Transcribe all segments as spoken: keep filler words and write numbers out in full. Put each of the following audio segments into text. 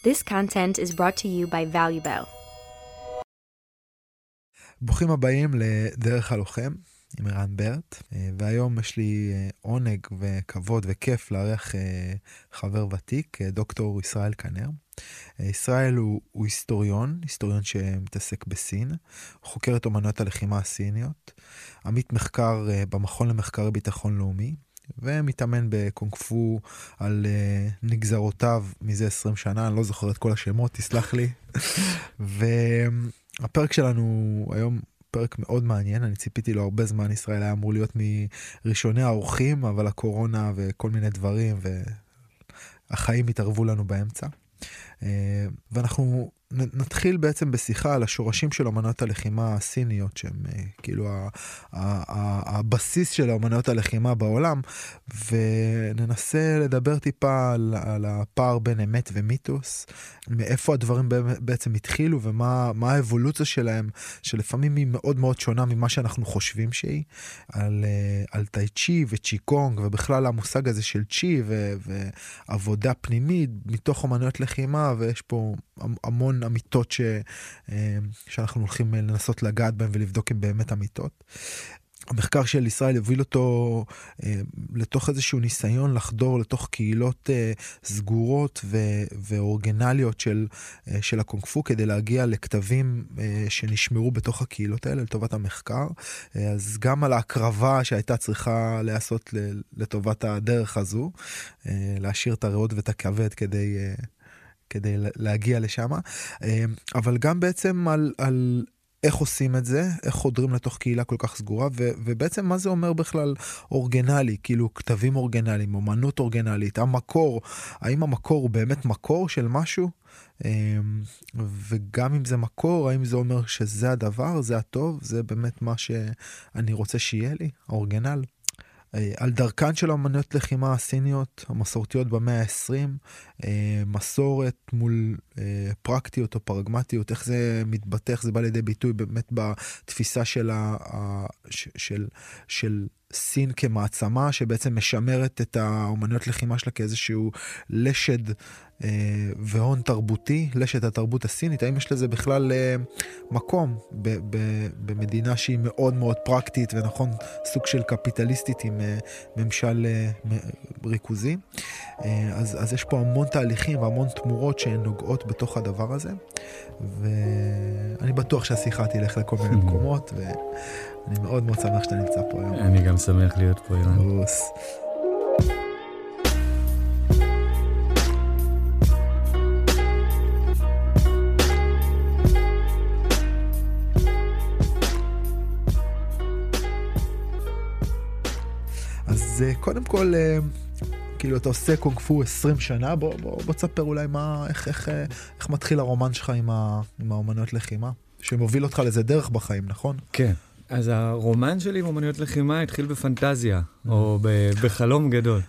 This content is brought to you by ValueBell. ברוכים הבאים לדרך הלוחם עם ערן ברט, והיום יש לי עונג וכבוד וכיף לארח חבר ותיק, דוקטור ישראל כנר. ישראל הוא, הוא היסטוריון, היסטוריון שמתעסק בסין, חוקר את אומנויות הלחימה הסיניות, עמית מחקר במכון למחקר ביטחון לאומי, ומתאמן בקונג-פו על uh, נגזרותיו מזה עשרים שנה, אני לא זוכר את כל השמות, תסלח לי. והפרק שלנו היום פרק מאוד מעניין, אני ציפיתי לו הרבה זמן, ישראל היה אמור להיות מראשוני האורחים, אבל הקורונה וכל מיני דברים והחיים התערבו לנו באמצע. Uh, ואנחנו נתחיל בעצם בשיחה על השורשים של אומנויות הלחימה הסיניות, שהם uh, כאילו ה- ה- ה- הבסיס של אומנויות הלחימה בעולם, וננסה לדבר טיפה על, על הפער בין אמת ומיתוס, מאיפה הדברים בעצם התחילו, ומה מה האבולוציה שלהם, שלפעמים היא מאוד מאוד שונה ממה שאנחנו חושבים שהיא, על, uh, על טאי צ'י וצ'י קונג, ובכלל המושג הזה של צ'י ו- ועבודה פנימית מתוך אומנויות לחימה, ויש פה המון אמיתות ש, שאנחנו הולכים לנסות לגעת בהם ולבדוק אם באמת אמיתות. המחקר של ישראל יוביל אותו לתוך איזשהו ניסיון לחדור לתוך קהילות סגורות ו- ואורגנליות של, של הקונג-פו, כדי להגיע לכתבים שנשמרו בתוך הקהילות האלה לטובת המחקר. אז גם על ההקרבה שהייתה צריכה לעשות לטובת הדרך הזו, להשאיר את הריאות ואת הכבד כדי... כדי להגיע לשם, אבל גם בעצם על, על איך עושים את זה, איך חודרים לתוך קהילה כל כך סגורה, ו, ובעצם מה זה אומר בכלל אורגנלי, כאילו כתבים אורגנליים, אומנות אורגנלית, המקור, האם המקור הוא באמת מקור של משהו, וגם אם זה מקור, האם זה אומר שזה הדבר, זה הטוב, זה באמת מה שאני רוצה שיהיה לי, האורגנל. על דרכן של האמנויות לחימה הסיניות, המסורתיות במאה ה-עשרים, מסורת מול פרקטיות או פרגמטיות, איך זה מתבטא, איך זה בא לידי ביטוי באמת בתפיסה של, ה, של, של סין כמעצמה, שבעצם משמרת את האמנויות לחימה שלה כאיזשהו לשד והון תרבותי, לשד התרבות הסינית. האם יש לזה בכלל מקום ב- ב- במדינה שהיא מאוד מאוד פרקטית ונכון, סוג של קפיטליסטית עם ממשל ריכוזי. אז, אז יש פה המון תהליכים והמון תמורות שהן נוגעות בתוך הדבר הזה, ואני בטוח שהשיחה תלך לכל מיני מקומות, ואני מאוד מאוד שמח שאתה נמצא פה היום. אני גם שמח להיות פה, אילן. בוס. אז קודם כל, כאילו אתה עושה קונג-פו עשרים שנה, בוא, בוא, בוא תספר אולי מה, איך, איך, איך מתחיל הרומן שלך עם, ה, עם האומנויות לחימה, שמוביל אותך לזה דרך בחיים, נכון? כן. אז הרומן שלי עם אומנויות לחימה התחיל בפנטזיה, או בחלום גדול.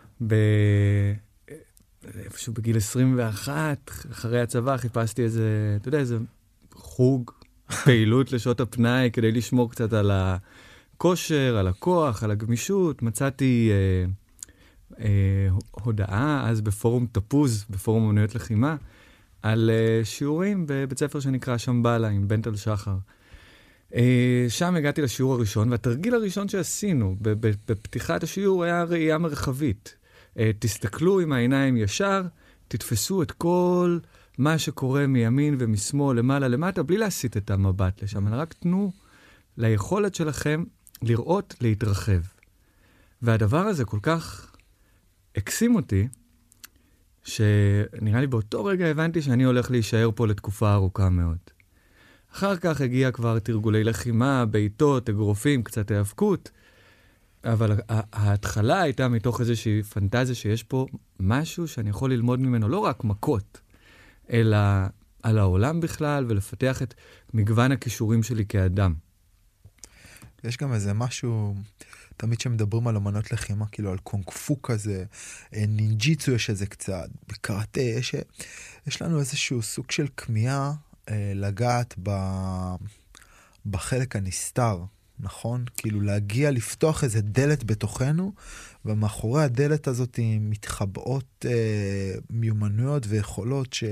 איפשהו בגיל עשרים ואחת, אחרי הצבא, חיפשתי איזה, אתה יודע, איזה חוג, פעילות לשעות הפנאי, כדי לשמור קצת על הכושר, על הכוח, על הגמישות. מצאתי אה, אה, הודעה, אז בפורום תפוז, בפורום אומנויות לחימה, על אה, שיעורים בבית ספר שנקרא שמבלה, עם בנטל שחר. שם הגעתי לשיעור הראשון, והתרגיל הראשון שעשינו בפתיחת השיעור היה ראייה מרחבית. תסתכלו עם העיניים ישר, תתפסו את כל מה שקורה מימין ומשמאל, למעלה, למטה, בלי להסיט את המבט לשם, אלא רק תנו ליכולת שלכם לראות, להתרחב. והדבר הזה כל כך הקסים אותי, שנראה לי באותו רגע הבנתי שאני הולך להישאר פה לתקופה ארוכה מאוד. אחר כך הגיע כבר תרגולי לחימה, בעיטות, אגרופים, קצת האבקות, אבל ההתחלה הייתה מתוך איזושהי פנטזיה שיש פה משהו שאני יכול ללמוד ממנו, לא רק מכות, אלא על העולם בכלל, ולפתח את מגוון הכישורים שלי כאדם. יש גם איזה משהו, תמיד שמדברים על אומנות לחימה, כאילו על קונג-פו כזה, נינג'יצו יש איזה קצת, בקראטה, יש, יש לנו איזשהו סוג של כמיהה, לגעת ב... בחלק הנסתר, נכון? כאילו להגיע, לפתוח איזה דלת בתוכנו, ומאחורי הדלת הזאת מתחבאות אה, מיומנויות ויכולות ש...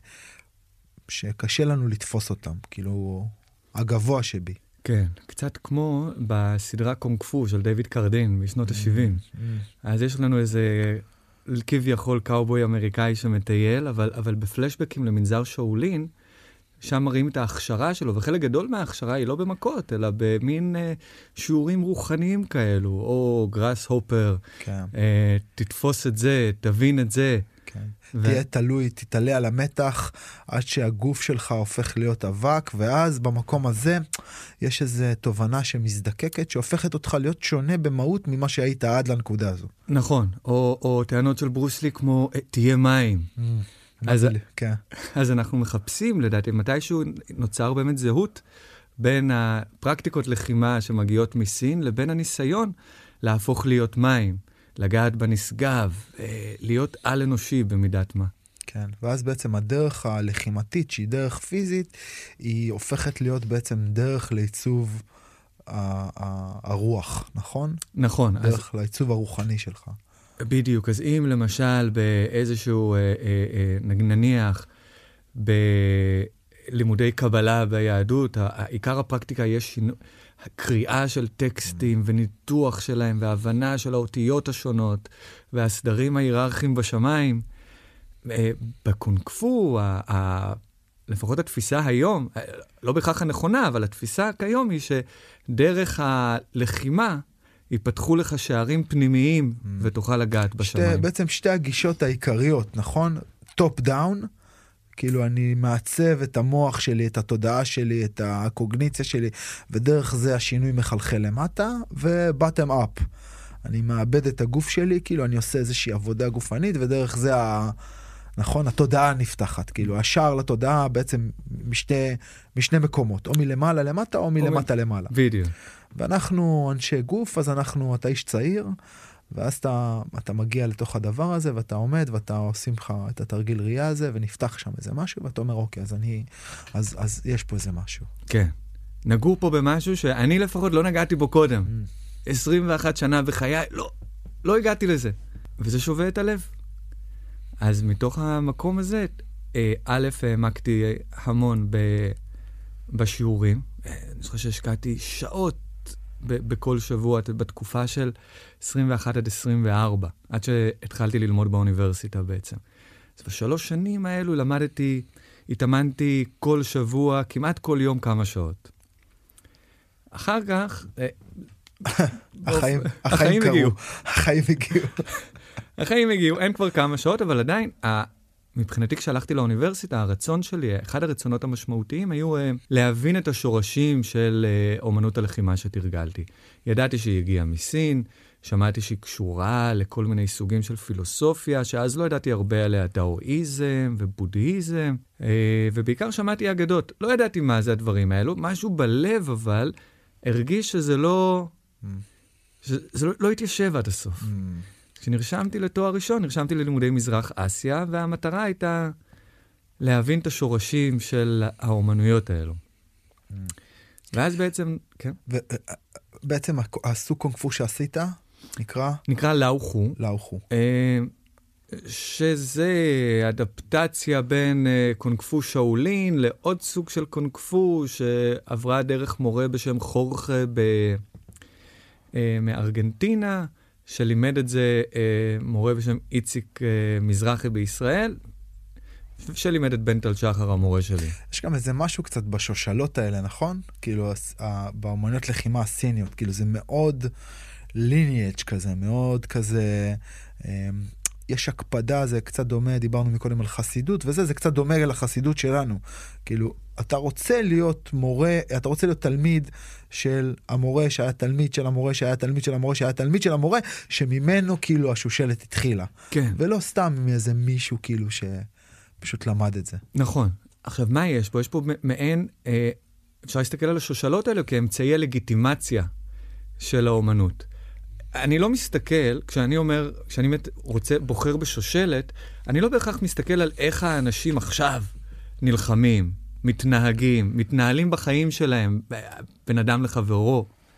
שקשה לנו לתפוס אותם, כאילו הגבוה שבי. כן, קצת כמו בסדרה קונג פו של דיוויד קרדין בשנות ה-שבעים. אז יש לנו איזה כביכול קאובוי אמריקאי שמטייל, אבל, אבל בפלשבקים למנזר שאולין, שם מראים את ההכשרה שלו, וחלק גדול מההכשרה היא לא במכות, אלא במין אה, שיעורים רוחניים כאלו, או גראס הופר, כן. אה, תתפוס את זה, תבין את זה. כן. ו... תהיה תלוי, תתעלה על המתח, עד שהגוף שלך הופך להיות אבק, ואז במקום הזה יש איזו תובנה שמזדקקת, שהופכת אותך להיות שונה במהות ממה שהיית עד לנקודה הזו. נכון, או, או טענות של ברוסלי כמו, תהיה מים. Mm. אז, כן. אז אנחנו מחפשים, לדעתי, מתישהו נוצר באמת זהות בין הפרקטיקות לחימה שמגיעות מסין, לבין הניסיון להפוך להיות מים, לגעת בנשגב, להיות על-אנושי במידת מה. כן, ואז בעצם הדרך הלחימתית, שהיא דרך פיזית, היא הופכת להיות בעצם דרך לעיצוב הרוח, נכון? נכון. דרך אז... לעיצוב הרוחני שלך. בדיוק, אז אם למשל באיזשהו, אה, אה, אה, נניח, בלימודי קבלה ביהדות, העיקר הפרקטיקה יש שינו... הקריאה של טקסטים וניתוח שלהם והבנה של האותיות השונות והסדרים ההיררכיים בשמיים. אה, בקונג פו, ה... ה... לפחות התפיסה היום, לא בכך הנכונה, אבל התפיסה כיום היא שדרך הלחימה, ייפתחו לך שערים פנימיים, mm. ותוכל לגעת בשמיים. שתי, בעצם שתי הגישות העיקריות, נכון? טופ דאון, כאילו אני מעצב את המוח שלי, את התודעה שלי, את הקוגניציה שלי, ודרך זה השינוי מחלחל למטה, ובטם אפ. אני מאבד את הגוף שלי, כאילו אני עושה איזושהי עבודה גופנית, ודרך זה ה... נכון, התודעה נפתחת, כאילו, השער לתודעה בעצם משתי, משני מקומות, או מלמעלה למטה, או מלמטה למעלה. בדיוק. ואנחנו אנשי גוף, אז אנחנו, אתה איש צעיר, ואז אתה, אתה מגיע לתוך הדבר הזה, ואתה עומד, ואתה עושים לך את התרגיל ראייה הזה, ונפתח שם איזה משהו, ואתה אומר, אוקיי, אז אני, אז, אז יש פה איזה משהו. כן. נגעו פה במשהו שאני לפחות לא נגעתי בו קודם. Mm. עשרים ואחת שנה בחיי, לא, לא הגעתי לזה. וזה שווה את הלב. אז מתוך המקום הזה, א', העמקתי המון ב, בשיעורים. אני חושב שהשקעתי שעות ב, בכל שבוע, בתקופה של עשרים ואחת עד עשרים וארבע, עד שהתחלתי ללמוד באוניברסיטה בעצם. אז בשלוש שנים האלו למדתי, התאמנתי כל שבוע, כמעט כל יום כמה שעות. אחר כך... החיים, החיים קרו. החיים הגיעו. החיים הגיעו, אין כבר כמה שעות, אבל עדיין, מבחינתי כשהלכתי לאוניברסיטה, הרצון שלי, אחד הרצונות המשמעותיים היו להבין את השורשים של אומנות הלחימה שתרגלתי. ידעתי שהיא הגיעה מסין, שמעתי שהיא קשורה לכל מיני סוגים של פילוסופיה, שאז לא ידעתי הרבה עליה, דאואיזם ובודהיזם, ובעיקר שמעתי אגדות. לא ידעתי מה זה הדברים האלו, משהו בלב אבל הרגיש שזה לא... שזה לא, לא התיישב עד הסוף. כשנרשמתי לתואר ראשון, נרשמתי ללימודי מזרח אסיה, והמטרה הייתה להבין את השורשים של האומנויות האלו. ואז בעצם, כן. בעצם הסוג קונג פו שעשית, נקרא? נקרא לאו חו. לאו חו. שזה אדפטציה בין קונג פו שאולין לעוד סוג של קונג פו שעברה דרך מורה בשם חורכה מארגנטינה, שלימד את זה מורה בשם איציק מזרחי בישראל, שלימד את בן טל שחר המורה שלי. יש גם איזה משהו קצת בשושלות האלה, נכון? כאילו באומנויות לחימה הסיניות, כאילו זה מאוד lineage כזה, מאוד כזה... יש הקפדה, זה קצת דומה, דיברנו מקודם על חסידות, וזה, זה קצת דומה לחסידות שלנו. כאילו, אתה רוצה להיות מורה, אתה רוצה להיות תלמיד של המורה שהיה תלמיד של המורה, שהיה תלמיד של המורה, שהיה תלמיד של המורה, שממנו כאילו השושלת התחילה. כן. ולא סתם מאיזה מישהו כאילו שפשוט למד את זה. נכון. עכשיו, מה יש פה? יש פה מעין, אה, אפשר להסתכל על השושלות האלו כאמצעי הלגיטימציה של האומנות. אני לא מסתכל, כשאני אומר, כשאני רוצה, בוחר בשושלת, אני לא בהכרח מסתכל על איך האנשים עכשיו נלחמים, מתנהגים, מתנהלים בחיים שלהם, בין אדם לחברו.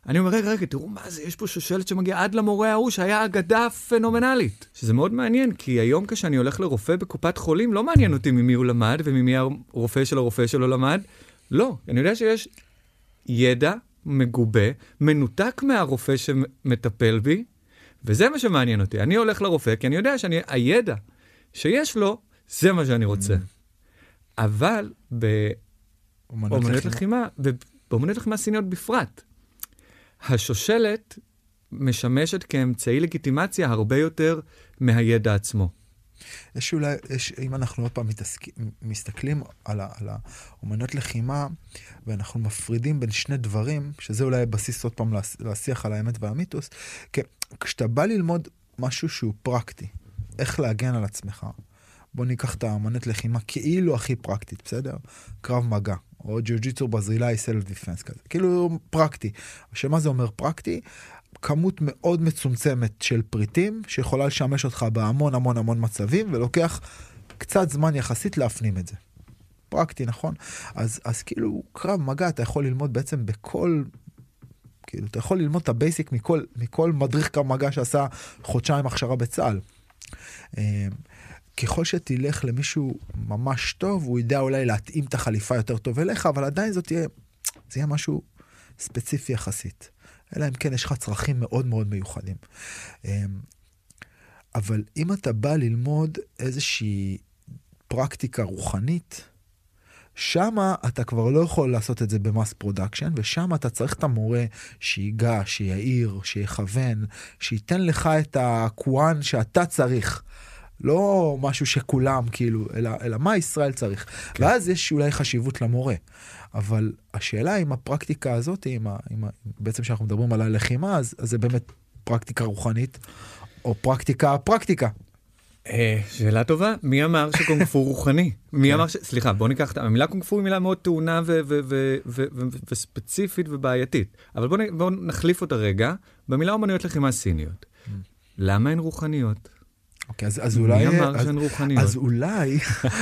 אני אומר, רגע, רגע, תראו מה זה, יש פה שושלת שמגיעה עד למורה ההוא, שהיה אגדה פנומנלית. שזה מאוד מעניין, כי היום כשאני הולך לרופא בקופת חולים, לא מעניין אותי ממי הוא למד, וממי הרופא של הרופא שלו למד. לא, אני יודע שיש ידע מגובה, מנותק מהרופא שמטפל בי, וזה מה שמעניין אותי. אני הולך לרופא, כי אני יודע שהידע שיש לו, זה מה שאני רוצה. אבל באומנויות לחימה, ובאומנויות לחימה סיניות בפרט, השושלת משמשת כאמצעי לגיטימציה הרבה יותר מהידע עצמו. יש אולי, יש, אם אנחנו עוד פעם מתעסק, מסתכלים על, ה, על האומנויות לחימה, ואנחנו מפרידים בין שני דברים, שזה אולי בסיס עוד פעם להשיח על האמת והמיתוס, כי כשאתה בא ללמוד משהו שהוא פרקטי, איך להגן על עצמך, בוא ניקח את האומנות לחימה כאילו הכי פרקטית, בסדר? קרב מגע, או ג'יוג'יטסו ברזילאי סלף דיפנס כזה, כאילו פרקטי. שמה זה אומר פרקטי? כמות מאוד מצומצמת של פריטים, שיכולה לשמש אותך בהמון המון המון מצבים, ולוקח קצת זמן יחסית להפנים את זה. פרקטי, נכון? אז, אז כאילו קרב מגע אתה יכול ללמוד בעצם בכל, כאילו אתה יכול ללמוד את הבייסיק מכל, מכל מדריך קרב מגע שעשה חודשיים הכשרה בצה"ל. ככל שתלך למישהו ממש טוב, הוא ידע אולי להתאים את החליפה יותר טוב אליך, אבל עדיין זאת תהיה, זה יהיה משהו ספציפי יחסית. אלא אם כן יש לך צרכים מאוד מאוד מיוחדים. אבל אם אתה בא ללמוד איזושהי פרקטיקה רוחנית, שמה אתה כבר לא יכול לעשות את זה במס פרודקשן, ושמה אתה צריך את המורה שיגע, שיעיר, שיכוון, שייתן לך את הקואן שאתה צריך. לא משהו שכולם כאילו, אלא, אלא מה ישראל צריך. כן. ואז יש אולי חשיבות למורה. אבל השאלה אם הפרקטיקה הזאת, אם ה, אם ה, בעצם שאנחנו מדברים על הלחימה, אז, אז זה באמת פרקטיקה רוחנית, או פרקטיקה, פרקטיקה. שאלה טובה, מי אמר שקונג-פו רוחני? מי אמר ש... סליחה, בוא ניקח את המילה קונג-פו היא מילה מאוד טעונה וספציפית ובעייתית. אבל בוא נחליף אותה רגע, במילה אומנויות לחימה סיניות. למה הן רוחניות? אוקיי, אז, אז אולי... מי אמר שהן רוחניות? אז אולי...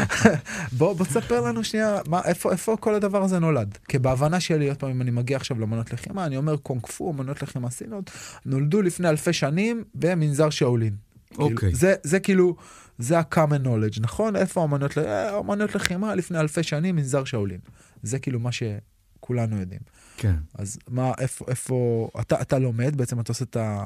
בוא, בוא תספר לנו שנייה, מה, איפה, איפה כל הדבר הזה נולד? כי בהבנה שלי, עוד פעם, אם אני מגיע עכשיו לאמנות לחימה, אני אומר קונג-פו, אמנות לחימה סיניות, נולדו לפני אלפי שנים במנזר שאולין. אוקיי. כאילו, זה, זה כאילו, זה ה-common knowledge, נכון? איפה אמנות, אמנות לחימה לפני אלפי שנים מנזר שאולין. זה כאילו מה שכולנו יודעים. כן. אז מה, איפה, איפה, אתה, אתה לומד, בעצם אתה עושה את ה...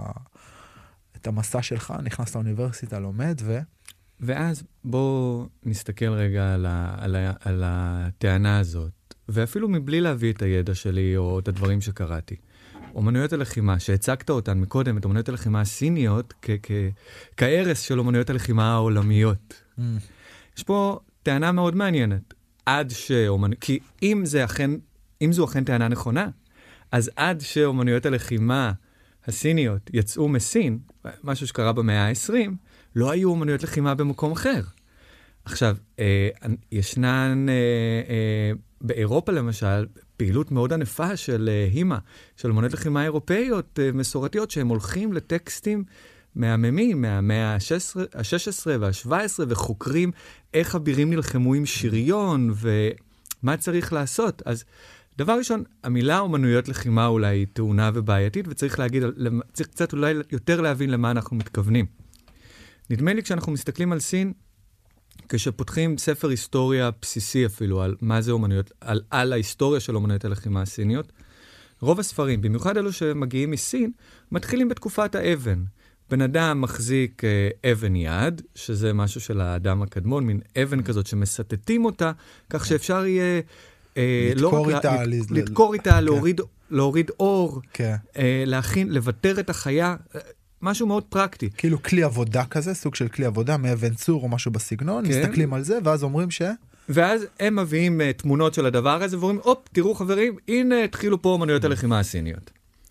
את המסע שלך, נכנס לאוניברסיטה, לומד, ו... ואז בוא נסתכל רגע על, ה, על, ה, על הטענה הזאת, ואפילו מבלי להביא את הידע שלי או את הדברים שקראתי. אומנויות הלחימה, שהצגת אותן מקודם, את אומנויות הלחימה הסיניות, כ- כ- כערס של אומנויות הלחימה העולמיות. Mm. יש פה טענה מאוד מעניינת. עד שאומנויות... כי אם, זה אכן, אם זו אכן טענה נכונה, אז עד שאומנויות הלחימה הסיניות יצאו מסין, משהו שקרה במאה ה-עשרים, לא היו אומנויות לחימה במקום אחר. עכשיו, אה, ישנן אה, אה, באירופה למשל, פעילות מאוד ענפה של אה, הימה, של אומנויות לחימה אירופאיות אה, מסורתיות, שהם הולכים לטקסטים מהממים, מהמאה ה-שש עשרה וה-שבע עשרה, וחוקרים איך אבירים נלחמו עם שריון, ומה צריך לעשות. אז דבר ראשון, המילה אומנויות לחימה אולי היא טעונה ובעייתית, וצריך להגיד, צריך קצת אולי יותר להבין למה אנחנו מתכוונים. נדמה לי כשאנחנו מסתכלים על סין, כשפותחים ספר היסטוריה בסיסי אפילו, על מה זה אומנויות, על, על ההיסטוריה של אומנויות הלחימה הסיניות, רוב הספרים, במיוחד אלו שמגיעים מסין, מתחילים בתקופת האבן. בן אדם מחזיק אה, אבן יד, שזה משהו של האדם הקדמון, מין אבן כזאת שמסתתים אותה, כך שאפשר יהיה... לדקור איתה, לדקור איתה, להוריד אור, להכין, לבטר את החיה, משהו מאוד פרקטי. כאילו כלי עבודה כזה, סוג של כלי עבודה, מאבן צור או משהו בסגנון, מסתכלים על זה, ואז אומרים ש... ואז הם מביאים תמונות של הדבר הזה, ואומרים, אופ, תראו חברים, הנה התחילו פה אומנויות הלחימה הסיניות.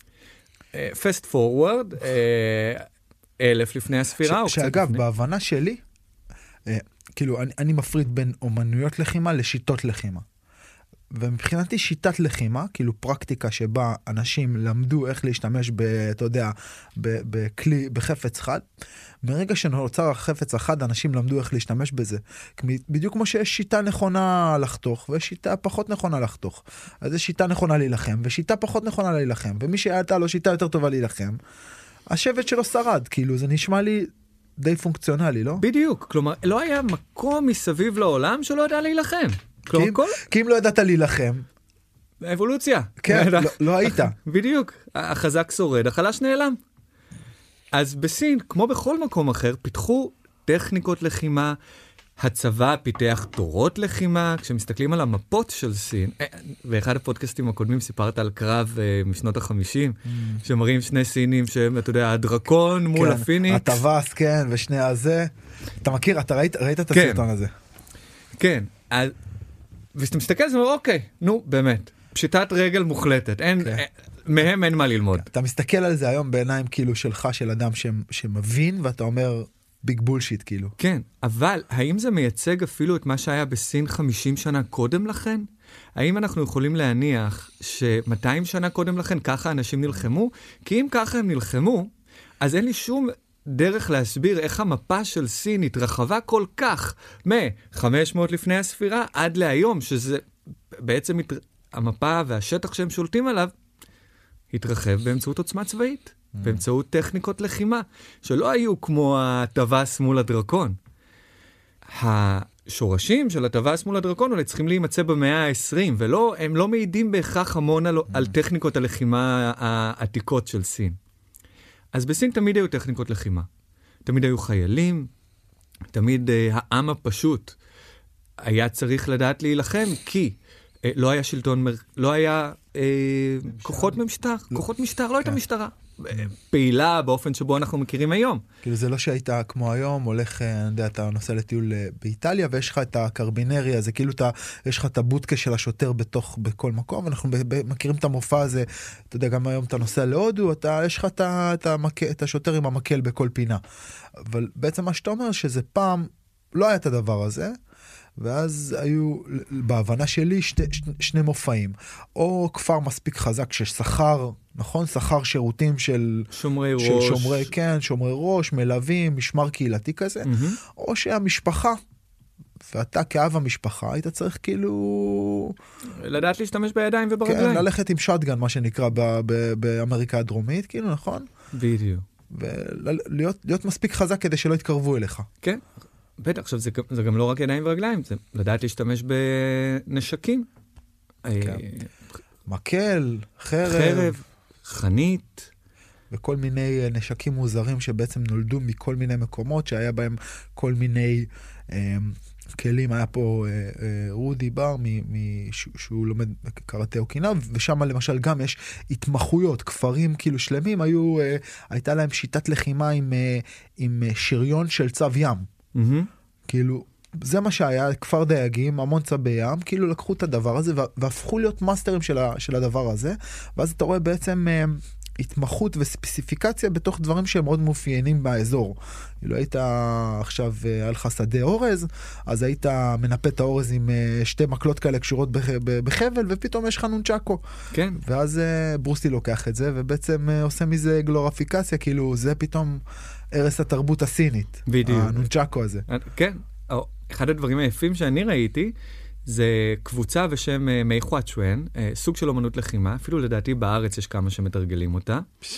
Fast forward, אלף לפני הספירה. שאגב, בהבנה שלי, כאילו, אני מפריד בין אומנויות לחימה לשיטות לחימה. ומבחינתי שיטת לחימה, כאילו פרקטיקה שבה אנשים למדו איך להשתמש ב, אתה יודע, ב, בכלי, בחפץ חד, מרגע שנוצר החפץ החד, אנשים למדו איך להשתמש בזה. בדיוק כמו שיש שיטה נכונה לחתוך, ויש שיטה פחות נכונה לחתוך. אז יש שיטה נכונה להילחם, ושיטה פחות נכונה להילחם, ומי שהייתה לו שיטה יותר טובה להילחם, השבט שלו שרד, כאילו זה נשמע לי די פונקציונלי, לא? בדיוק, כלומר, לא היה מקום מסביב לעולם שלא ידע להילחם. כי אם, כל... כי אם לא ידעת להילחם... אבולוציה. כן, לא, לא היית. בדיוק, החזק שורד, החלש נעלם. אז בסין, כמו בכל מקום אחר, פיתחו טכניקות לחימה, הצבא פיתח תורות לחימה, כשמסתכלים על המפות של סין, ואחד הפודקאסטים הקודמים סיפרת על קרב משנות החמישים, שמראים שני סינים שהם, אתה יודע, הדרקון מול הפיניקס. הטווס, כן, ושני הזה. אתה מכיר, אתה ראית, ראית את הסרטון הזה? כן, אז, ושאתה מסתכל, זה אומר, אוקיי, נו, באמת, פשיטת רגל מוחלטת, אין, מהם אין מה ללמוד. אתה מסתכל על זה היום בעיניים כאילו שלך, של אדם שמבין, ואתה אומר... ביג בולשיט כאילו. כן, אבל האם זה מייצג אפילו את מה שהיה בסין חמישים שנה קודם לכן? האם אנחנו יכולים להניח ש-מאתיים שנה קודם לכן ככה אנשים נלחמו? כי אם ככה הם נלחמו, אז אין לי שום דרך להסביר איך המפה של סין התרחבה כל כך מ-חמש מאות לפני הספירה עד להיום, שזה בעצם המפה והשטח שהם שולטים עליו, התרחב באמצעות עוצמה צבאית. באמצעות טכניקות לחימה, שלא היו כמו הטווס מול הדרקון. השורשים של הטווס מול הדרקון אולי צריכים להימצא במאה ה-עשרים, והם לא מעידים בהכרח המון על, על טכניקות הלחימה העתיקות של סין. אז בסין תמיד היו טכניקות לחימה. תמיד היו חיילים, תמיד אה, העם הפשוט היה צריך לדעת להילחם, כי אה, לא היה שלטון, לא היה אה, כוחות ממשטר, לא. כוחות משטר, לא הייתה משטרה. פעילה באופן שבו אנחנו מכירים היום. כאילו זה לא שהיית כמו היום, הולך, אני יודע, אתה נוסע לטיול באיטליה, ויש לך את הקרבינריה, זה כאילו אתה, יש לך את הבודקה של השוטר בתוך, בכל מקום, ואנחנו מכירים את המופע הזה, אתה יודע, גם היום אתה נוסע להודו, אתה, יש לך את, את, המק, את השוטר עם המקל בכל פינה. אבל בעצם מה שאתה אומר, שזה פעם לא היה את הדבר הזה, ואז היו, בהבנה שלי, שתי, שני מופעים. או כפר מספיק חזק ששכר, נכון? שכר שירותים של... שומרי של ראש. שומרי, כן, שומרי ראש, מלווים, משמר קהילתי כזה. Mm-hmm. או שהמשפחה, ואתה כאב המשפחה, היית צריך כאילו... לדעת להשתמש בידיים וברגליים. כן, ללכת עם שטגן, מה שנקרא, ב- ב- באמריקה הדרומית, כאילו, נכון? בדיוק. ולהיות להיות מספיק חזק כדי שלא יתקרבו אליך. כן. בטח, עכשיו זה, זה גם לא רק ידיים ורגליים, זה לדעת להשתמש בנשקים. כן. מקל, חרב. חרב, חנית. וכל מיני נשקים מוזרים שבעצם נולדו מכל מיני מקומות, שהיה בהם כל מיני אה, כלים. היה פה אה, אה, רודי בר, מ, מ, ש, שהוא לומד קראטה אוקינה, ושם למשל גם יש התמחויות, כפרים כאילו שלמים, היו, אה, הייתה להם שיטת לחימה עם, אה, עם שריון של צו ים. Mm-hmm. כאילו, זה מה שהיה, כפר דייגים, המון צבי ים, כאילו לקחו את הדבר הזה, והפכו להיות מאסטרים של, ה, של הדבר הזה, ואז אתה רואה בעצם אה, התמחות וספציפיקציה בתוך דברים שהם מאוד מופיינים באזור. לא היית עכשיו, היה לך שדה אורז, אז היית מנפה את האורז עם אה, שתי מקלות כאלה קשורות בח, בחבל, ופתאום יש לך נונצ'קו. כן. ואז אה, ברוסי לוקח את זה, ובעצם אה, עושה מזה גלוריפיקציה, כאילו זה פתאום... ערש התרבות הסינית. בדיוק. הנונצ'קו הזה. כן. אחד הדברים היפים שאני ראיתי, זה קבוצה בשם מי חואצ'ואן, סוג של אומנות לחימה, אפילו לדעתי בארץ יש כמה שמתרגלים אותה,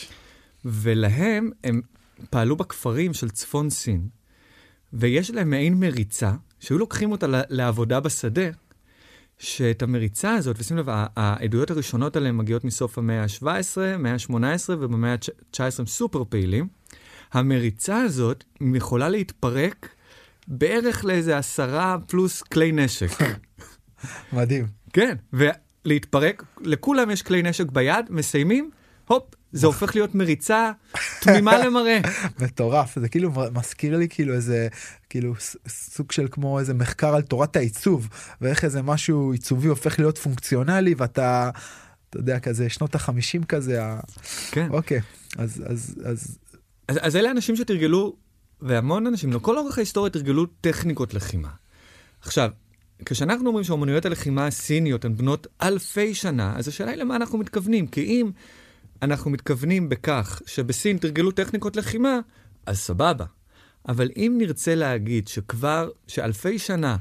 ולהם הם פעלו בכפרים של צפון סין, ויש להם מעין מריצה, שהיו לוקחים אותה לעבודה בשדה, שאת המריצה הזאת, ושים לב, העדויות הראשונות עליהם מגיעות מסוף המאה ה-שבע עשרה, מאה ה-שמונה עשרה, ובמאה ה-תשע עשרה הם סופר פעילים, המריצה הזאת יכולה להתפרק בערך לאיזה עשרה פלוס כלי נשק. מדהים. כן, ולהתפרק, לכולם יש כלי נשק ביד, מסיימים, הופ, זה הופך להיות מריצה תמימה למראה. מטורף, זה כאילו מזכיר לי כאילו איזה, כאילו סוג של כמו איזה מחקר על תורת העיצוב, ואיך איזה משהו עיצובי הופך להיות פונקציונלי, ואתה, אתה יודע, כזה שנות החמישים כזה. כן. אוקיי, אז, אז, אז, אז, אז אלה אנשים שתרגלו, והמון אנשים, לא כל אורך ההיסטוריה תרגלו טכניקות לחימה. עכשיו, כשאנחנו אומרים שאומנויות הלחימה הסיניות הן בנות אלפי שנה, אז השאלה היא למה אנחנו מתכוונים. כי אם אנחנו מתכוונים בכך שבסין תרגלו טכניקות לחימה, אז סבבה. אבל אם נרצה להגיד שכבר, שאלפי שנה,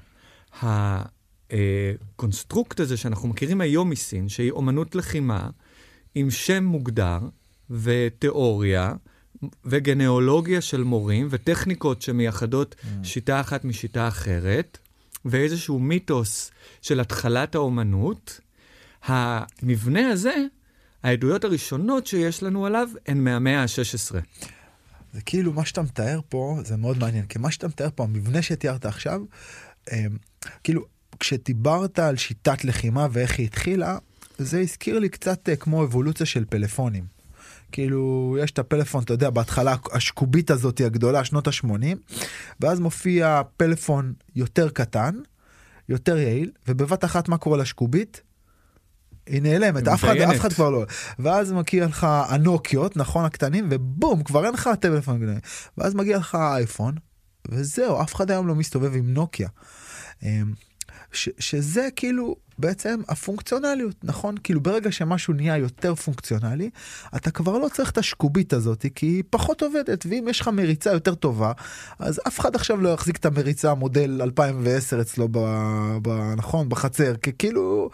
הקונסטרוקט הזה שאנחנו מכירים היום מסין, שהיא אומנות לחימה, עם שם מוגדר ותיאוריה וגנאולוגיה של מורים וטכניקות שמייחדות mm. שיטה אחת משיטה אחרת, ואיזשהו מיתוס של התחלת האומנות, המבנה הזה, העדויות הראשונות שיש לנו עליו, הן מהמאה ה-שש עשרה. זה כאילו מה שאתה מתאר פה, זה מאוד מעניין, כי מה שאתה מתאר פה, המבנה שתיארת עכשיו, כאילו, כשדיברת על שיטת לחימה ואיך היא התחילה, זה הזכיר לי קצת כמו אבולוציה של פלאפונים. כאילו, יש את הפלאפון, אתה יודע, בהתחלה השקובית הזאת היא הגדולה, שנות ה-שמונים, ואז מופיע פלאפון יותר קטן, יותר יעיל, ובבת אחת מה קורה לשקובית? היא נעלמת, אף אחד, אף אחד כבר לא. ואז מגיע לך הנוקיות, נכון, הקטנים, ובום, כבר אין לך טלפון גדול. ואז מגיע לך האייפון, וזהו, אף אחד היום לא מסתובב עם נוקיה. ש, שזה כאילו בעצם הפונקציונליות, נכון? כאילו ברגע שמשהו נהיה יותר פונקציונלי, אתה כבר לא צריך את השקובית הזאת, כי היא פחות עובדת, ואם יש לך מריצה יותר טובה, אז אף אחד עכשיו לא יחזיק את המריצה מודל אלפיים ועשר אצלו, ב, ב, נכון, בחצר, כי כאילו...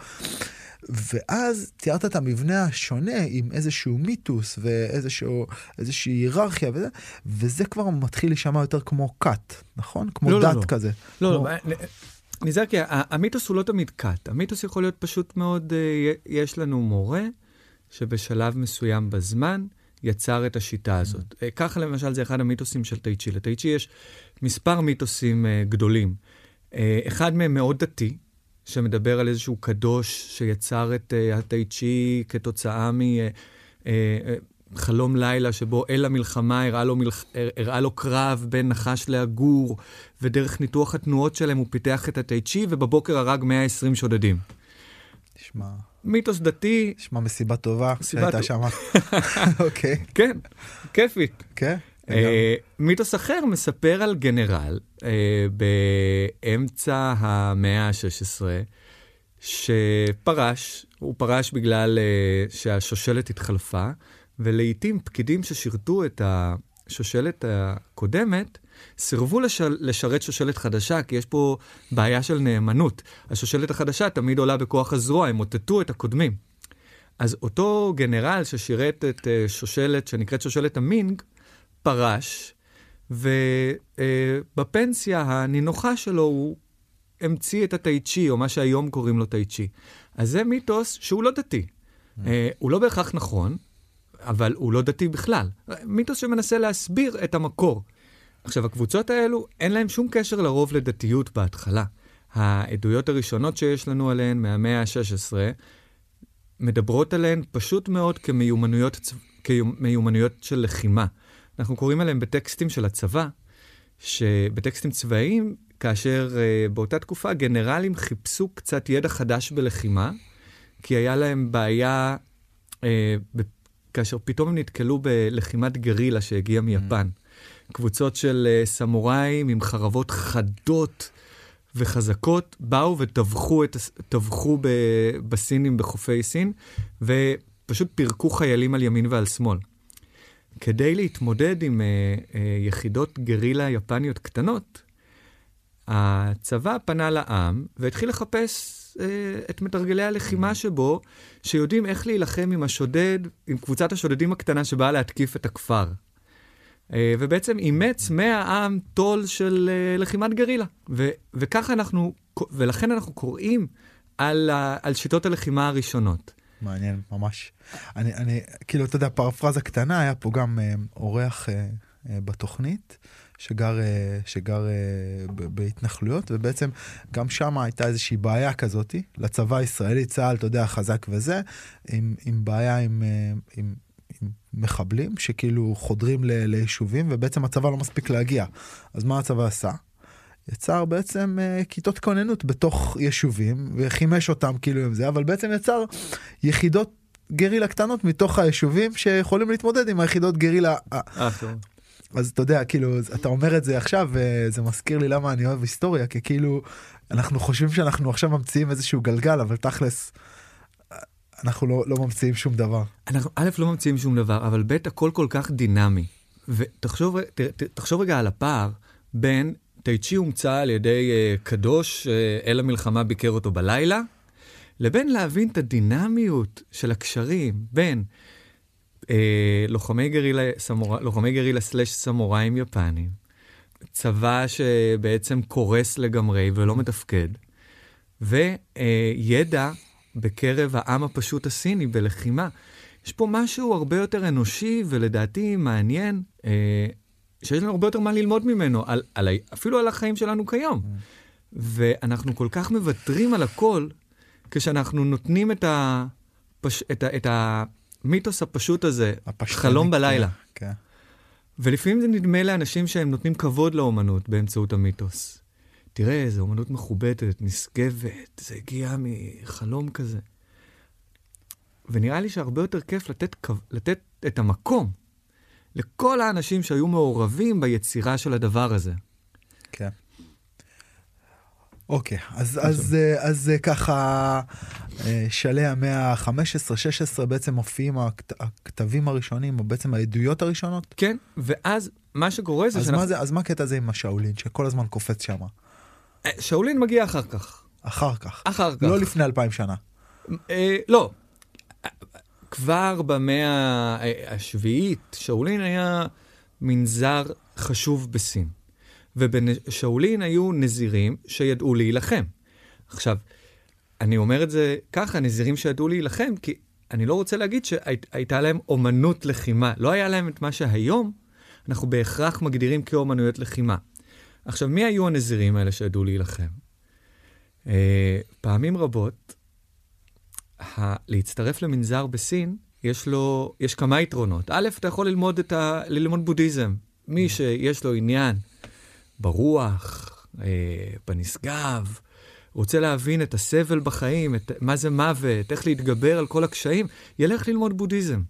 ואז תיארת את המבנה השונה עם איזשהו מיתוס ואיזשהו, איזושהי היררכיה וזה, וזה כבר מתחיל להישמע יותר כמו קאט, נכון? כמו לא, דת לא, לא. כזה. לא, כמו... לא, נזהר, כי המיתוס הוא לא תמיד קאט. המיתוס יכול להיות פשוט מאוד, יש לנו מורה שבשלב מסוים בזמן יצר את השיטה הזאת. Mm. ככה למשל זה אחד המיתוסים של טאי צ'י. לטאי צ'י יש מספר מיתוסים גדולים. אחד מהם מאוד דתי, שמדבר על איזשהו קדוש שיצר את uh, הטאי צ'י כתוצאה מחלום uh, uh, לילה שבו אל המלחמה הראה לו, מלח... הראה לו קרב בין נחש לאגור, ודרך ניתוח התנועות שלהם הוא פיתח את הטאי צ'י, ובבוקר הרג מאה ועשרים שודדים. נשמע... מיתוס דתי. נשמע מסיבה טובה. מסיבה טובה. שמה. אוקיי. כן, כיפית. כן. Uh, מיתוס אחר מספר על גנרל uh, באמצע המאה ה-שש עשרה שפרש, הוא פרש בגלל uh, שהשושלת התחלפה, ולעיתים פקידים ששירתו את השושלת הקודמת סירבו לשל... לשרת שושלת חדשה, כי יש פה בעיה של נאמנות. השושלת החדשה תמיד עולה בכוח הזרוע, הם מוטטו את הקודמים. אז אותו גנרל ששירת את uh, שושלת שנקראת שושלת המינג, פרש, ובפנסיה הנינוחה שלו הוא המציא את הטאי צ'י, או מה שהיום קוראים לו טאי צ'י. אז זה מיתוס שהוא לא דתי. הוא לא בהכרח נכון, אבל הוא לא דתי בכלל. מיתוס שמנסה להסביר את המקור. עכשיו, הקבוצות האלו, אין להם שום קשר לרוב לדתיות בהתחלה. העדויות הראשונות שיש לנו עליהן מהמאה ה-שש עשרה, מדברות עליהן פשוט מאוד כמיומנויות, כמיומנויות של לחימה. אנחנו קוראים עליהם בטקסטים של הצבא, שבטקסטים צבאיים, כאשר uh, באותה תקופה גנרלים חיפשו קצת ידע חדש בלחימה, כי היה להם בעיה, uh, ב- כאשר פתאום הם נתקלו בלחימת גרילה שהגיעה מיפן. Mm. קבוצות של uh, סמוראים עם חרבות חדות וחזקות, באו וטבחו את, טבחו ב- בסינים בחופי סין, ופשוט פירקו חיילים על ימין ועל שמאל. כדי להתמודד עם uh, uh, יחידות גרילה יפניות קטנות, הצבא פנה לעם והתחיל לחפש uh, את מתרגלי הלחימה שבו, שיודעים איך להילחם עם השודד, עם קבוצת השודדים הקטנה שבאה להתקיף את הכפר. Uh, ובעצם אימץ מהעם תול של uh, לחימת גרילה. ו- וככה אנחנו, ולכן אנחנו קוראים על, ה- על שיטות הלחימה הראשונות. מעניין, ממש. אני, אני, כאילו, אתה יודע, פרפרזה קטנה, היה פה גם אה, אורח אה, אה, בתוכנית, שגר, אה, שגר אה, ב, בהתנחלויות, ובעצם גם שם הייתה איזושהי בעיה כזאת, לצבא הישראלי, צה"ל, אתה יודע, חזק וזה, עם, עם בעיה עם, אה, עם, עם מחבלים, שכאילו חודרים ל, ליישובים, ובעצם הצבא לא מספיק להגיע. אז מה הצבא עשה? יצר בעצם uh, כיתות כוננות בתוך יישובים, וחימש אותם כאילו עם זה, אבל בעצם יצר יחידות גרילה קטנות מתוך היישובים, שיכולים להתמודד עם היחידות גרילה. אה, טוב. אז אתה יודע, כאילו, אתה אומר את זה עכשיו, וזה מזכיר לי למה אני אוהב היסטוריה, כי כאילו, אנחנו חושבים שאנחנו עכשיו ממציאים איזשהו גלגל, אבל תכלס, אנחנו לא, לא ממציאים שום דבר. אנחנו, א', לא ממציאים שום דבר, אבל ב', הכל כל כך דינמי. ותחשוב, ת, ת, תחשוב רגע על הפער בין טייצ'י הומצא על ידי uh, קדוש, uh, אל המלחמה ביקר אותו בלילה, לבין להבין את הדינמיות של הקשרים בין אה, לוחמי גרילה, סמור... לוחמי גרילה סלש סמוראים יפנים, צבא שבעצם קורס לגמרי ולא מתפקד, וידע בקרב העם הפשוט הסיני בלחימה. יש פה משהו הרבה יותר אנושי ולדעתי מעניין, אה, שיש לנו הרבה יותר מה ללמוד ממנו, על, על, אפילו על החיים שלנו כיום. ואנחנו כל כך מוותרים על הכל, כשאנחנו נותנים את, ה, פש, את, ה, את המיתוס הפשוט הזה, חלום בלילה. כן, כן. ולפעמים זה נדמה לאנשים שהם נותנים כבוד לאומנות באמצעות המיתוס. תראה, זו אומנות מכובדת, נשגבת, זה הגיע מחלום כזה. ונראה לי שהרבה יותר כיף לתת, לתת את המקום לכל האנשים שהיו מעורבים ביצירה של הדבר הזה. כן. אוקיי, אז, אז, אז ככה, שלי המאה ה-חמש עשרה שש עשרה בעצם מופיעים הכתבים הראשונים, או בעצם העדויות הראשונות? כן, ואז מה שקורה זה אז שאנחנו... מה זה, אז מה הקטע הזה עם השאולין, שכל הזמן קופץ שמה? שאולין מגיע אחר כך. אחר כך? אחר כך. לא לפני אלפיים שנה? אה, לא. כבר במאה השביעית, שאולין היה מנזר חשוב בסין. ובשאולין היו נזירים שידעו להילחם. עכשיו, אני אומר את זה ככה, נזירים שידעו להילחם, כי אני לא רוצה להגיד שהייתה להם אומנות לחימה. לא היה להם את מה שהיום אנחנו בהכרח מגדירים כאומנויות לחימה. עכשיו, מי היו הנזירים האלה שידעו להילחם? אה, פעמים רבות, ה- להצטרף למנזר בסין, יש לו, יש כמה יתרונות. א', אתה יכול ללמוד את ה- ללמוד בודהיזם. מי שיש לו עניין ברוח, אה, בנשגב, רוצה להבין את הסבל בחיים, את, מה זה מוות, איך להתגבר על כל הקשיים, ילך ללמוד בודהיזם.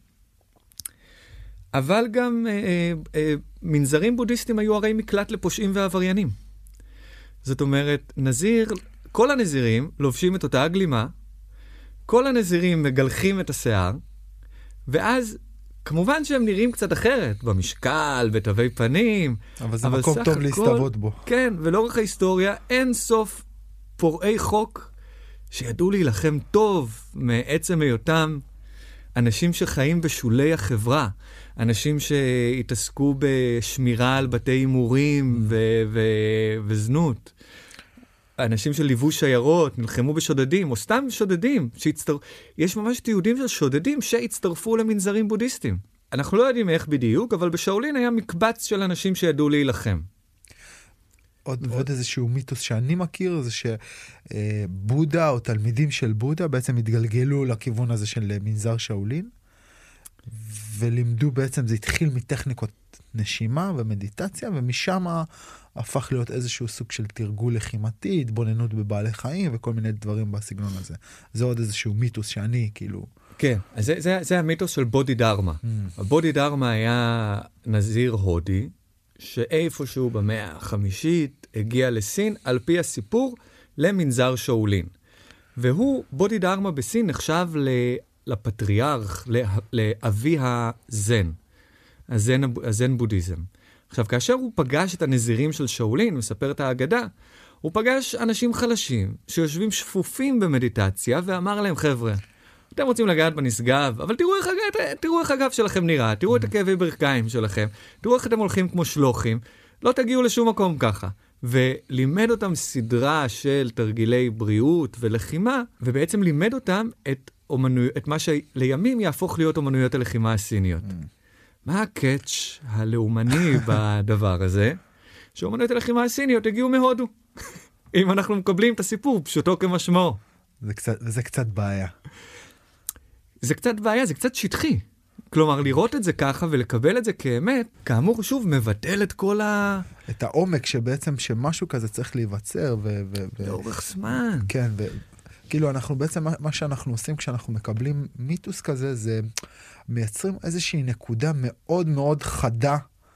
אבל גם אה, אה, מנזרים בודהיסטים היו הרי מקלט לפושעים ועבריינים. זאת אומרת, נזיר, כל הנזירים לובשים את אותה הגלימה, כל הנזירים מגלחים את השיער, ואז כמובן שהם נראים קצת אחרת, במשקל, בתווי פנים. אבל זה אבל מקום טוב הכל, להסתוות בו. כן, ולאורך ההיסטוריה אין סוף פורעי חוק שידעו להילחם טוב מעצם היותם אנשים שחיים בשולי החברה, אנשים שהתעסקו בשמירה על בתי הימורים ו- ו- וזנות, אנשים שליוו שיירות, נלחמו בשודדים, או סתם שודדים, שהצטר... יש ממש תיעודים של שודדים שהצטרפו למנזרים בודהיסטים. אנחנו לא יודעים איך בדיוק, אבל בשאולין היה מקבץ של אנשים שידעו להילחם. עוד, ו... עוד איזשהו מיתוס שאני מכיר, זה שבודה או תלמידים של בודה בעצם התגלגלו לכיוון הזה של מנזר שאולין, ולימדו בעצם, זה התחיל מטכניקות נשימה ומדיטציה, ומשם הפך להיות איזשהו סוג של תרגול לחימתי, התבוננות בבעלי חיים, וכל מיני דברים בסגנון הזה. זה עוד איזשהו מיתוס שאני, כאילו... כן, אז זה, זה, זה המיתוס של בודי דרמה. Mm. הבודי דרמה היה נזיר הודי, שאיפשהו במאה החמישית הגיע לסין, על פי הסיפור, למנזר שאולין. והוא, בודי דרמה בסין, נחשב לפטריארך, לאבי הזן, הזן, הזן בודהיזם. עכשיו, כאשר הוא פגש את הנזירים של שאולין, מספר את האגדה, הוא פגש אנשים חלשים, שיושבים שפופים במדיטציה, ואמר להם, חבר'ה, אתם רוצים לגעת בנשגב, אבל תראו איך, תראו איך הגב שלכם נראה, תראו את הכאבי ברכיים שלכם, תראו איך אתם הולכים כמו שלוחים, לא תגיעו לשום מקום ככה. ולימד אותם סדרה של תרגילי בריאות ולחימה, ובעצם לימד אותם את, אומנו... את מה שלימים יהפוך להיות אומנויות הלחימה הסיניות. Mm. מה הקאץ' הלאומני בדבר הזה? שאומנויות הלחימה הסיניות הגיעו מהודו. אם אנחנו מקבלים את הסיפור, פשוטו כמשמעו. זה קצת, זה קצת בעיה. זה קצת בעיה, זה קצת שטחי. כלומר, לראות את זה ככה ולקבל את זה כאמת, כאמור, שוב, מבטל את כל ה... את העומק שבעצם שמשהו כזה צריך להיווצר ו... ו... לאורך זמן. כן, ו... כאילו אנחנו בעצם, מה שאנחנו עושים כשאנחנו מקבלים מיתוס כזה, זה מייצרים איזושהי נקודה מאוד מאוד חדה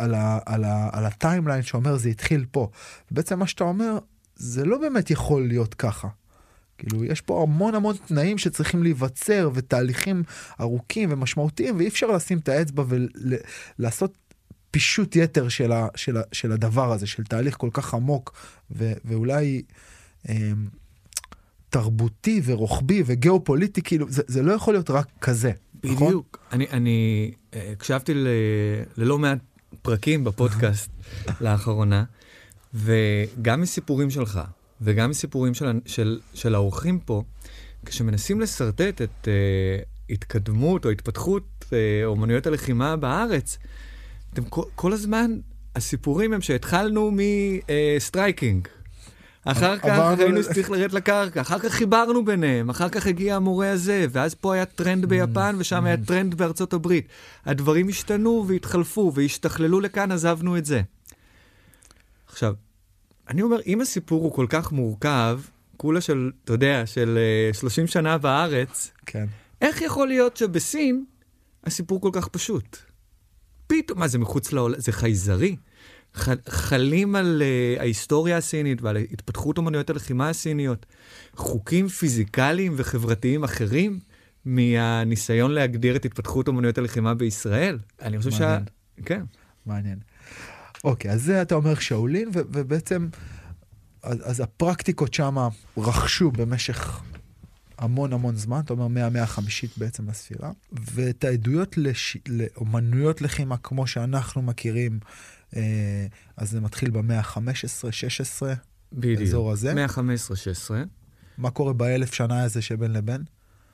על, ה, על, ה, על הטיימליין שאומר זה התחיל פה. בעצם מה שאתה אומר, זה לא באמת יכול להיות ככה. כאילו, יש פה המון המון תנאים שצריכים להיווצר, ותהליכים ארוכים ומשמעותיים, ואי אפשר לשים את האצבע ולעשות פישוט יתר של, ה, של, ה, של הדבר הזה, של תהליך כל כך עמוק, ו, ואולי אה, תרבותי ורוחבי וגיאופוליטי, כאילו, זה, זה לא יכול להיות רק כזה. בדיוק. נכון? אני, אני הקשבתי ל, ללא מעט פרקים בפודקאסט לאחרונה, וגם מסיפורים שלך, וגם מסיפורים של, של, של האורחים פה, כשמנסים לסרטט את uh, התקדמות או התפתחות uh, אומנויות הלחימה בארץ, אתם כל, כל הזמן, הסיפורים הם שהתחלנו מסטרייקינג. Uh, אחר כך היינו שצריך לרדת לקרקע, אחר כך חיברנו ביניהם, אחר כך הגיע המורה הזה, ואז פה היה טרנד ביפן, ושם היה טרנד בארצות הברית. הדברים השתנו והתחלפו, והשתכללו לכאן, עזבנו את זה. עכשיו, אני אומר, אם הסיפור הוא כל כך מורכב, כולה של, אתה יודע, של uh, שלושים שנה בארץ, כן. איך יכול להיות שבסין הסיפור כל כך פשוט? פתאום, מה זה מחוץ לעולם? זה חייזרי? ח, חלים על uh, ההיסטוריה הסינית ועל התפתחות אומנויות הלחימה הסיניות, חוקים פיזיקליים וחברתיים אחרים מהניסיון להגדיר את התפתחות אומנויות הלחימה בישראל? אני חושב שה... כן. מעניין. אוקיי, אז זה אתה אומר שאולין, ו- ובעצם, אז, אז הפרקטיקות שם רכשו במשך המון המון זמן, אתה אומר מאה מאה וחמישית בעצם לספירה, ואת העדויות לש... לאומנויות לחימה כמו שאנחנו מכירים, אה, אז זה מתחיל במאה ה-חמש עשרה שש עשרה, באזור הזה. מאה ה-חמש עשרה שש עשרה. מה קורה באלף שנה הזה שבין לבין?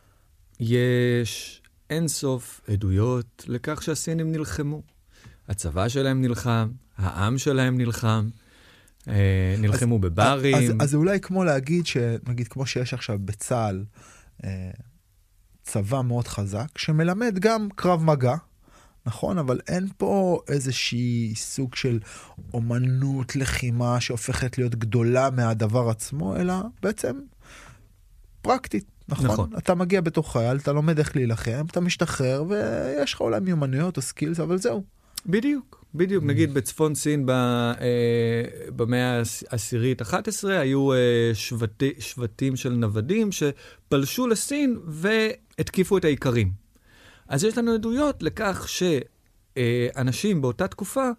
יש אינסוף עדויות לכך שהסינים נלחמו. הצבא שלהם נלחם, העם שלהם נלחם, אה, נלחמו אז, בברים. אז, אז זה אולי כמו להגיד, שנגיד כמו שיש עכשיו בצה"ל, אה, צבא מאוד חזק, שמלמד גם קרב מגע, נכון? אבל אין פה איזושהי סוג של אומנות לחימה שהופכת להיות גדולה מהדבר עצמו, אלא בעצם פרקטית. נכון? נכון. אתה מגיע בתוך חייל, אתה לומד איך להילחם, אתה משתחרר, ויש לך אולי מיומנויות או סקילס, אבל זהו. בדיוק, בדיוק. נגיד בצפון סין במאה העשירית אחת עשרה היו שבטי, שבטים של נוודים שפלשו לסין והתקיפו את העיקרים. אז יש לנו עדויות לכך שאנשים באותה תקופה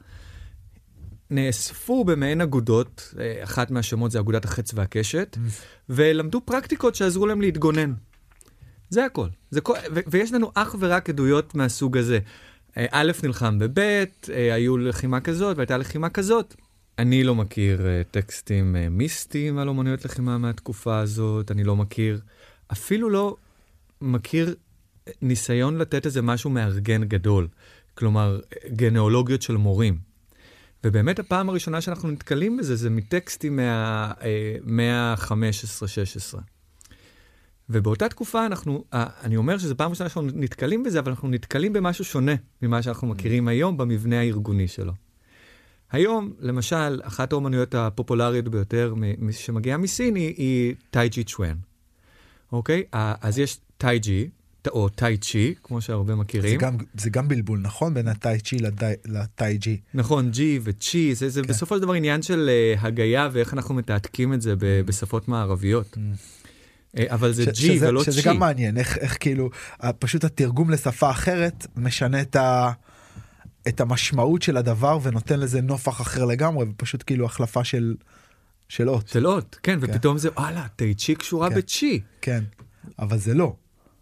נאספו במעין אגודות, אחת מהשמות זה אגודת החץ והקשת, ולמדו פרקטיקות שעזרו להם להתגונן. זה הכל. זה כל, ו- ויש לנו אך ורק עדויות מהסוג הזה. א' נלחם בב', היו לחימה כזאת והייתה לחימה כזאת. אני לא מכיר טקסטים מיסטיים על אומנויות לחימה מהתקופה הזאת, אני לא מכיר, אפילו לא מכיר ניסיון לתת איזה משהו מארגן גדול, כלומר גנאולוגיות של מורים. ובאמת הפעם הראשונה שאנחנו נתקלים בזה, זה מטקסטים מה-מאה ה-חמש עשרה שש עשרה. ובאותה תקופה אנחנו, אני אומר שזו פעם ראשונה שאנחנו נתקלים בזה, אבל אנחנו נתקלים במשהו שונה ממה שאנחנו מכירים היום במבנה הארגוני שלו. היום, למשל, אחת האומנויות הפופולריות ביותר שמגיעה מסין היא, היא טאי ג'י צ'ואן. אוקיי? אז יש טאי ג'י, או טאי צ'י, כמו שהרבה מכירים. זה גם, זה גם בלבול, נכון? בין הטאי צ'י לטאי ג'י. נכון, ג'י וצ'י, זה, זה כן. בסופו של דבר עניין של uh, הגיה ואיך אנחנו מתעתקים את זה ב- בשפות מערביות. Mm. אבל זה ש- ג'י שזה, ולא צ'י. שזה גם מעניין, איך, איך כאילו, פשוט התרגום לשפה אחרת משנה את, ה, את המשמעות של הדבר ונותן לזה נופח אחר לגמרי, ופשוט כאילו החלפה של, של אות. של אות, כן, כן. ופתאום זה, וואלה, טאי צ'י קשורה כן. בצ'י. כן, אבל זה לא.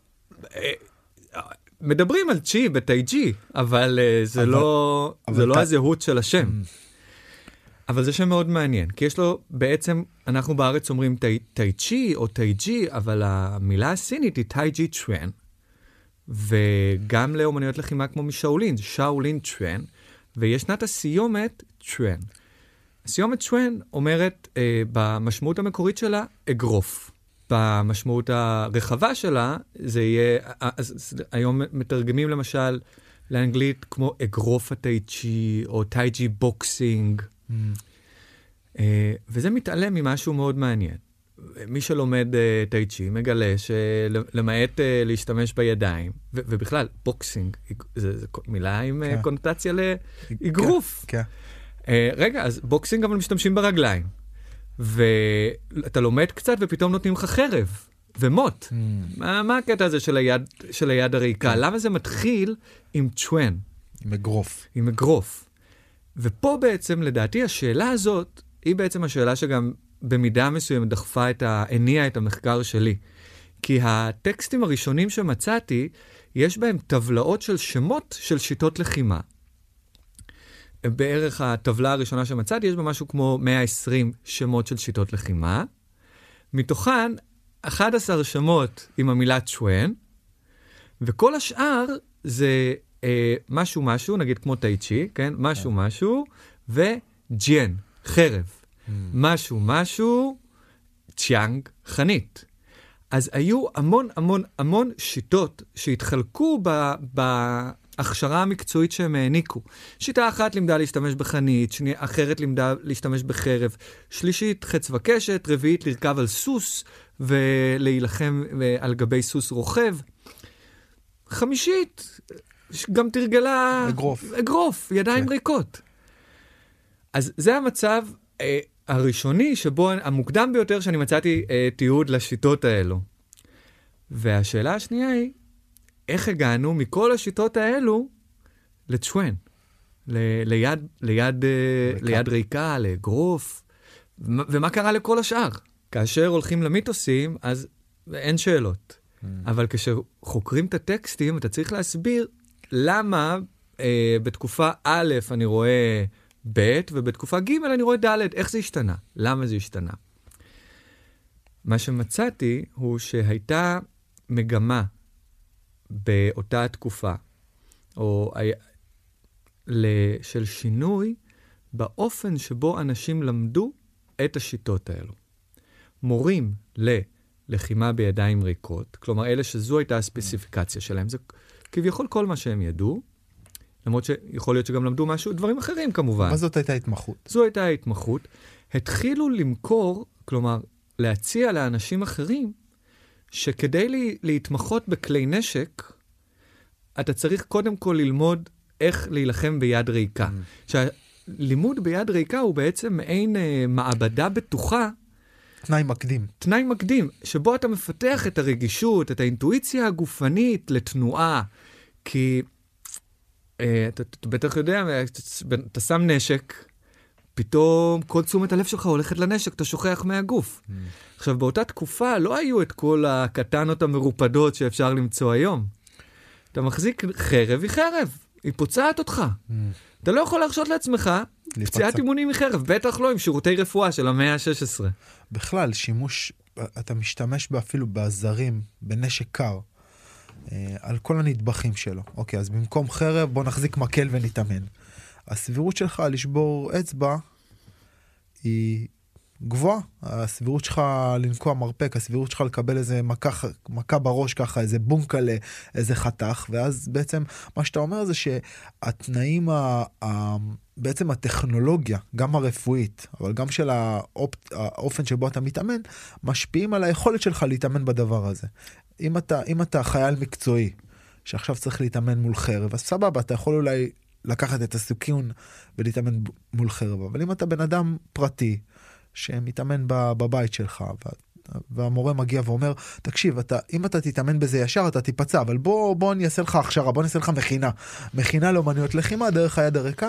מדברים על צ'י בטאי ג'י, אבל זה אבל, לא, אבל זה ת... לא הזהות של השם. Mm. אבל זה שם מאוד מעניין, כי יש לו, בעצם, אנחנו בארץ אומרים טאי צ'י או טאי ג'י, אבל המילה הסינית היא טאי ג'י צ'ואן, וגם לאומנויות לחימה כמו משאולין, שאולין צ'ואן, וישנת הסיומת צ'ואן. הסיומת צ'ואן אומרת, אה, במשמעות המקורית שלה, אגרוף. במשמעות הרחבה שלה, זה יהיה, אז, היום מתרגמים למשל לאנגלית כמו אגרוף הטאי צ'י, או טאי ג'י בוקסינג, Mm. Uh, וזה מתעלם ממשהו מאוד מעניין. מי שלומד uh, טאי צ'י מגלה שלמעט uh, להשתמש בידיים, ו- ובכלל, בוקסינג, זה, זה מילה עם כן. קונוטציה לאגרוף. כן, כן. Uh, רגע, אז בוקסינג אבל משתמשים ברגליים. ואתה לומד קצת ופתאום נותנים לך חרב ומוט. Mm. מה, מה הקטע הזה של היד, של היד הריקה? כן. למה זה מתחיל עם צ'ואן? עם אגרוף. עם אגרוף. ופה בעצם, לדעתי, השאלה הזאת, היא בעצם השאלה שגם במידה מסוימת דחפה את ה... הניעה את המחקר שלי. כי הטקסטים הראשונים שמצאתי, יש בהם טבלאות של שמות של שיטות לחימה. בערך הטבלה הראשונה שמצאתי, יש בה משהו כמו מאה ועשרים שמות של שיטות לחימה. מתוכן, אחד עשר שמות עם המילה צ'ואן, וכל השאר זה אה, משהו משהו, נגיד כמו טאי צ'י, כן? משהו משהו, וג'יין, חרב. Mm. משהו משהו, צ'יאנג, חנית. אז היו המון המון המון שיטות שהתחלקו ב... ב הכשרה המקצועית שהם העניקו. שיטה אחת לימדה להשתמש בחנית, שני, אחרת לימדה להשתמש בחרב, שלישית חץ וקשת, רביעית לרכב על סוס ולהילחם על גבי סוס רוכב. חמישית, גם תרגלה... אגרוף. אגרוף, ידיים ריקות. אז זה המצב אה, הראשוני שבו, המוקדם ביותר שאני מצאתי אה, תיעוד לשיטות האלו. והשאלה השנייה היא, איך הגענו מכל השיטות האלו לצ'ואן, ל- ליד, ליד, ליד ריקה, לאגרוף, ומה, ומה קרה לכל השאר? כאשר הולכים למיתוסים, אז אין שאלות. Mm. אבל כשחוקרים את הטקסטים, אתה צריך להסביר למה אה, בתקופה א' אני רואה ב', ובתקופה ג' אני רואה ד', איך זה השתנה? למה זה השתנה? מה שמצאתי הוא שהייתה מגמה באותה התקופה, או של שינוי באופן שבו אנשים למדו את השיטות האלו. מורים ללחימה בידיים ריקות, כלומר אלה שזו הייתה הספציפיקציה שלהם, זה כביכול כל מה שהם ידעו, למרות שיכול להיות שגם למדו משהו, דברים אחרים כמובן. מה זאת הייתה התמחות? זו הייתה ההתמחות. התחילו למכור, כלומר להציע לאנשים אחרים, שכדי לי, להתמחות בכלי נשק, אתה צריך קודם כל ללמוד איך להילחם ביד ריקה. Mm. שהלימוד ביד ריקה הוא בעצם מעין אה, מעבדה בטוחה. תנאי מקדים. תנאי מקדים, שבו אתה מפתח את הרגישות, את האינטואיציה הגופנית לתנועה. כי אה, אתה, אתה בטח יודע, אתה, אתה שם נשק, פתאום כל תשומת הלב שלך הולכת לנשק, אתה שוכח מהגוף. Mm. עכשיו, באותה תקופה לא היו את כל הקטנות המרופדות שאפשר למצוא היום. אתה מחזיק חרב, היא חרב, היא פוצעת אותך. Mm. אתה לא יכול להרשות לעצמך פציעת אימונים מחרב, בטח לא עם שירותי רפואה של המאה ה-שש עשרה. בכלל, שימוש, אתה משתמש אפילו בעזרים, בנשק קר, על כל הנדבכים שלו. אוקיי, אז במקום חרב, בוא נחזיק מקל ונתאמן. הסבירות שלך לשבור אצבע היא גבוהה. הסבירות שלך לנקוע מרפק, הסבירות שלך לקבל איזה מכה, מכה בראש ככה, איזה בונקלה, איזה חתך, ואז בעצם מה שאתה אומר זה שהתנאים, ה, ה, בעצם הטכנולוגיה, גם הרפואית, אבל גם של האופ, האופן שבו אתה מתאמן, משפיעים על היכולת שלך להתאמן בדבר הזה. אם אתה, אם אתה חייל מקצועי, שעכשיו צריך להתאמן מול חרב, אז סבבה, אתה יכול אולי לקחת את הסיכון ולהתאמן מול חרב. אבל אם אתה בן אדם פרטי, שמתאמן בבית שלך, והמורה מגיע ואומר, תקשיב, אתה, אם אתה תתאמן בזה ישר, אתה תיפצע, אבל בוא, בוא אני אעשה לך הכשרה, בוא אני אעשה לך מכינה. מכינה לאומנויות לחימה, דרך היד הריקה.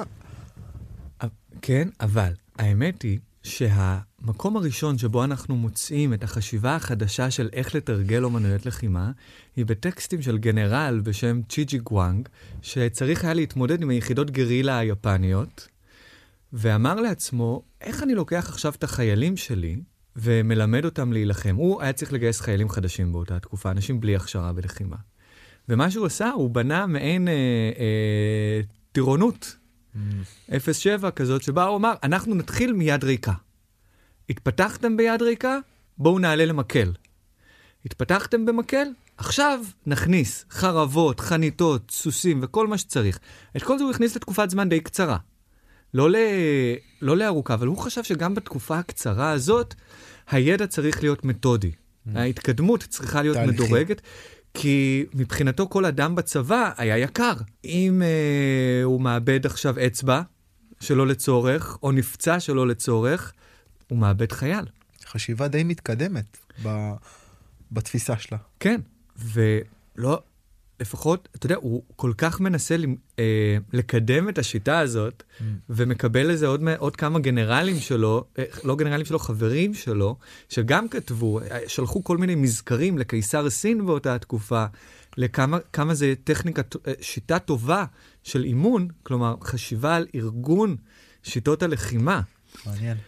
כן, אבל האמת היא שהמקום הראשון שבו אנחנו מוצאים את החשיבה החדשה של איך לתרגל אומנויות לחימה, היא בטקסטים של גנרל בשם צ'יג'י גואנג, שצריך היה להתמודד עם היחידות גרילה היפניות, ואמר לעצמו, איך אני לוקח עכשיו את החיילים שלי ומלמד אותם להילחם? הוא היה צריך לגייס חיילים חדשים באותה תקופה, אנשים בלי הכשרה בלחימה. ומה שהוא עשה, הוא בנה מעין אה, אה, טירונות, mm. אפס שבע כזאת, שבה הוא אמר, אנחנו נתחיל מיד ריקה. התפתחתם ביד ריקה? בואו נעלה למקל. התפתחתם במקל? עכשיו נכניס חרבות, חניתות, סוסים וכל מה שצריך. את כל זה הוא הכניס לתקופת זמן די קצרה. לא, ל... לא לארוכה, אבל הוא חשב שגם בתקופה הקצרה הזאת, הידע צריך להיות מתודי. ההתקדמות צריכה להיות תהליכי. מדורגת, כי מבחינתו כל אדם בצבא היה יקר. אם אה, הוא מאבד עכשיו אצבע שלא לצורך, או נפצע שלא לצורך, הוא מאבד חייל. חשיבה די מתקדמת ב... בתפיסה שלה. כן, ולא, לפחות, אתה יודע, הוא כל כך מנסה אה, לקדם את השיטה הזאת, mm. ומקבל לזה עוד, עוד כמה גנרלים שלו, אה, לא גנרלים שלו, חברים שלו, שגם כתבו, שלחו כל מיני מזכרים לקיסר סין באותה התקופה, לכמה כמה זה טכניקה, שיטה טובה של אימון, כלומר, חשיבה על ארגון שיטות הלחימה. מעניין.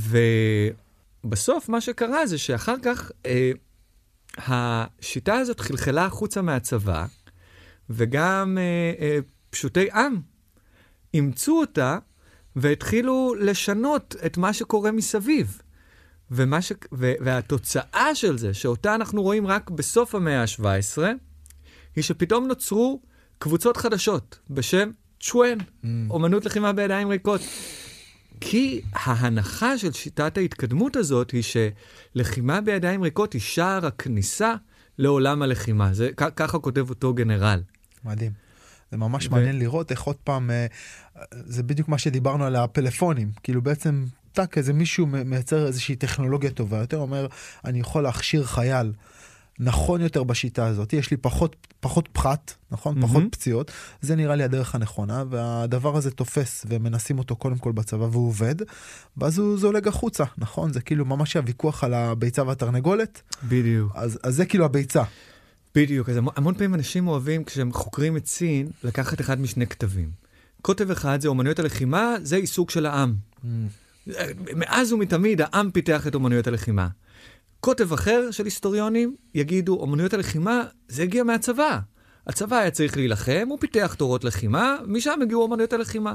ובסוף מה שקרה זה שאחר כך, אה, השיטה הזאת חלחלה החוצה מהצבא, וגם אה, אה, פשוטי עם אימצו אותה, והתחילו לשנות את מה שקורה מסביב. ומה ש... ו... והתוצאה של זה, שאותה אנחנו רואים רק בסוף המאה ה-שבע עשרה, היא שפתאום נוצרו קבוצות חדשות, בשם צ'ואן, mm. אומנות לחימה בידיים ריקות. כי ההנחה של שיטת ההתקדמות הזאת היא שלחימה בידיים ריקות היא שער הכניסה לעולם הלחימה. זה, כ- ככה כותב אותו גנרל. מדהים. זה ממש ו... מעניין לראות איך עוד פעם, זה בדיוק מה שדיברנו על הפלאפונים. כאילו בעצם, טק, איזה מישהו מייצר איזושהי טכנולוגיה טובה יותר, אומר, אני יכול להכשיר חייל נכון יותר בשיטה הזאת, יש לי פחות, פחות פחת, נכון? Mm-hmm. פחות פציעות, זה נראה לי הדרך הנכונה, והדבר הזה תופס, ומנסים אותו קודם כל בצבא, והוא עובד, ואז הוא זולג החוצה, נכון? זה כאילו ממש הוויכוח על הביצה והתרנגולת. בדיוק. אז, אז זה כאילו הביצה. בדיוק, אז המון פעמים אנשים אוהבים, כשהם חוקרים את סין, לקחת אחד משני כתבים. כותב אחד זה אומנויות הלחימה, זה עיסוק של העם. Mm. מאז ומתמיד העם פיתח את אומנויות הלחימה. כותב אחר של היסטוריונים יגידו, אומנויות הלחימה זה הגיע מהצבא. הצבא היה צריך להילחם, הוא פיתח תורות לחימה, משם הגיעו אומנויות הלחימה.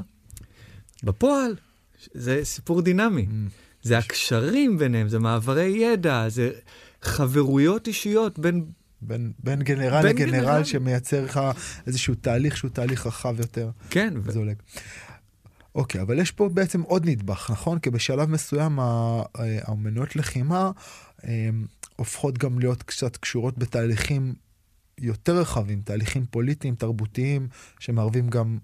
בפועל, זה סיפור דינמי. Mm. זה הקשרים ביניהם, זה מעברי ידע, זה חברויות אישיות בין... בין, בין גנרל בין לגנרל גנרל. שמייצר לך איזשהו תהליך שהוא תהליך רחב יותר. כן. ו... זולג. אוקיי, אבל יש פה בעצם עוד נדבך, נכון? כי בשלב מסוים האמנויות לחימה הופכות גם להיות קצת קשורות בתהליכים יותר רחבים, תהליכים פוליטיים, תרבותיים, שמערבים גם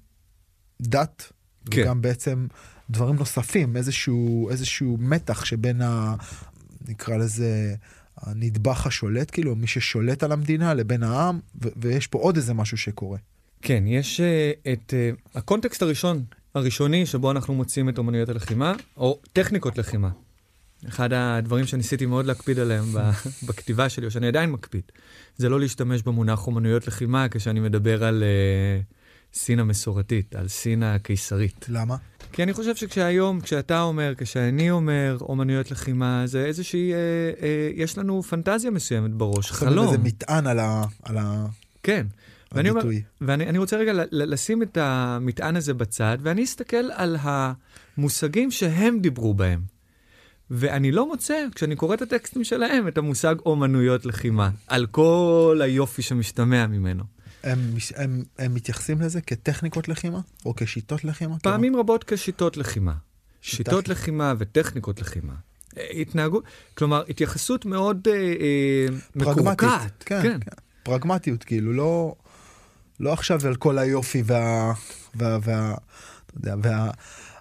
דת, כן. וגם בעצם דברים נוספים, איזשהו, איזשהו מתח שבין ה... נקרא לזה... הנדבך השולט, כאילו, מי ששולט על המדינה לבין העם, ו- ויש פה עוד איזה משהו שקורה. כן, יש uh, את uh, הקונטקסט הראשון, הראשוני, שבו אנחנו מוצאים את אומנויות הלחימה, או טכניקות לחימה. אחד הדברים שניסיתי מאוד להקפיד עליהם בכתיבה שלי, או שאני עדיין מקפיד, זה לא להשתמש במונח אומנויות לחימה, כשאני מדבר על uh, סין המסורתית, על סין הקיסרית. למה? כי אני חושב שכשהיום, כשאתה אומר, כשאני אומר אומנויות לחימה, זה איזושהי, אה, אה, יש לנו פנטזיה מסוימת בראש, חלום. זה מטען על ה... על ה... כן. ואני, אומר, ואני אני רוצה רגע לשים את המטען הזה בצד, ואני אסתכל על המושגים שהם דיברו בהם. ואני לא מוצא, כשאני קורא את הטקסטים שלהם, את המושג אומנויות לחימה, על כל היופי שמשתמע ממנו. הם, הם, הם מתייחסים לזה כטכניקות לחימה? או כשיטות לחימה? פעמים כמו? רבות כשיטות לחימה. שיטות לחימה וטכניקות לחימה. התנהגות, כלומר, התייחסות מאוד אה, מקורקעת. כן, כן. כן. פרגמטיות, כאילו, לא, לא עכשיו על כל היופי וה... וה, וה אתה יודע, וה...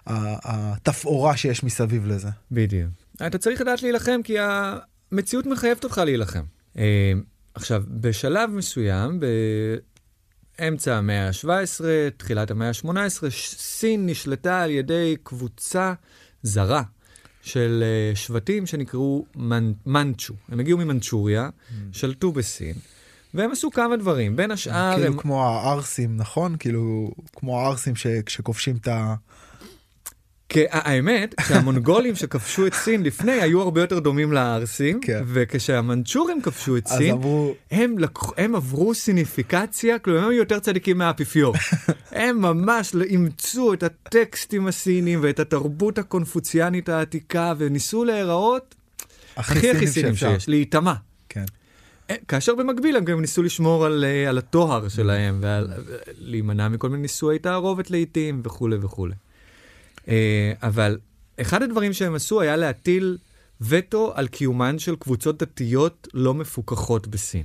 התפאורה שיש מסביב לזה. בדיוק. אתה צריך לדעת להילחם, כי המציאות מחייבת אותך להילחם. אה, עכשיו, בשלב מסוים, באמצע המאה ה-שבע עשרה, תחילת המאה ה-שמונה עשרה, סין נשלטה על ידי קבוצה זרה של uh, שבטים שנקראו מנ... מנצ'ו. הם הגיעו ממנצ'וריה, mm. שלטו בסין, והם עשו כמה דברים. בין השאר... כאילו הם... כמו הארסים, נכון? כאילו, כמו הארסים ש... שכובשים את ה... האמת, שהמונגולים שכבשו את סין לפני היו הרבה יותר דומים לארסים, וכשהמנצ'ורים כבשו את סין, הם עברו סיניפיקציה, כלומר הם היו יותר צדיקים מהאפיפיור. הם ממש אימצו את הטקסטים הסינים ואת התרבות הקונפוציאנית העתיקה, וניסו להיראות הכי הכי סינים שיש, להיטמע. כאשר במקביל הם גם ניסו לשמור על התואר שלהם, ולהימנע מכל מיני ניסויי תערובת לעיתים וכו' וכו'. אבל אחד הדברים שהם עשו היה להטיל וטו על קיומן של קבוצות דתיות לא מפוקחות בסין.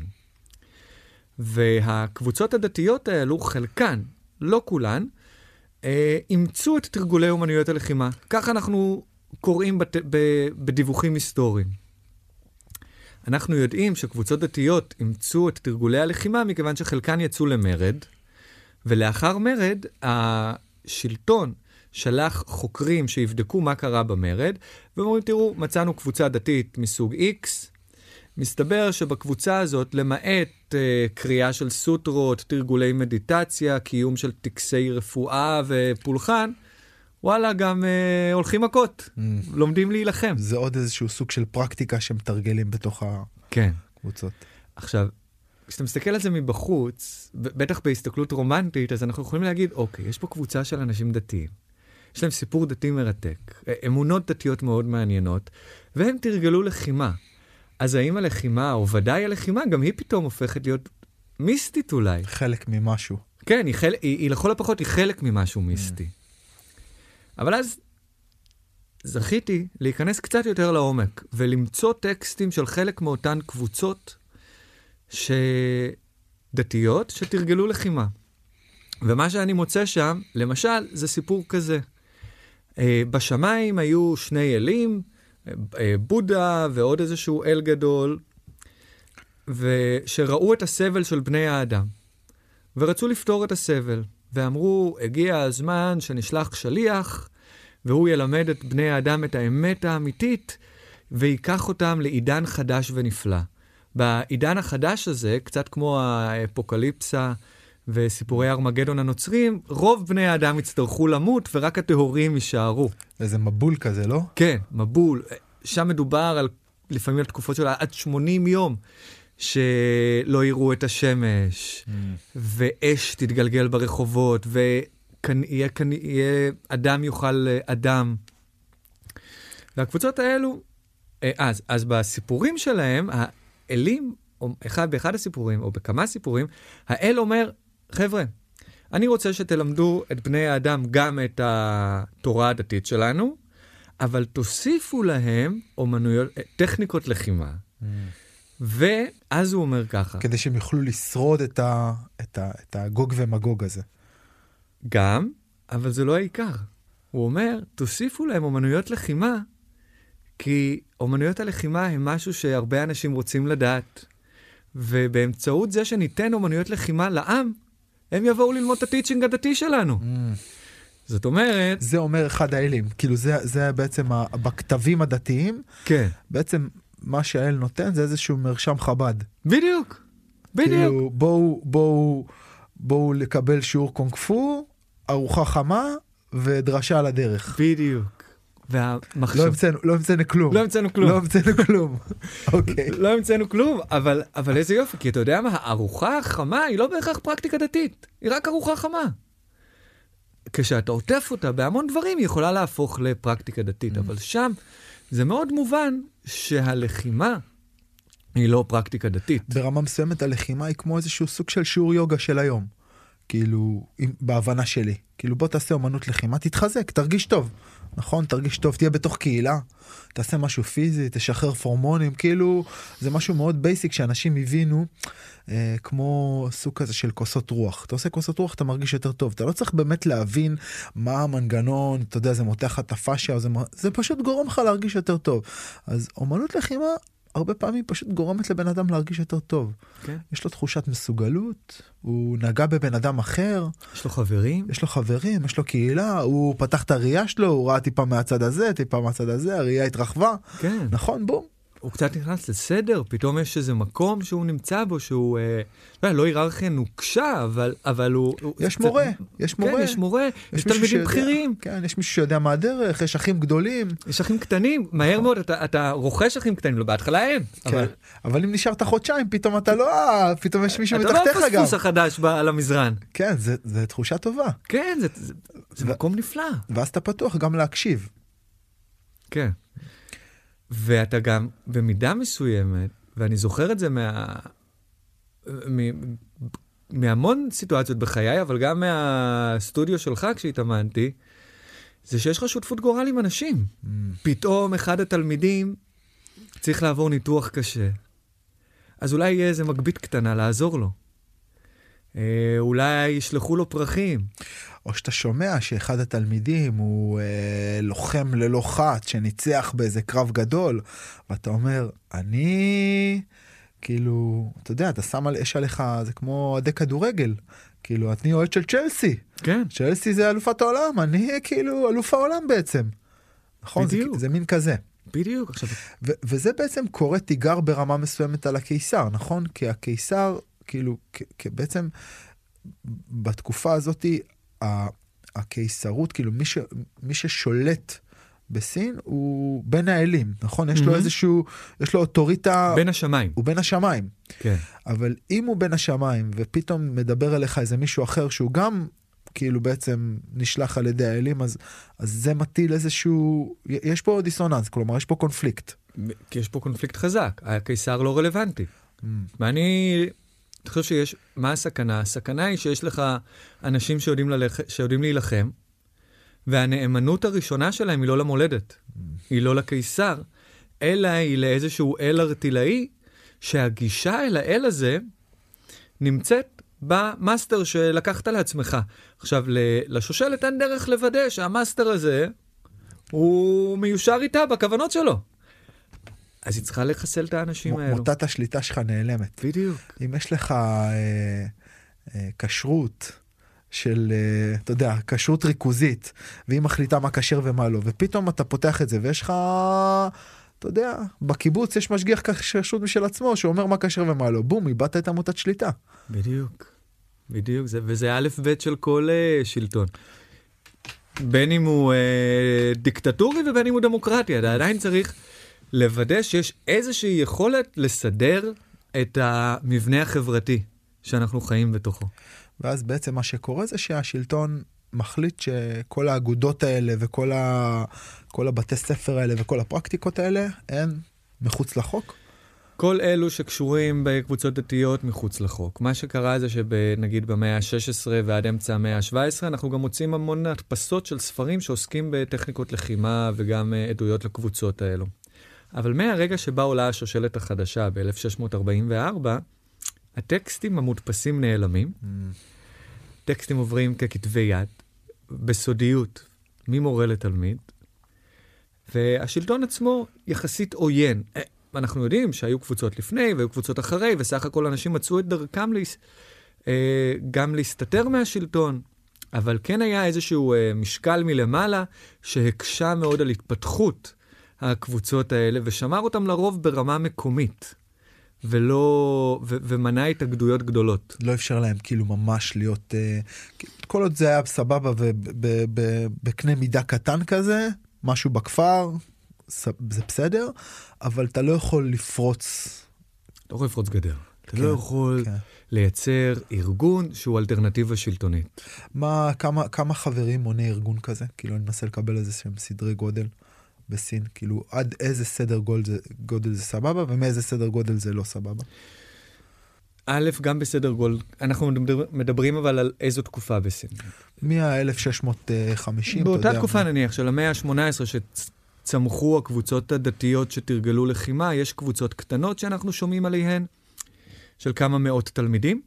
והקבוצות הדתיות האלו, חלקן, לא כולן, אה, אימצו את תרגולי אומנויות הלחימה. כך אנחנו קוראים בת... ב... בדיווחים היסטוריים. אנחנו יודעים שקבוצות דתיות אימצו את תרגולי הלחימה מכיוון שחלקן יצאו למרד, ולאחר מרד, השלטון שלח חוקרים שיבדקו מה קרה במרד, ואומרים, תראו, מצאנו קבוצה דתית מסוג X, מסתבר שבקבוצה הזאת, למעט uh, קריאה של סוטרות, תרגולי מדיטציה, קיום של טקסי רפואה ופולחן, וואלה, גם uh, הולכים מכות, mm. לומדים להילחם. זה עוד איזשהו סוג של פרקטיקה שמתרגלים בתוך כן. הקבוצות. עכשיו, כשאתה מסתכל על זה מבחוץ, בטח בהסתכלות רומנטית, אז אנחנו יכולים להגיד, אוקיי, יש פה קבוצה של אנשים דתיים, יש להם סיפור דתי מרתק, אמונות דתיות מאוד מעניינות, והם תרגלו לחימה. אז האם הלחימה, או ודאי הלחימה, גם היא פתאום הופכת להיות מיסטית אולי. חלק ממשהו. כן, היא, חל... היא, היא לכל הפחות היא חלק ממשהו מיסטי. אבל אז זכיתי להיכנס קצת יותר לעומק, ולמצוא טקסטים של חלק מאותן קבוצות שדתיות שתרגלו לחימה. ומה שאני מוצא שם, למשל, זה סיפור כזה. בשמיים היו שני אלים, בודה ועוד איזשהו אל גדול, ושראו את הסבל של בני האדם, ורצו לפתור את הסבל, ואמרו, הגיע הזמן שנשלח שליח, והוא ילמד את בני האדם את האמת האמיתית, ויקח אותם לעידן חדש ונפלא. בעידן החדש הזה, קצת כמו האפוקליפסה וסיפורי ארמגדון הנוצרים, רוב בני האדם יצטרכו למות, ורק הטהורים יישארו. איזה מבול כזה, לא? כן, מבול. שם מדובר על, לפעמים על תקופות של עד שמונים יום, שלא יראו את השמש, mm. ואש תתגלגל ברחובות, ויהיה אדם יאכל אדם. והקבוצות האלו, אז, אז בסיפורים שלהם, האלים, אחד, באחד הסיפורים, או בכמה סיפורים, האל אומר, חבר'ה, אני רוצה שתלמדו את בני האדם גם את התורה הדתית שלנו, אבל תוסיפו להם אומנויות, טכניקות לחימה. Mm. ואז הוא אומר ככה. כדי שהם יוכלו לשרוד את, ה, את, ה, את הגוג ומגוג הזה. גם, אבל זה לא העיקר. הוא אומר, תוסיפו להם אומנויות לחימה, כי אומנויות הלחימה הם משהו שהרבה אנשים רוצים לדעת. ובאמצעות זה שניתן אומנויות לחימה לעם, הם יבואו ללמוד את הטיצ'ינג הדתי שלנו. Mm. זאת אומרת... זה אומר אחד האלים. כאילו זה, זה בעצם בכתבים הדתיים. כן. בעצם מה שהאל נותן זה איזשהו מרשם חב"ד. בדיוק. בדיוק. כאילו בואו, בואו, בואו לקבל שיעור קונג פו, ארוחה חמה ודרשה על הדרך. בדיוק. והמחשב... לא המצאנו, לא המצאנו כלום. לא המצאנו כלום. לא המצאנו כלום. אוקיי. לא המצאנו כלום, אבל, אבל איזה יופי, כי אתה יודע מה, הארוחה החמה היא לא בהכרח פרקטיקה דתית, היא רק ארוחה חמה. כשאתה עוטף אותה בהמון דברים, היא יכולה להפוך לפרקטיקה דתית, אבל שם זה מאוד מובן שהלחימה היא לא פרקטיקה דתית. ברמה מסוימת הלחימה היא כמו איזשהו סוג של שיעור יוגה של היום. כאילו, בהבנה שלי. כאילו, בוא תעשה אומנות לחימה, תתחזק, תרגיש טוב. נכון? תרגיש טוב, תהיה בתוך קהילה, תעשה משהו פיזי, תשחרר פורמונים, כאילו, זה משהו מאוד בייסיק שאנשים הבינו, אה, כמו סוג כזה של כוסות רוח. אתה עושה כוסות רוח, אתה מרגיש יותר טוב. אתה לא צריך באמת להבין מה המנגנון, אתה יודע, זה מותח את הפאשיה, זה, זה פשוט גורם לך להרגיש יותר טוב. אז אומנות לחימה, הרבה פעמים פשוט גורמת לבן אדם להרגיש יותר טוב. Okay. יש לו תחושת מסוגלות, הוא נגע בבן אדם אחר. יש לו חברים. יש לו חברים, יש לו קהילה, הוא פתח את הראייה שלו, הוא ראה טיפה מהצד הזה, טיפה מהצד הזה, הראייה התרחבה. כן. נכון, בוא. הוא קצת נכנס לסדר, פתאום יש איזה מקום שהוא נמצא בו, שהוא, אה, לא היררכיה נוקשה, אבל, אבל הוא... יש הוא מורה, קצת, יש מורה. כן, יש מורה, יש, יש תלמידים שיודע, בכירים. כן, יש מישהו שיודע מה הדרך, יש אחים גדולים. יש אחים קטנים, מהר מאוד, אתה, אתה רוכש אחים קטנים, לא בהתחלה אין. כן, אבל, אבל אם נשארת חודשיים, פתאום אתה לא, פתאום יש מישהו מתחתיך גם. אתה לא הפספוס החדש על המזרן. כן, זה, זה תחושה טובה. כן, זה, זה, זה ו... מקום נפלא. ואז אתה פתוח גם להקשיב. כן. ואתה גם במידה מסוימת, ואני זוכר את זה מה... מ... מהמון סיטואציות בחיי, אבל גם מהסטודיו שלך כשהתאמנתי, זה שיש לך שותפות גורל עם אנשים. Mm. פתאום אחד התלמידים צריך לעבור ניתוח קשה. אז אולי יהיה איזה מגבית קטנה לעזור לו. אה, אולי ישלחו לו פרחים. או שאתה שומע שאחד התלמידים הוא אה, לוחם ללא חת, שניצח באיזה קרב גדול, ואתה אומר, אני, כאילו, אתה יודע, אתה שם על אש עליך, זה כמו עדי כדורגל, כאילו, אני אוהד של צ'לסי. כן. צ'לסי זה אלופת העולם, אני כאילו אלוף העולם בעצם. נכון? זה, זה מין כזה. בדיוק. עכשיו... ו- וזה בעצם קורא תיגר ברמה מסוימת על הקיסר, נכון? כי הקיסר, כאילו, כ- כ- בעצם בתקופה הזאת, הקיסרות, כאילו מי, ש, מי ששולט בסין הוא בין האלים, נכון? יש לו איזשהו, יש לו אוטוריטה... בין השמיים. הוא בין השמיים. כן. אבל אם הוא בין השמיים, ופתאום מדבר אליך איזה מישהו אחר, שהוא גם כאילו בעצם נשלח על ידי האלים, אז, אז זה מטיל איזשהו... יש פה דיסוננס, כלומר, יש פה קונפליקט. כי יש פה קונפליקט חזק. הקיסר לא רלוונטי. Mm. ואני... אני חושב שיש, מה הסכנה? הסכנה היא שיש לך אנשים שיודעים, ללכ... שיודעים להילחם, והנאמנות הראשונה שלהם היא לא למולדת, mm. היא לא לקיסר, אלא היא לאיזשהו אל ארטילאי, שהגישה אל האל הזה נמצאת במאסטר שלקחת לעצמך. עכשיו, לשושלת אין דרך לוודא שהמאסטר הזה הוא מיושר איתה בכוונות שלו. אז היא צריכה לחסל את האנשים האלו. מוטת השליטה שלך נעלמת. בדיוק. אם יש לך אה, אה, כשרות של, אה, אתה יודע, כשרות ריכוזית, והיא מחליטה מה כשר ומה לא, ופתאום אתה פותח את זה, ויש לך, אתה יודע, בקיבוץ יש משגיח כשרות משל עצמו, שאומר מה כשר ומה לא. בום, איבדת את המוטת שליטה. בדיוק. בדיוק. זה, וזה א' ב' של כל אה, שלטון. בין אם הוא אה, דיקטטורי ובין אם הוא דמוקרטי. אתה עדיין צריך... לוודא שיש איזושהי יכולת לסדר את המבנה החברתי שאנחנו חיים בתוכו. ואז בעצם מה שקורה זה שהשלטון מחליט שכל האגודות האלה וכל ה... כל הבתי ספר האלה וכל הפרקטיקות האלה הן מחוץ לחוק? כל אלו שקשורים בקבוצות דתיות מחוץ לחוק. מה שקרה זה שנגיד במאה ה-שש עשרה ועד אמצע המאה ה-שבע עשרה אנחנו גם מוצאים המון הדפסות של ספרים שעוסקים בטכניקות לחימה וגם עדויות לקבוצות האלו. אבל מהרגע שבה עולה השושלת החדשה ב-אלף שש מאות ארבעים וארבע, הטקסטים המודפסים נעלמים, mm. טקסטים עוברים ככתבי יד, בסודיות, ממורה לתלמיד, והשלטון עצמו יחסית עוין. אנחנו יודעים שהיו קבוצות לפני והיו קבוצות אחרי, וסך הכל אנשים מצאו את דרכם להס... גם להסתתר מהשלטון, אבל כן היה איזשהו משקל מלמעלה שהקשה מאוד על התפתחות הקבוצות האלה, ושמר אותם לרוב ברמה מקומית, ולא, ו- ומנע התאגדויות גדולות. לא אפשר להם כאילו ממש להיות, uh, כל עוד זה היה סבבה ובקנה מידה קטן כזה, משהו בכפר, זה בסדר, אבל אתה לא יכול לפרוץ. אתה לא יכול לפרוץ גדר. אתה כן, לא יכול כן. לייצר ארגון שהוא אלטרנטיבה שלטונית. מה, כמה, כמה חברים מונה ארגון כזה? כאילו אני מנסה לקבל איזה שהם סדרי גודל. בסין, כאילו, עד איזה סדר גודל זה, גודל זה סבבה, ומאיזה סדר גודל זה לא סבבה? א', גם בסדר גודל, אנחנו מדבר, מדברים אבל על איזו תקופה בסין. מה-אלף שש מאות וחמישים, אתה יודע. באותה תקופה מה... נניח, של המאה ה-שמונה עשרה שצמחו הקבוצות הדתיות שתרגלו לחימה, יש קבוצות קטנות שאנחנו שומעים עליהן, של כמה מאות תלמידים,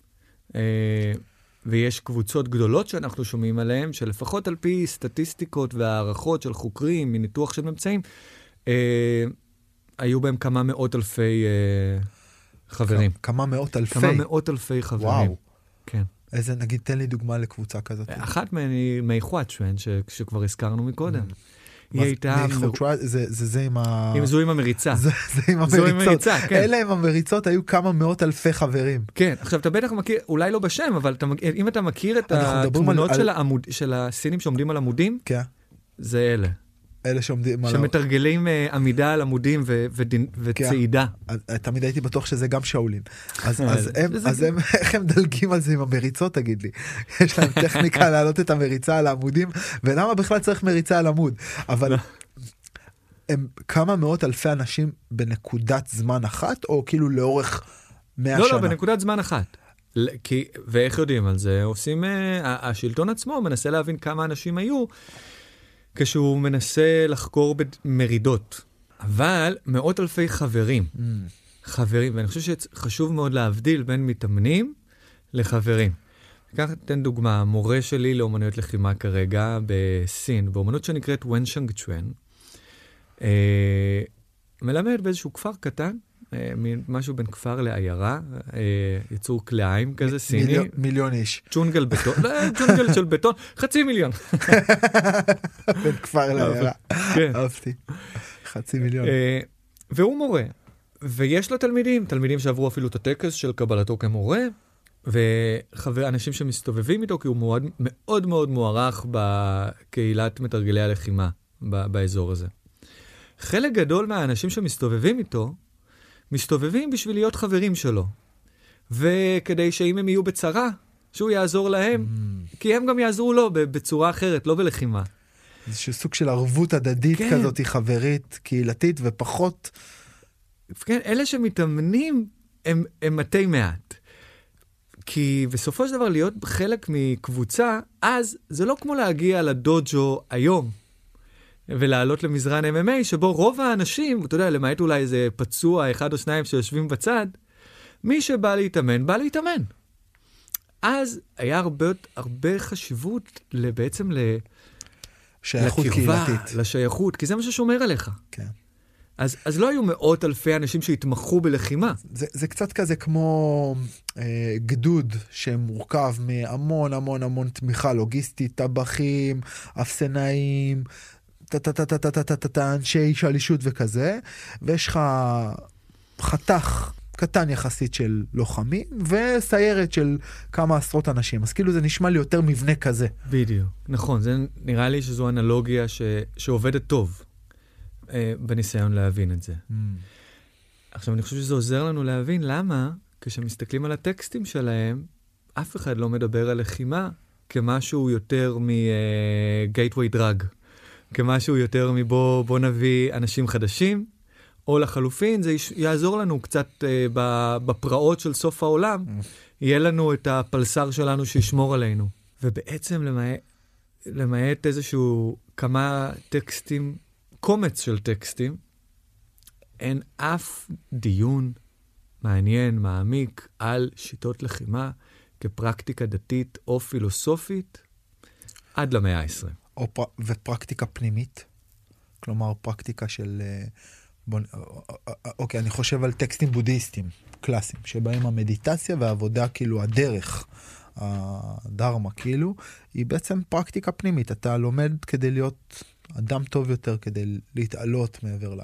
ויש קבוצות גדולות שאנחנו שומעים עליהן, שלפחות על פי סטטיסטיקות והערכות של חוקרים, מניתוח של ממצאים, אה, היו בהם כמה מאות אלפי אה, חברים. כמה מאות אלפי? כמה מאות אלפי חברים. וואו. כן. איזה, נגיד, תן לי דוגמה לקבוצה כזאת. אחת מהן היא מייחואצ'ואן, שכבר הזכרנו מקודם. היא הייתה... זה זה עם ה... זו עם המריצה. זה עם המריצות. אלה עם המריצות היו כמה מאות אלפי חברים. כן, עכשיו אתה בטח מכיר, אולי לא בשם, אבל אם אתה מכיר את התמונות של הסינים שעומדים על עמודים, זה אלה. אלה שעומדים... שמתרגלים עמידה על עמודים וצעידה. תמיד הייתי בטוח שזה גם שאולים. אז איך הם דלגים על זה עם המריצות, תגיד לי? יש להם טכניקה להעלות את המריצה על העמודים, ולמה בכלל צריך מריצה על עמוד? אבל הם כמה מאות אלפי אנשים בנקודת זמן אחת, או כאילו לאורך מאה שנה? לא, לא, בנקודת זמן אחת. ואיך יודעים על זה? עושים... השלטון עצמו מנסה להבין כמה אנשים היו, כשהוא מנסה לחקור במרידות. אבל מאות אלפי חברים. Mm. חברים, ואני חושב שחשוב מאוד להבדיל בין מתאמנים לחברים. כך אתן דוגמה, המורה שלי לאומנויות לחימה כרגע בסין, באומנות שנקראת ונשנג צ'ואן, אה, מלמד באיזשהו כפר קטן, אה, משהו בין כפר לעיירה, אה, יצור כלאיים כזה, סיני. מיליון, מיליון איש. צ'ונגל בטון, לא, צ'ונגל של בטון, חצי מיליון. בין כפר לעיירה. כן. אהבתי. חצי מיליון. אה, והוא מורה, ויש לו תלמידים, תלמידים שעברו אפילו את הטקס של קבלתו כמורה, וחבר, אנשים שמסתובבים איתו, כי הוא מאוד מאוד, מאוד מוערך בקהילת מתרגלי הלחימה באזור הזה. חלק גדול מהאנשים שמסתובבים איתו, מסתובבים בשביל להיות חברים שלו. וכדי שאם הם יהיו בצרה, שהוא יעזור להם, mm. כי הם גם יעזרו לו בצורה אחרת, לא בלחימה. איזשהו סוג של ערבות הדדית כן. כזאת, חברית, קהילתית, ופחות... כן, אלה שמתאמנים הם, הם מתי מעט. כי בסופו של דבר להיות חלק מקבוצה, אז זה לא כמו להגיע לדוג'ו היום, ולעלות למזרן אם אם איי, שבו רוב האנשים, אתה יודע, למעט אולי איזה פצוע, אחד או שניים שיושבים בצד, מי שבא להתאמן, בא להתאמן. אז היה הרבה, הרבה חשיבות בעצם שייכות לקרבה, קהילתית. לשייכות, כי זה מה ששומר עליך. כן. אז, אז לא היו מאות אלפי אנשים שהתמחו בלחימה. זה, זה קצת כזה כמו אה, גדוד שמורכב מהמון המון המון תמיכה לוגיסטית, טבחים, אפסנאים, אנשי שלישות וכזה, ויש לך חתך קטן יחסית של לוחמים, וסיירת של כמה עשרות אנשים. אז כאילו זה נשמע לי יותר מבנה כזה. בדיוק, נכון. זה נראה לי שזו אנלוגיה ש, שעובדת טוב. בניסיון להבין את זה. Mm. עכשיו, אני חושב שזה עוזר לנו להבין למה, כשמסתכלים על הטקסטים שלהם, אף אחד לא מדבר על לחימה כמשהו יותר מ-gateway drug, כמשהו יותר מבוא בוא נביא אנשים חדשים, או לחלופין, זה יעזור לנו קצת uh, בפרעות של סוף העולם, mm. יהיה לנו את הפלסר שלנו שישמור עלינו. ובעצם למעט, למעט איזשהו כמה טקסטים, קומץ של טקסטים, אין אף דיון מעניין, מעמיק, על שיטות לחימה כפרקטיקה דתית או פילוסופית עד למאה ה-עשרים. או פר... ופרקטיקה פנימית, כלומר פרקטיקה של... בוא... אוקיי, אני חושב על טקסטים בודהיסטיים, קלאסיים, שבהם המדיטציה והעבודה, כאילו הדרך, הדרמה, כאילו, היא בעצם פרקטיקה פנימית. אתה לומד כדי להיות... אדם טוב יותר כדי להתעלות מעבר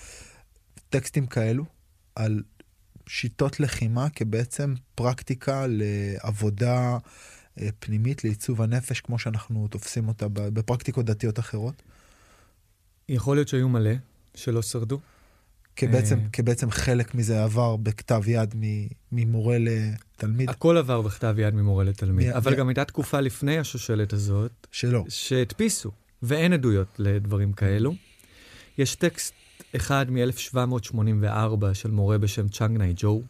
לטקסטים כאלו, על שיטות לחימה כבעצם פרקטיקה לעבודה פנימית, לעיצוב הנפש, כמו שאנחנו תופסים אותה בפרקטיקות דתיות אחרות. יכול להיות שהיו מלא, שלא שרדו. כבעצם, כבעצם חלק מזה עבר בכתב יד ממורה לתלמיד. הכל עבר בכתב יד ממורה לתלמיד. אבל גם הייתה תקופה לפני השושלת הזאת, שלא. שהדפיסו. ואין עדויות לדברים כאלו. יש טקסט אחד מ-אלף שבע מאות שמונים וארבע של מורה בשם צ'אנג ניי ג'ו,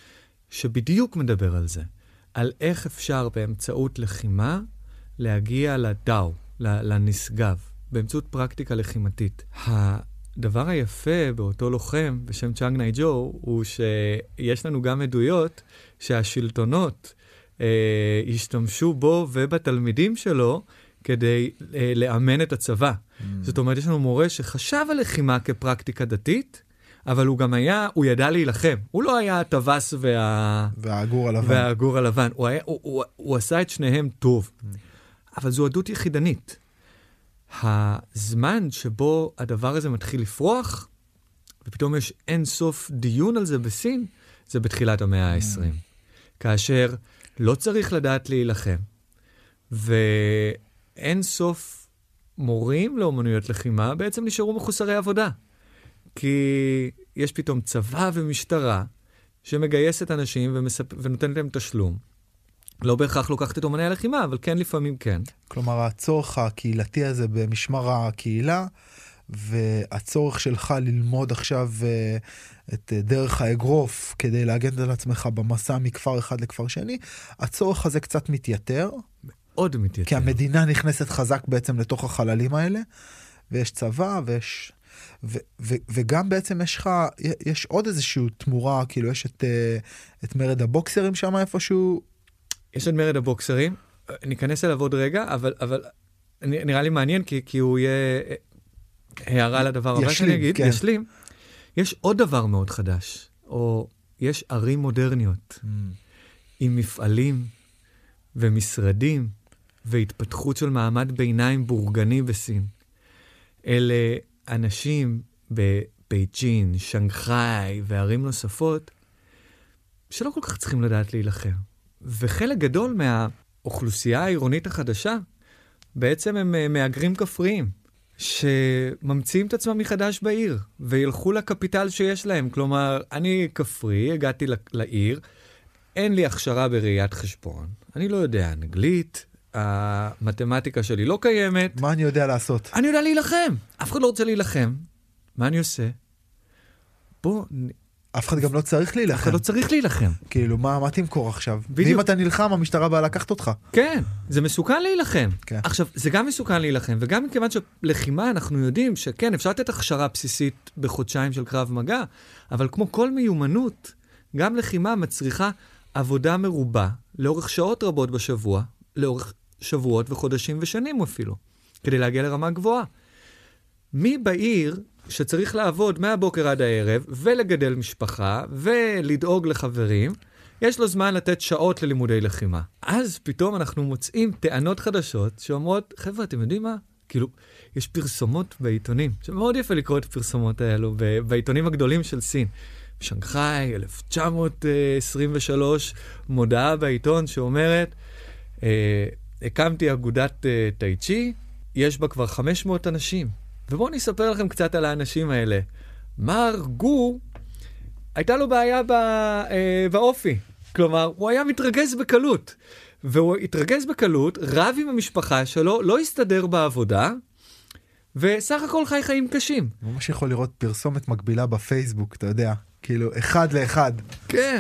שבדיוק מדבר על זה, על איך אפשר באמצעות לחימה להגיע לדאו, לנשגב, באמצעות פרקטיקה לחימתית. הדבר היפה באותו לוחם בשם צ'אנג ניי ג'ו, הוא שיש לנו גם עדויות שהשלטונות אה, השתמשו בו ובתלמידים שלו, כדי אה, לאמן את הצבא. Mm. זאת אומרת, יש לנו מורה שחשב על לחימה כפרקטיקה דתית, אבל הוא גם היה, הוא ידע להילחם. הוא לא היה הטווס וה... והאגור הלבן. והאגור הלבן. הוא, היה, הוא, הוא, הוא עשה את שניהם טוב. Mm. אבל זו עדות יחידנית. הזמן שבו הדבר הזה מתחיל לפרוח, ופתאום יש אין סוף דיון על זה בסין, זה בתחילת המאה ה-עשרים. Mm. כאשר לא צריך לדעת להילחם. ו... אין סוף מורים לאומנויות לחימה בעצם נשארו מחוסרי עבודה. כי יש פתאום צבא ומשטרה שמגייסת אנשים ומספ... ונותנת להם תשלום. לא בהכרח לוקחת את אומני הלחימה, אבל כן לפעמים כן. כלומר, הצורך הקהילתי הזה במשמר הקהילה, והצורך שלך ללמוד עכשיו את דרך האגרוף כדי להגן על עצמך במסע מכפר אחד לכפר שני, הצורך הזה קצת מתייתר. עוד מתייתר. כי המדינה נכנסת חזק בעצם לתוך החללים האלה, ויש צבא, ויש... ו- ו- וגם בעצם יש לך, יש עוד איזושהי תמורה, כאילו יש את, את מרד הבוקסרים שם איפשהו. יש את מרד הבוקסרים, ניכנס אליו עוד רגע, אבל, אבל נראה לי מעניין, כי, כי הוא יהיה הערה לדבר הבא שאני אגיד, כן. ישלים. יש עוד דבר מאוד חדש, או יש ערים מודרניות, mm. עם מפעלים ומשרדים, והתפתחות של מעמד ביניים בורגני בסין. אלה אנשים בבייג'ין, שנגחאי וערים נוספות, שלא כל כך צריכים לדעת להילחם. וחלק גדול מהאוכלוסייה העירונית החדשה, בעצם הם מאגרים כפריים, שממציאים את עצמם מחדש בעיר, וילכו לקפיטל שיש להם. כלומר, אני כפרי, הגעתי לעיר, אין לי הכשרה בראיית חשבון, אני לא יודע אנגלית, המתמטיקה שלי לא קיימת. מה אני יודע לעשות? אני יודע להילחם. אף אחד לא רוצה להילחם. מה אני עושה? בוא... אף אחד גם לא צריך להילחם. אף אחד לא צריך להילחם. כאילו, מה, מה תמכור עכשיו? בדיוק. ואם אתה נלחם, המשטרה באה לקחת אותך. כן, זה מסוכן להילחם. כן. עכשיו, זה גם מסוכן להילחם, וגם מכיוון שלחימה אנחנו יודעים שכן, אפשר לתת הכשרה בסיסית בחודשיים של קרב מגע, אבל כמו כל מיומנות, גם לחימה מצריכה עבודה מרובה, לאורך שעות רבות בשבוע, לאורך שבועות וחודשים ושנים אפילו, כדי להגיע לרמה גבוהה. מי בעיר שצריך לעבוד מהבוקר עד הערב, ולגדל משפחה, ולדאוג לחברים, יש לו זמן לתת שעות ללימודי לחימה. אז פתאום אנחנו מוצאים טענות חדשות, שאומרות, חבר'ה, אתם יודעים מה? כאילו, יש פרסומות בעיתונים, שמאוד יפה לקרוא את הפרסומות האלו, בעיתונים הגדולים של סין. שנגחאי, אלף תשע מאות עשרים ושלוש, מודעה בעיתון שאומרת, אה, הקמתי אגודת אה, טאי צ'י, יש בה כבר חמש מאות אנשים. ובואו נספר לכם קצת על האנשים האלה. מר גו, הייתה לו בעיה בא, אה, באופי. כלומר, הוא היה מתרגז בקלות. והוא התרגז בקלות, רב עם המשפחה שלו, לא הסתדר בעבודה, וסך הכל חי חיים קשים. ממש יכול לראות פרסומת מקבילה בפייסבוק, אתה יודע, כאילו, אחד לאחד. כן.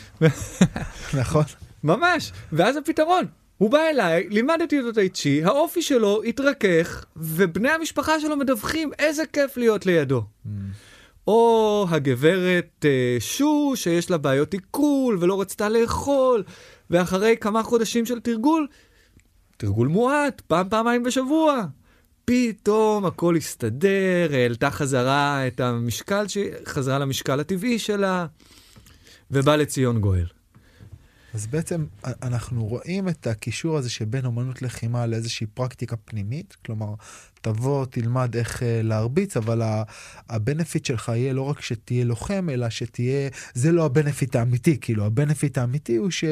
נכון? ממש. ואז הפתרון. הוא בא אליי, לימדתי אותו טאי צ'י, האופי שלו התרכך, ובני המשפחה שלו מדווחים איזה כיף להיות לידו. Mm. או הגברת uh, שו, שיש לה בעיות עיכול, ולא רצתה לאכול, ואחרי כמה חודשים של תרגול, תרגול מועט, פעם פעמיים בשבוע. פתאום הכל הסתדר, העלתה חזרה את המשקל, חזרה למשקל הטבעי שלה, ובא לציון גואל. אז בעצם אנחנו רואים את הקישור הזה שבין אומנות לחימה לאיזושהי פרקטיקה פנימית, כלומר, תבוא, תלמד איך להרביץ, אבל הבנפיט שלך יהיה לא רק שתהיה לוחם, אלא שתהיה, זה לא הבנפיט האמיתי, כאילו, הבנפיט האמיתי הוא ש...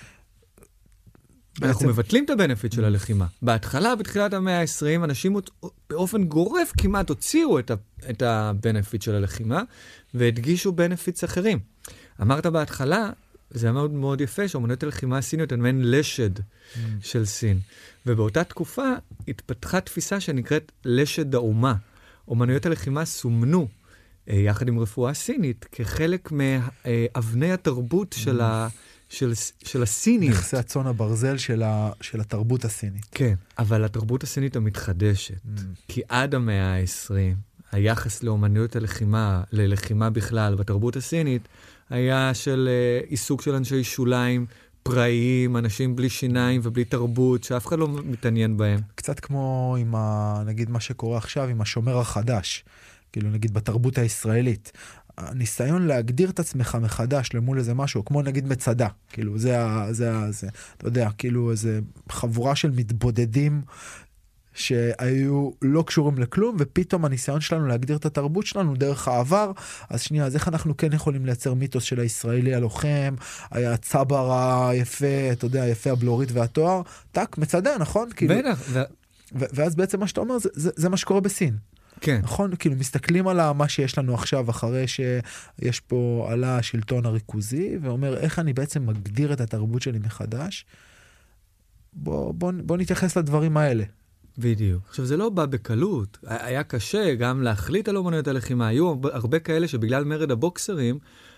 אנחנו מבטלים את הבנפיט של הלחימה. בהתחלה, בתחילת המאה ה-עשרים, אנשים באופן גורף כמעט הוציאו את הבנפיט של הלחימה, והדגישו בנפיטס אחרים. אמרת בהתחלה, זה היה מאוד מאוד יפה, שאומנויות הלחימה הסיניות הן מעין לשד mm. של סין. ובאותה תקופה התפתחה תפיסה שנקראת לשד האומה. אומנויות הלחימה סומנו, אה, יחד עם רפואה סינית, כחלק מאבני התרבות mm. של, ה, של, של הסינית. נכסי הצאן הברזל של, ה, של התרבות הסינית. כן, אבל התרבות הסינית המתחדשת. Mm. כי עד המאה ה-עשרים, היחס לאומנויות הלחימה, ללחימה בכלל, בתרבות הסינית, היה של uh, עיסוק של אנשי שוליים, פראיים, אנשים בלי שיניים ובלי תרבות, שאף אחד לא מתעניין בהם. קצת כמו עם ה, נגיד מה שקורה עכשיו עם השומר החדש, כאילו נגיד בתרבות הישראלית. הניסיון להגדיר את עצמך מחדש למול איזה משהו, כמו נגיד מצדה, כאילו זה, זה, זה, אתה יודע, כאילו איזה חבורה של מתבודדים, שהיו לא קשורים לכלום, ופתאום הניסיון שלנו להגדיר את התרבות שלנו דרך העבר, אז שנייה, אז איך אנחנו כן יכולים לייצר מיתוס של הישראלי הלוחם, היה צבר היפה, אתה יודע, היפה הבלורית והתואר, טק, מצדה, נכון? בטח. ו- ו- ואז בעצם מה שאתה אומר, זה, זה, זה מה שקורה בסין. כן. נכון? כאילו מסתכלים על מה שיש לנו עכשיו, אחרי שיש פה עלה השלטון הריכוזי, ואומר, איך אני בעצם מגדיר את התרבות שלי מחדש? בוא, בוא, בוא נתייחס לדברים האלה. בדיוק. עכשיו, זה לא בא בקלות. היה קשה גם להחליט על אומנויות הלחימה. היו הרבה כאלה שבגלל מרד הבוקסרים,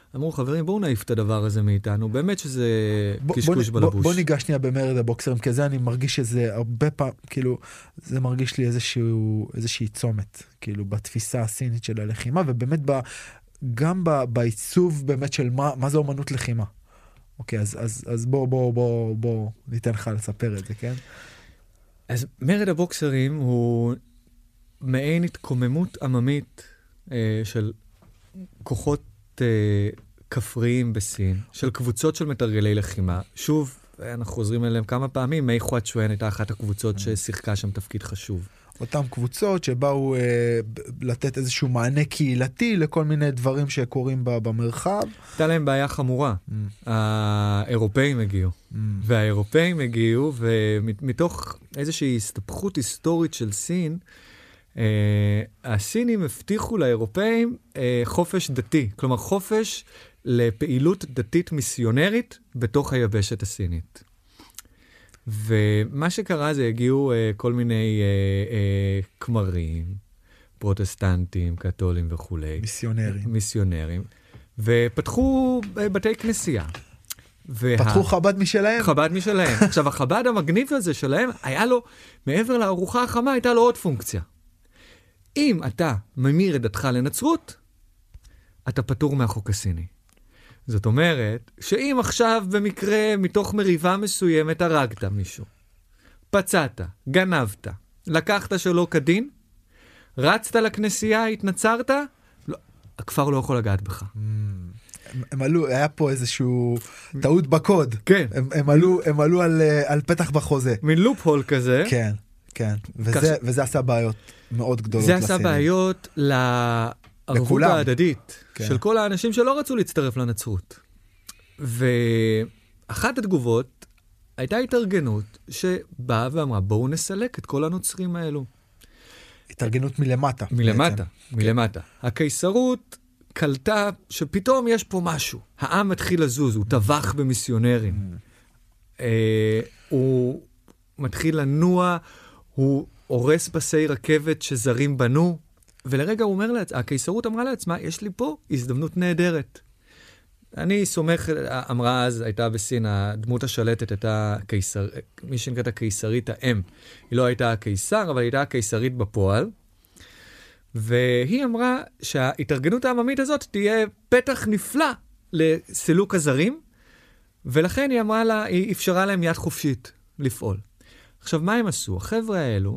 אמרו, חברים, בואו נעיף את הדבר הזה מאיתנו, באמת שזה קשקוש בלבוש. בוא, בוא ניגש שנייה במרד הבוקסרים, כי זה אני מרגיש שזה הרבה פעם, כאילו, זה מרגיש לי איזשהו, איזושהי צומת, כאילו, בתפיסה הסינית של הלחימה, ובאמת ב, גם ב, בעיצוב באמת של מה, מה זה אומנות לחימה. אוקיי, אז, אז, אז בוא, בוא, בוא, בוא, ניתן לך לספר את זה, כן? אז מרד הבוקסרים הוא מעין התקוממות עממית אה, של כוחות אה, כפריים בסין, של קבוצות של מתרגלי לחימה. שוב, אנחנו חוזרים אליהם כמה פעמים, מי חואט שואן הייתה אחת הקבוצות ששיחקה שם תפקיד חשוב. אותם קבוצות שבאו אה, לתת איזשהו מענה קהילתי לכל מיני דברים שקורים במרחב. הייתה להם בעיה חמורה. Mm. האירופאים הגיעו. Mm. והאירופאים הגיעו, ומתוך איזושהי הסתפחות היסטורית של סין, אה, הסינים הבטיחו לאירופאים אה, חופש דתי. כלומר, חופש לפעילות דתית מיסיונרית בתוך היבשת הסינית. ומה שקרה זה הגיעו uh, כל מיני uh, uh, כמרים, פרוטסטנטים, קתולים וכולי. מיסיונרים. מיסיונרים. ופתחו uh, בתי כנסייה. וה... פתחו חב"ד משלהם? חב"ד משלהם. עכשיו, החב"ד המגניב הזה שלהם, היה לו, מעבר לארוחה החמה, הייתה לו עוד פונקציה. אם אתה ממיר את דתך לנצרות, אתה פטור מהחוק הסיני. זאת אומרת, שאם עכשיו במקרה מתוך מריבה מסוימת הרגת מישהו, פצעת, גנבת, לקחת שלא כדין, רצת לכנסייה, התנצרת, לא, הכפר לא יכול לגעת בך. הם עלו, היה פה איזשהו טעות בקוד. כן. הם, הם עלו, הם עלו על, על פתח בחוזה. מין לופ הול כזה. כן, כן. וזה, וזה עשה בעיות מאוד גדולות זה לסינים. עשה בעיות לערבות ההדדית כן. של כל האנשים שלא רצו להצטרף לנצרות. ואחת התגובות הייתה התארגנות שבאה ואמרה, בואו נסלק את כל הנוצרים האלו. התארגנות מלמטה. מלמטה, מלמטה. הקיסרות קלטה שפתאום יש פה משהו. העם מתחיל לזוז, הוא טבח במיסיונרים. הוא מתחיל לנוע, הוא הורס פסי רכבת שזרים בנו, ולרגע הוא אומר לעצמה, הקיסרות אמרה לעצמה, יש לי פה הזדמנות נהדרת. אני סומך, אמרה אז, הייתה בסין, הדמות השלטת הייתה קיסר, מי שנקראת הקיסרית האם. היא לא הייתה הקיסר, אבל הייתה הקיסרית בפועל. והיא אמרה שההתארגנות העממית הזאת תהיה פתח נפלא לסילוק הזרים, ולכן היא אמרה לה, היא אפשרה להם יד חופשית לפעול. עכשיו, מה הם עשו? החבר'ה האלו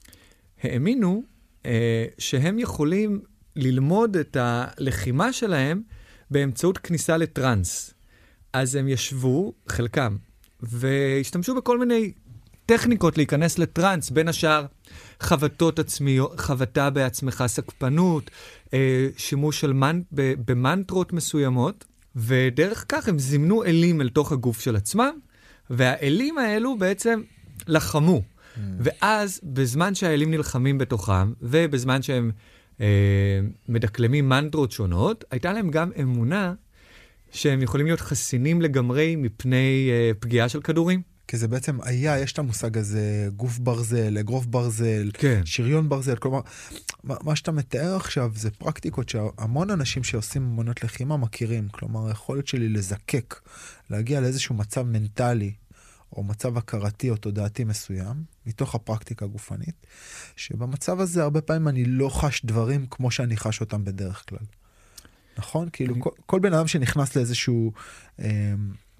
האמינו אה, שהם יכולים ללמוד את הלחימה שלהם באמצעות כניסה לטרנס. אז הם ישבו, חלקם, והשתמשו בכל מיני טכניקות להיכנס לטרנס, בין השאר חבטות עצמיות, חבטה בעצמך, סקפנות, אה, שימוש של מנ... במנטרות מסוימות, ודרך כך הם זימנו אלים אל תוך הגוף של עצמם, והאלים האלו בעצם לחמו. Mm. ואז, בזמן שהאלים נלחמים בתוכם, ובזמן שהם אה, מדקלמים מנטרות שונות, הייתה להם גם אמונה שהם יכולים להיות חסינים לגמרי מפני אה, פגיעה של כדורים. כי זה בעצם היה, יש את המושג הזה, גוף ברזל, אגרוף ברזל, כן. שריון ברזל, כלומר, מה, מה שאתה מתאר עכשיו זה פרקטיקות שהמון אנשים שעושים אמנות לחימה מכירים, כלומר, היכולת שלי לזקק, להגיע לאיזשהו מצב מנטלי, או מצב הכרתי או תודעתי מסוים, מתוך הפרקטיקה הגופנית, שבמצב הזה הרבה פעמים אני לא חש דברים כמו שאני חש אותם בדרך כלל. נכון? כאילו, כל, כל בן אדם שנכנס לאיזשהו... אה,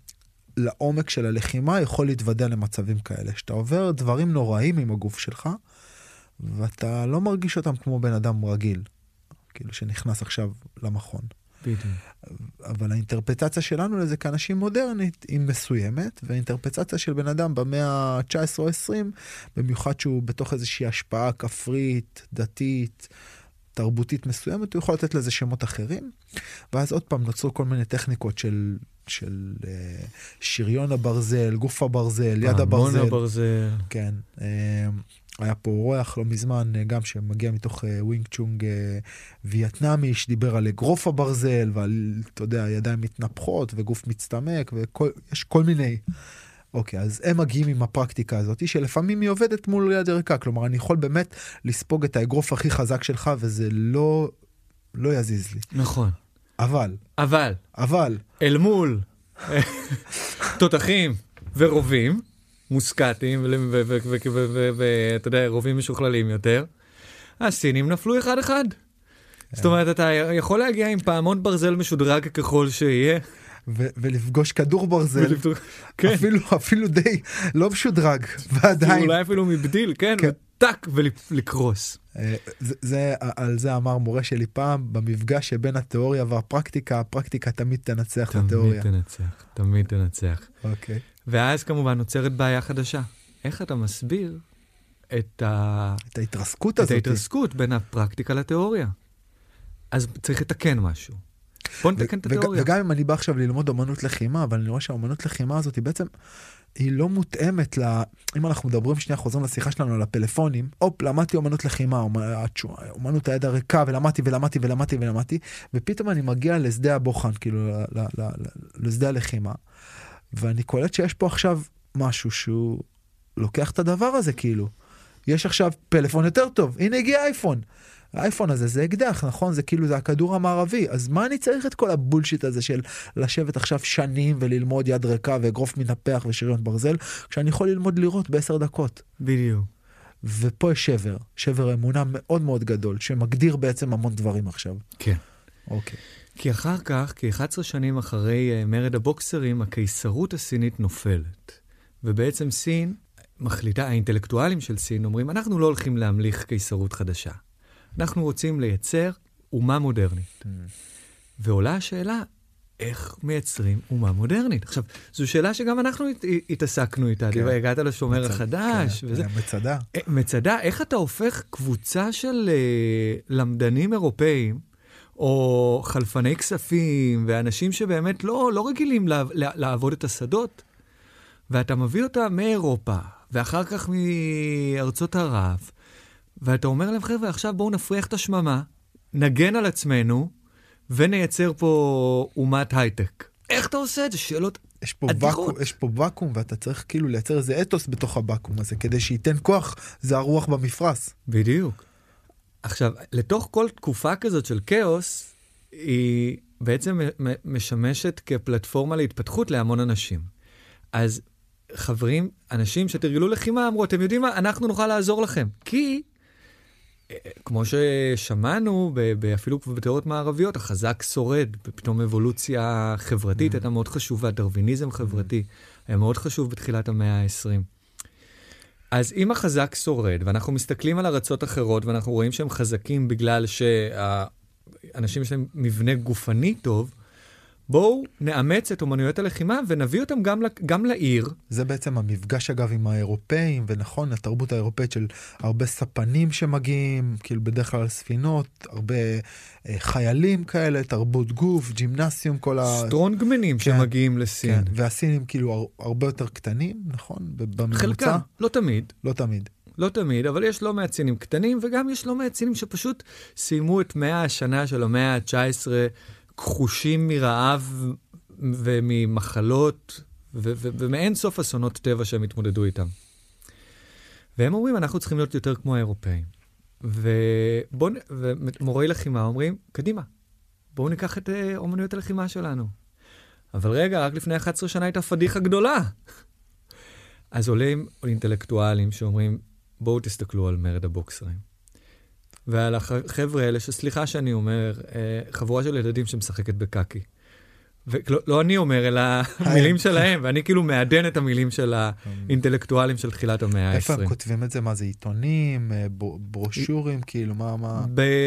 לעומק של הלחימה יכול להתוודע למצבים כאלה, שאתה עובר דברים נוראים עם הגוף שלך, ואתה לא מרגיש אותם כמו בן אדם רגיל, כאילו שנכנס עכשיו למכון. בדיוק. אבל האינטרפטציה שלנו לזה כאנשים מודרנית היא מסוימת, והאינטרפטציה של בן אדם במאה ה-תשע עשרה או עשרים, במיוחד שהוא בתוך איזושהי השפעה כפרית, דתית, תרבותית מסוימת, הוא יכול לתת לזה שמות אחרים, ואז עוד פעם נוצרו כל מיני טכניקות של... של uh, שריון הברזל, גוף הברזל, יד הברזל. המון הברזל. כן. Uh, היה פה אורח לא מזמן, uh, גם שמגיע מתוך uh, ווינג צ'ונג uh, וייטנאמי, שדיבר על אגרוף הברזל, ועל, אתה יודע, ידיים מתנפחות וגוף מצטמק, ויש כל מיני. אוקיי, אז הם מגיעים עם הפרקטיקה הזאת, שלפעמים היא עובדת מול יד יריקה, כלומר, אני יכול באמת לספוג את האגרוף הכי חזק שלך, וזה לא, לא יזיז לי. נכון. אבל. אבל. אבל. אל מול תותחים ורובים, מוסקטים, ואתה יודע, רובים משוכללים יותר, הסינים נפלו אחד אחד. זאת אומרת, אתה יכול להגיע עם פעמון ברזל משודרג ככל שיהיה. ולפגוש כדור ברזל, אפילו די לא משודרג, ועדיין. אולי אפילו מבדיל, כן, וטק ולקרוס. על זה אמר מורה שלי פעם, במפגש שבין התיאוריה והפרקטיקה, הפרקטיקה תמיד תנצח את התיאוריה. תמיד תנצח, תמיד תנצח. אוקיי. ואז כמובן נוצרת בעיה חדשה. איך אתה מסביר את ההתרסקות הזאת? את ההתרסקות בין הפרקטיקה לתיאוריה. אז צריך לתקן משהו. בוא נתקן את התיאוריה. וגם אם אני בא עכשיו ללמוד אומנות לחימה, אבל אני רואה שהאומנות לחימה הזאת היא בעצם, היא לא מותאמת ל... אם אנחנו מדברים שנייה, חוזרים לשיחה שלנו על הפלאפונים, אופ, למדתי אומנות לחימה, אומנות היד הריקה, ולמדתי ולמדתי ולמדתי ולמדתי, ופתאום אני מגיע לשדה הבוחן, כאילו, לשדה הלחימה, ואני קולט שיש פה עכשיו משהו שהוא לוקח את הדבר הזה, כאילו. יש עכשיו פלאפון יותר טוב, הנה הגיע אייפון. האייפון הזה זה אקדח, נכון? זה כאילו, זה הכדור המערבי. אז מה אני צריך את כל הבולשיט הזה של לשבת עכשיו שנים וללמוד יד ריקה ואגרוף מנפח ושריון ברזל, כשאני יכול ללמוד לראות בעשר דקות. בדיוק. ופה יש שבר, שבר אמונה מאוד מאוד גדול, שמגדיר בעצם המון דברים עכשיו. כן. אוקיי. כי אחר כך, כ-אחת עשרה שנים אחרי מרד הבוקסרים, הקיסרות הסינית נופלת. ובעצם סין מחליטה, האינטלקטואלים של סין אומרים, אנחנו לא הולכים להמליך קיסרות חדשה. אנחנו רוצים לייצר אומה מודרנית. Mm. ועולה השאלה, איך מייצרים אומה מודרנית? עכשיו, זו שאלה שגם אנחנו התעסקנו איתה. כן. הגעת לשומר מצד, החדש. כן, וזה. מצדה. מצדה, איך אתה הופך קבוצה של uh, למדנים אירופאים, או חלפני כספים, ואנשים שבאמת לא, לא רגילים לה, לה, לעבוד את השדות, ואתה מביא אותה מאירופה, ואחר כך מארצות ערב, ואתה אומר להם, חבר'ה, עכשיו בואו נפריח את השממה, נגן על עצמנו, ונייצר פה אומת הייטק. איך אתה עושה את זה? שאלות יש פה אדירות. יש פה וקום, ואתה צריך כאילו לייצר איזה אתוס בתוך הוואקום הזה, כדי שייתן כוח, זה הרוח במפרס. בדיוק. עכשיו, לתוך כל תקופה כזאת של כאוס, היא בעצם משמשת כפלטפורמה להתפתחות להמון אנשים. אז חברים, אנשים שתרגלו לחימה, אמרו, אתם יודעים מה? אנחנו נוכל לעזור לכם. כי כמו ששמענו, אפילו בתיאוריות מערביות, החזק שורד, פתאום אבולוציה חברתית הייתה מאוד חשובה, דרוויניזם חברתי, היה מאוד חשוב בתחילת המאה ה-עשרים. אז אם החזק שורד, ואנחנו מסתכלים על ארצות אחרות, ואנחנו רואים שהם חזקים בגלל שהאנשים יש להם מבנה גופני טוב, בואו נאמץ את אומנויות הלחימה ונביא אותם גם, גם לעיר. זה בעצם המפגש אגב עם האירופאים, ונכון, התרבות האירופאית של הרבה ספנים שמגיעים, כאילו בדרך כלל ספינות, הרבה אה, חיילים כאלה, תרבות גוף, ג'ימנסיום, כל ה... סטרונגמנים כן, שמגיעים לסין. כן, והסינים כאילו הרבה יותר קטנים, נכון? בממוצע? חלקם, לא תמיד. לא תמיד. לא תמיד, אבל יש לא מעט סינים קטנים, וגם יש לא מעט סינים שפשוט סיימו את מאה השנה של המאה ה-תשע עשרה, כחושים מרעב וממחלות, ו- ו- ומאין סוף אסונות טבע שהם התמודדו איתם. והם אומרים, אנחנו צריכים להיות יותר כמו האירופאים. ובוא, ומורי לחימה אומרים, קדימה, בואו ניקח את אומנויות הלחימה שלנו. אבל רגע, רק לפני אחת עשרה שנה הייתה פדיחה גדולה. אז עולים אינטלקטואלים שאומרים, בואו תסתכלו על מרד הבוקסרים. ועל החבר'ה האלה, שסליחה שאני אומר, חבורה של ילדים שמשחקת בקקי. ולא לא אני אומר, אלא המילים שלהם, ואני כאילו מעדן את המילים של האינטלקטואלים של תחילת המאה ה-עשרים. איפה הם כותבים את זה? מה זה, עיתונים, ברושורים, כאילו, מה, מה?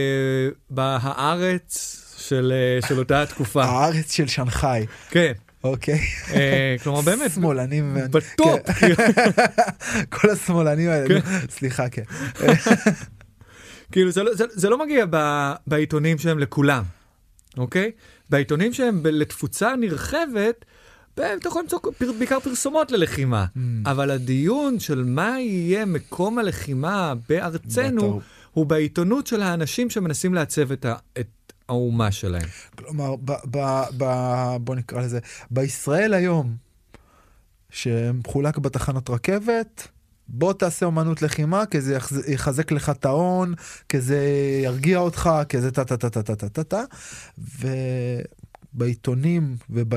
בהארץ של, של אותה התקופה. הארץ של שנחאי. כן. אוקיי. כלומר, באמת. שמאלנים. בטופ. כל השמאלנים האלה. סליחה, כן. כאילו, זה, זה, זה לא מגיע ב, בעיתונים שהם לכולם, אוקיי? בעיתונים שהם ב, לתפוצה נרחבת, אתה יכול למצוא פר, בעיקר פרסומות ללחימה. Mm. אבל הדיון של מה יהיה מקום הלחימה בארצנו, בטור. הוא בעיתונות של האנשים שמנסים לעצב את, ה, את האומה שלהם. כלומר, ב, ב, ב, בוא נקרא לזה, בישראל היום, שמחולק בתחנות רכבת, בוא תעשה אומנות לחימה, כי זה יחזק לך את ההון, כי זה ירגיע אותך, כי זה טה-טה-טה-טה-טה-טה. ובעיתונים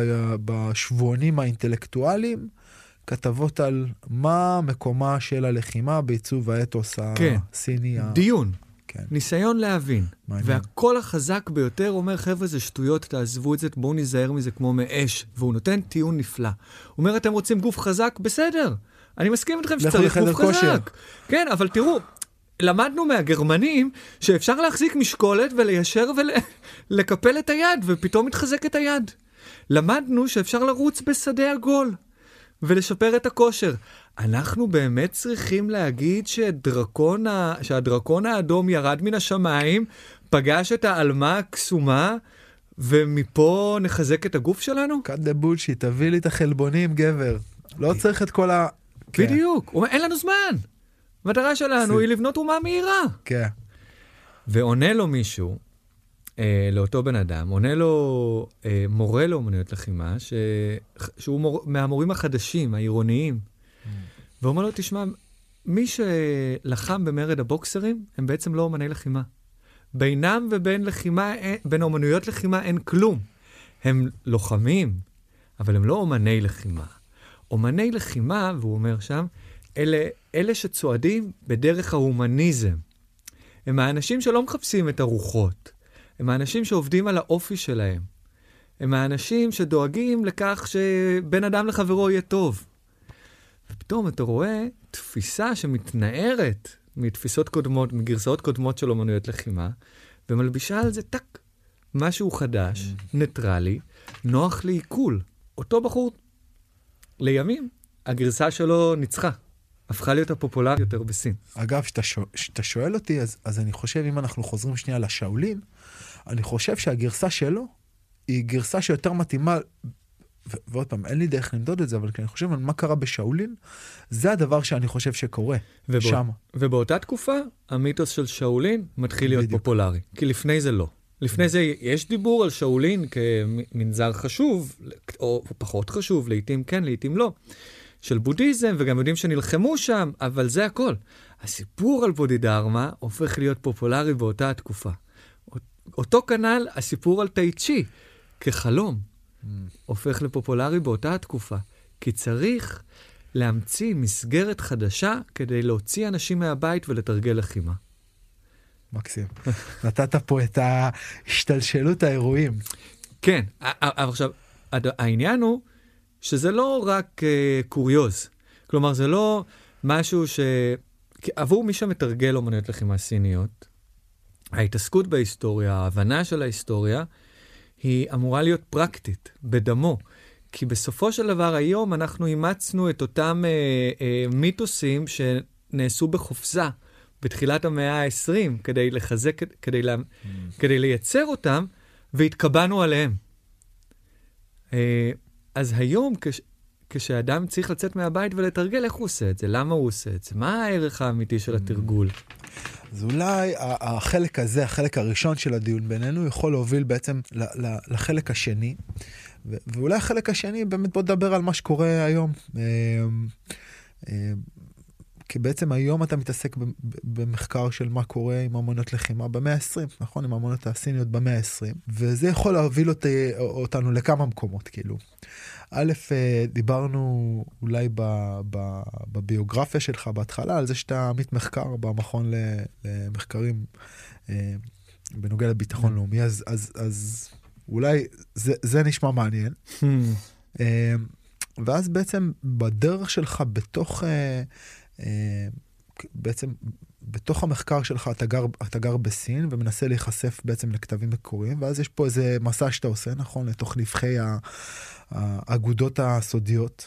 ובשבועונים האינטלקטואליים, כתבות על מה מקומה של הלחימה בעיצוב האתוס הסיני. דיון. כן. ניסיון להבין. מעניין. והכל החזק ביותר אומר, חבר'ה, זה שטויות, תעזבו את זה, בואו נזהר מזה כמו מאש. והוא נותן טיעון נפלא. הוא אומר, אתם רוצים גוף חזק? בסדר. אני מסכים איתכם שצריך גוף חזק. כושר. כן, אבל תראו, למדנו מהגרמנים שאפשר להחזיק משקולת וליישר ולקפל את היד, ופתאום מתחזק את היד. למדנו שאפשר לרוץ בשדה עגול ולשפר את הכושר. אנחנו באמת צריכים להגיד שדרקון, שהדרקון האדום ירד מן השמיים, פגש את העלמה הקסומה, ומפה נחזק את הגוף שלנו? cut the bullshit, תביא לי את החלבונים, גבר. לא צריך את כל ה... בדיוק. הוא אומר, אין לנו זמן. המטרה שלנו היא לבנות אומה מהירה. כן. ועונה לו מישהו, אה, לאותו בן אדם, עונה לו אה, מורה לאומנויות לחימה, ש... שהוא מור... מהמורים החדשים, העירוניים. Mm. ואומר לו, תשמע, מי שלחם במרד הבוקסרים, הם בעצם לא אומני לחימה. בינם ובין לחימה, בין אומנויות לחימה אין כלום. הם לוחמים, אבל הם לא אומני לחימה. אומני לחימה, והוא אומר שם, אלה, אלה שצועדים בדרך ההומניזם. הם האנשים שלא מחפשים את הרוחות. הם האנשים שעובדים על האופי שלהם. הם האנשים שדואגים לכך שבן אדם לחברו יהיה טוב. ופתאום אתה רואה תפיסה שמתנערת מתפיסות קודמות, מגרסאות קודמות של אומנויות לחימה, ומלבישה על זה טק. משהו חדש, ניטרלי, נוח לעיכול. אותו בחור, לימים, הגרסה שלו ניצחה. הפכה להיות הפופולרית יותר בסין. אגב, שאתה שואל אותי, אז, אז אני חושב, אם אנחנו חוזרים שנייה לשאולין, אני חושב שהגרסה שלו היא גרסה שיותר מתאימה, ו- ועוד פעם, אין לי דרך למדוד את זה, אבל אני חושב על מה קרה בשאולין, זה הדבר שאני חושב שקורה ובא, שם. ובאותה תקופה, המיתוס של שאולין מתחיל להיות בדיוק. פופולרי. כי לפני זה לא. לפני זה יש דיבור על שאולין כמנזר חשוב, או פחות חשוב, לעתים כן, לעתים לא. של בודהיזם, וגם יודעים שנלחמו שם, אבל זה הכל. הסיפור על בודידרמה הופך להיות פופולרי באותה התקופה. אותו כנל, הסיפור על טאי-צ'י, כחלום, mm. הופך לפופולרי באותה התקופה. כי צריך להמציא מסגרת חדשה, כדי להוציא אנשים מהבית ולתרגל לחימה. מקסים. נתת פה את ההשתלשלות האירועים. כן, אבל עכשיו, העניין הוא, שזה לא רק uh, קוריוז. כלומר, זה לא משהו ש... עבור מי שמתרגל אומנויות לחימה סיניות, ההתעסקות בהיסטוריה, ההבנה של ההיסטוריה, היא אמורה להיות פרקטית, בדמו. כי בסופו של דבר, היום אנחנו אימצנו את אותם uh, uh, מיתוסים שנעשו בחופזה, בתחילת המאה ה-עשרים, כדי לחזק, כדי, לה... mm. כדי לייצר אותם, והתקבענו עליהם. Uh, אז היום, כש, כשאדם צריך לצאת מהבית ולתרגל, איך הוא עושה את זה? למה הוא עושה את זה? מה הערך האמיתי של התרגול? אז אולי החלק הזה, החלק הראשון של הדיון בינינו, יכול להוביל בעצם לחלק השני, ואולי החלק השני, באמת בוא נדבר על מה שקורה היום. כי בעצם היום אתה מתעסק במחקר של מה קורה עם אמנות לחימה במאה ה-עשרים, נכון? עם אמנות הסיניות במאה ה-עשרים, וזה יכול להוביל אותי, אותנו לכמה מקומות, כאילו. א', דיברנו אולי ב, ב, בביוגרפיה שלך בהתחלה, על זה שאתה עמית מחקר במכון למחקרים בנוגע לביטחון לאומי, אז, אז, אז אולי זה, זה נשמע מעניין. ואז בעצם בדרך שלך בתוך... בעצם בתוך המחקר שלך אתה גר, אתה גר בסין ומנסה להיחשף בעצם לכתבים מקוריים, ואז יש פה איזה מסע שאתה עושה, נכון? לתוך נבחי האגודות הסודיות.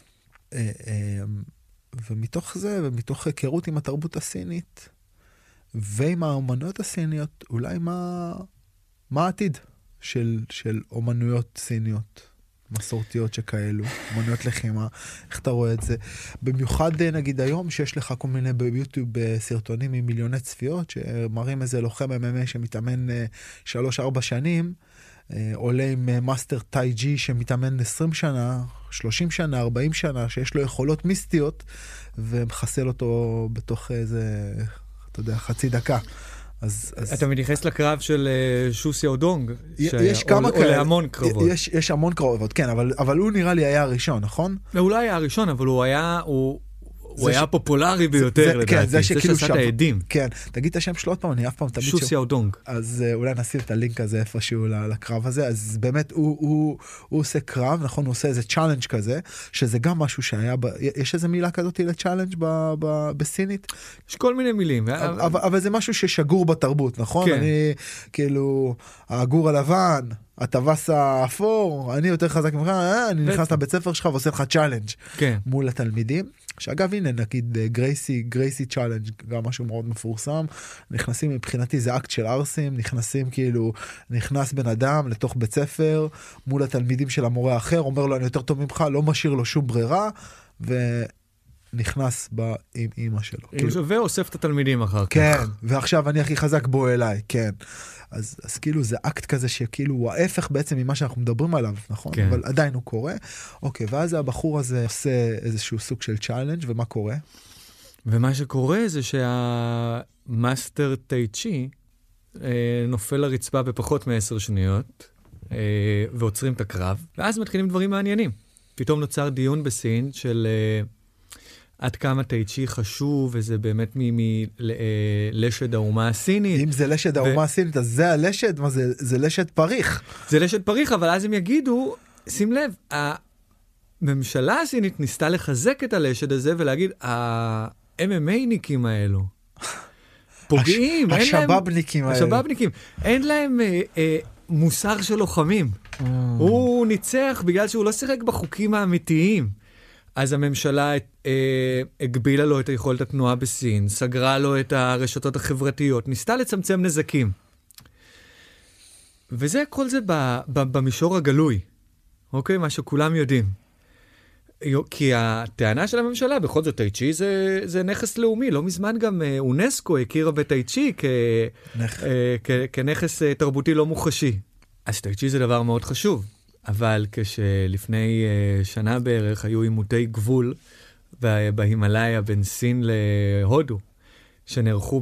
ומתוך זה, ומתוך היכרות עם התרבות הסינית, ועם האומנויות הסיניות, אולי מה, מה העתיד של, של אומנויות סיניות? מסורתיות שכאלו, אומנויות לחימה, איך אתה רואה את זה? במיוחד נגיד היום שיש לך כל מיני ביוטיוב סרטונים עם מיליוני צפיות, שמראים איזה לוחם אם אם איי שמתאמן שלוש ארבע שנים, עולה עם מאסטר טאי ג'י שמתאמן עשרים שנה, שלושים שנה, ארבעים שנה, שיש לו יכולות מיסטיות, ומחסל אותו בתוך איזה, אתה יודע, חצי דקה. אז, אז... אתה מתייחס לקרב של שוסי אודונג, יש כמה כאלה, או להמון קרבות. יש, יש המון קרבות, כן, אבל, אבל הוא נראה לי היה הראשון, נכון? הוא לא היה הראשון, אבל הוא היה, הוא, הוא היה ש... פופולרי ביותר, זה, לדעתי. כן, זה שכאילו שעשה את העדים. כן, תגיד את השם שלו עוד פעם, אני אף פעם תמיד... שוסי אודונג. אז uh, אולי נשים את הלינק הזה איפשהו לקרב הזה, אז באמת הוא, הוא, הוא עושה קרב, נכון? הוא עושה איזה צ'אלנג' כזה, שזה גם משהו שהיה, ב... יש איזה מילה כזאת לצ'אלנג' ב... ב... בסינית? יש כל מיני מילים. אבל, אבל זה משהו ששגור בתרבות, נכון? כן. אני, כאילו, הגור הלבן, הטווס האפור, אני יותר חזק ממך, אה, אני נכנס לבית ספר שלך ועושה לך צ'אלנג' כן. מול התלמידים. שאגב, הנה, נגיד, גרייסי, גרייסי צ'אלנג', גם משהו מאוד מפורסם, נכנסים, מבחינתי זה אקט של ארסים, נכנסים כאילו, נכנס בן אדם לתוך בית ספר, מול התלמידים של המורה האחר, אומר לו, אני יותר טוב ממך, לא משאיר לו שום ברירה, ונכנס בה עם אמא שלו. כאילו, ואוסף את התלמידים אחר כך. כן, ועכשיו אני הכי חזק בו אליי, כן. אז, אז כאילו זה אקט כזה שכאילו הוא ההפך בעצם ממה שאנחנו מדברים עליו, נכון? כן. אבל עדיין הוא קורה. אוקיי, ואז הבחור הזה עושה איזשהו סוג של צ'אלנג' ומה קורה? ומה שקורה זה שהמאסטר טאי צ'י אה, נופל לרצפה בפחות מעשר שניות, אה, ועוצרים את הקרב, ואז מתחילים דברים מעניינים. פתאום נוצר דיון בסין של... אה, עד כמה טאי צ'י חשוב, וזה באמת מלשד האומה הסינית. אם זה לשד האומה הסינית, אז זה הלשד, מה זה? זה לשד פריך. זה לשד פריך, אבל אז הם יגידו, שים לב, הממשלה הסינית ניסתה לחזק את הלשד הזה, ולהגיד, ה-אם אם איי-ניקים האלו, פוגעים. השבאבניקים האלו. השבאבניקים. אין להם מוסר של לוחמים. הוא ניצח בגלל שהוא לא שיחק בחוקים האמיתיים. אז הממשלה אה, הגבילה לו את היכולת התנועה בסין, סגרה לו את הרשתות החברתיות, ניסתה לצמצם נזקים. וזה, כל זה ב, ב, במישור הגלוי, אוקיי? מה שכולם יודעים. כי הטענה של הממשלה, בכל זאת, טאי צ'י זה, זה נכס לאומי. לא מזמן גם אה, אונסקו הכירה בטאי צ'י כ, נכ... אה, כ, כנכס אה, תרבותי לא מוחשי. אז טאי צ'י זה דבר מאוד חשוב. אבל כשלפני uh, שנה בערך היו עימותי גבול בהימלאיה בין סין להודו, שנערכו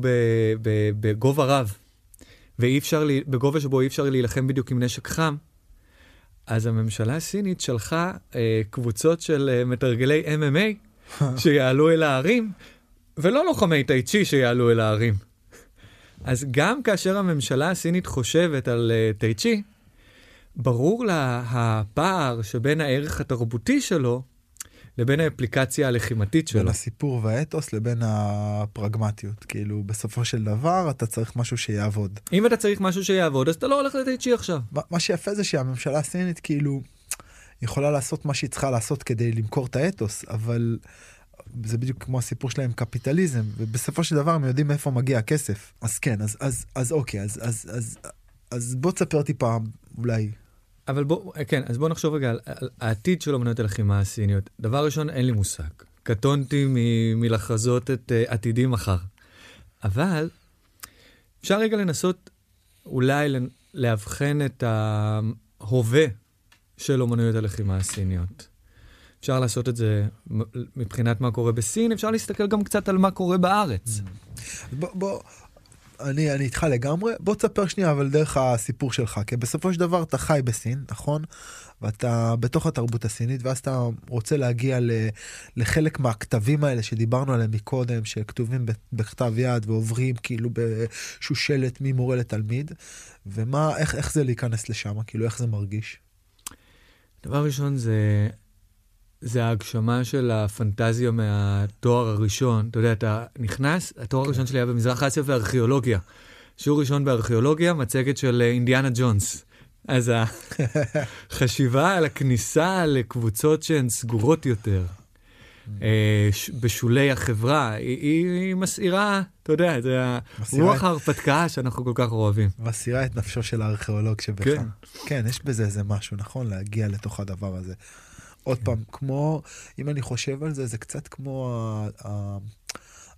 בגובה רב, ואי אפשר, בגובה שבו אי אפשר להילחם בדיוק עם נשק חם, אז הממשלה הסינית שלחה uh, קבוצות של uh, מתרגלי אם אם איי שיעלו אל הערים, ולא לוחמי טאי צ'י שיעלו אל הערים. אז גם כאשר הממשלה הסינית חושבת על uh, טאי צ'י, ברור לה הפער שבין הערך התרבותי שלו לבין האפליקציה הלחימתית שלו. בין הסיפור והאתוס לבין הפרגמטיות. כאילו, בסופו של דבר, אתה צריך משהו שיעבוד. אם אתה צריך משהו שיעבוד, אז אתה לא הולך לטאי צ'י עכשיו. מה שיפה זה שהממשלה הסינית, כאילו, יכולה לעשות מה שהיא צריכה לעשות כדי למכור את האתוס, אבל זה בדיוק כמו הסיפור שלהם קפיטליזם, ובסופו של דבר הם יודעים מאיפה מגיע הכסף. אז כן, אז, אז, אז אוקיי, אז, אז, אז, אז בוא תספר טיפה, אולי... אבל בוא, כן, אז בוא נחשוב רגע על, על העתיד של אומנות הלחימה הסיניות. דבר ראשון, אין לי מושג. קטונתי מ- מלחזות את uh, עתידים מחר. אבל אפשר רגע לנסות אולי להבחן את ההווה של אומנויות הלחימה הסיניות. אפשר לעשות את זה מבחינת מה קורה בסין, אפשר להסתכל גם קצת על מה קורה בארץ. בוא, בוא... אני, אני איתך לגמרי, בוא תספר שנייה, אבל דרך הסיפור שלך, כי בסופו של דבר אתה חי בסין, נכון? ואתה בתוך התרבות הסינית, ואז אתה רוצה להגיע ל, לחלק מהכתבים האלה שדיברנו עליהם מקודם, שכתובים בכתב יד ועוברים כאילו בשושלת ממורה לתלמיד, ומה, איך, איך זה להיכנס לשם? כאילו, איך זה מרגיש? דבר ראשון זה... זה ההגשמה של הפנטזיה מהתואר הראשון. אתה יודע, אתה נכנס, התואר הראשון שלי היה במזרח אסיה וארכיאולוגיה. שיעור ראשון בארכיאולוגיה, מצגת של אינדיאנה ג'ונס. אז החשיבה על הכניסה לקבוצות שהן סגורות יותר, בשולי החברה, היא מסעירה, אתה יודע, זה רוח ההרפתקה שאנחנו כל כך אוהבים. מסעירה את נפשו של הארכיאולוג שבך. כן, יש בזה איזה משהו, נכון? להגיע לתוך הדבר הזה. עוד פעם, כמו, אם אני חושב על זה, זה קצת כמו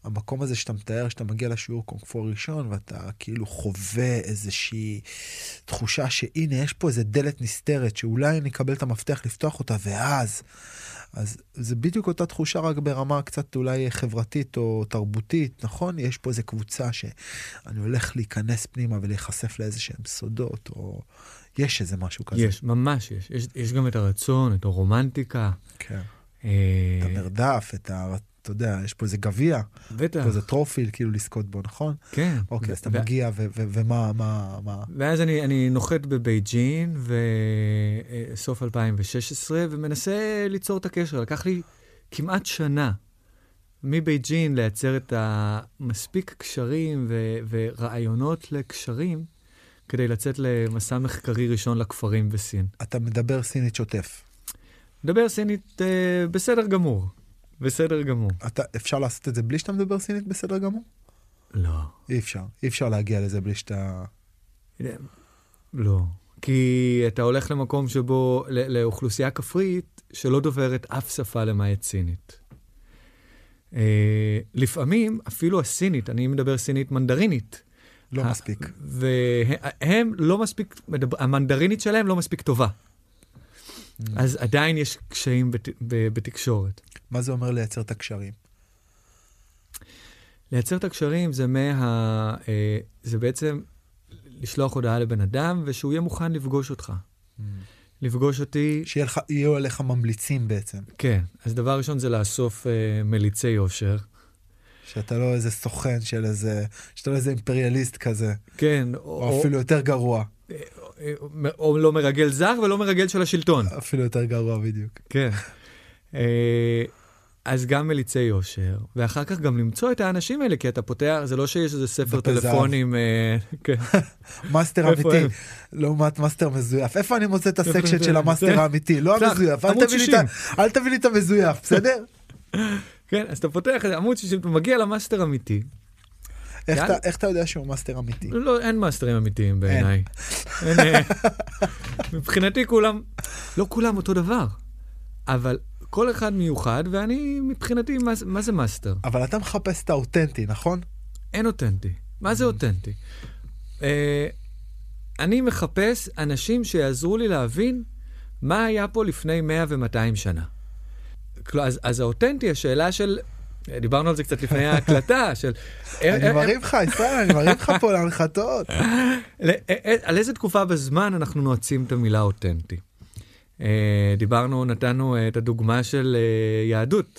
המקום הזה שאתה מתאר, שאתה מגיע לשיעור קונג-פו הראשון, ואתה כאילו חווה איזושהי תחושה שהנה, יש פה איזה דלת נסתרת, שאולי אני אקבל את המפתח לפתוח אותה, ואז, אז זה בדיוק אותה תחושה רק ברמה קצת אולי חברתית או תרבותית, נכון? יש פה איזו קבוצה שאני הולך להיכנס פנימה ולהיחשף לאיזה שהם סודות, או יש איזה משהו כזה. יש, ממש יש. יש, יש גם את הרצון, את הרומנטיקה. כן. אה... את המרדף, את ה... אתה יודע, יש פה איזה גביע. בטח. פה איזה טרופיל, כאילו לזכות בו, נכון? כן. אוקיי, אז אתה מגיע, ומה, מה, מה? ואז אני, אני נוחת בבייג'ין, וסוף אלפיים ושש עשרה, ומנסה ליצור את הקשר. לקח לי כמעט שנה מבייג'ין לייצר את המספיק קשרים ו- ורעיונות לקשרים, כדי לצאת למסע מחקרי ראשון לכפרים בסין. אתה מדבר סינית שוטף. מדבר סינית אה, בסדר גמור. בסדר גמור. אתה, אפשר לעשות את זה בלי שאתה מדבר סינית בסדר גמור? לא. אי אפשר. אי אפשר להגיע לזה בלי שאתה... לא. כי אתה הולך למקום שבו, לאוכלוסייה כפרית, שלא דוברת אף שפה למעט סינית. אה, לפעמים, אפילו הסינית, אני מדבר סינית מנדרינית. לא מספיק. והם לא מספיק, המנדרינית שלהם לא מספיק טובה. אז עדיין יש קשיים בת, בתקשורת. מה זה אומר לייצר את הקשרים? לייצר את הקשרים זה מה... אה, זה בעצם לשלוח הודעה לבן אדם, ושהוא יהיה מוכן לפגוש אותך. Mm. לפגוש אותי... שיהיו עליך ממליצים בעצם. כן. אז דבר ראשון זה לאסוף אה, מליצי יושר. שאתה לא איזה סוכן של איזה... שאתה לא איזה אימפריאליסט כזה. כן. או, או אפילו יותר גרוע. או לא מרגל זר ולא מרגל של השלטון. אפילו יותר גרוע בדיוק. כן. אז גם מליצי יושר, ואחר כך גם למצוא את האנשים האלה, כי אתה פותח, זה לא שיש איזה ספר טלפונים. מאסטר אמיתי, לעומת מאסטר מזויף. איפה אני מוצא את הסקשן של המאסטר האמיתי? לא המזויף. אל תביא לי את המזויף, בסדר? כן, אז אתה פותח את עמוד שישים, אתה מגיע למאסטר אמיתי. איך אתה יודע שהוא מאסטר אמיתי? לא, אין מאסטרים אמיתיים בעיניי. מבחינתי כולם, לא כולם אותו דבר, אבל כל אחד מיוחד, ואני מבחינתי, מה זה מאסטר? אבל אתה מחפש את האותנטי, נכון? אין אותנטי. מה זה אותנטי? אני מחפש אנשים שיעזרו לי להבין מה היה פה לפני מאה ומאתיים שנה. אז, אז האותנטי, השאלה של, דיברנו על זה קצת לפני ההקלטה, של... אני מרים לך, ישראל, אני מרים לך פה להנחתות. על איזה תקופה בזמן אנחנו נועצים את המילה אותנטי? דיברנו, נתנו את הדוגמה של יהדות,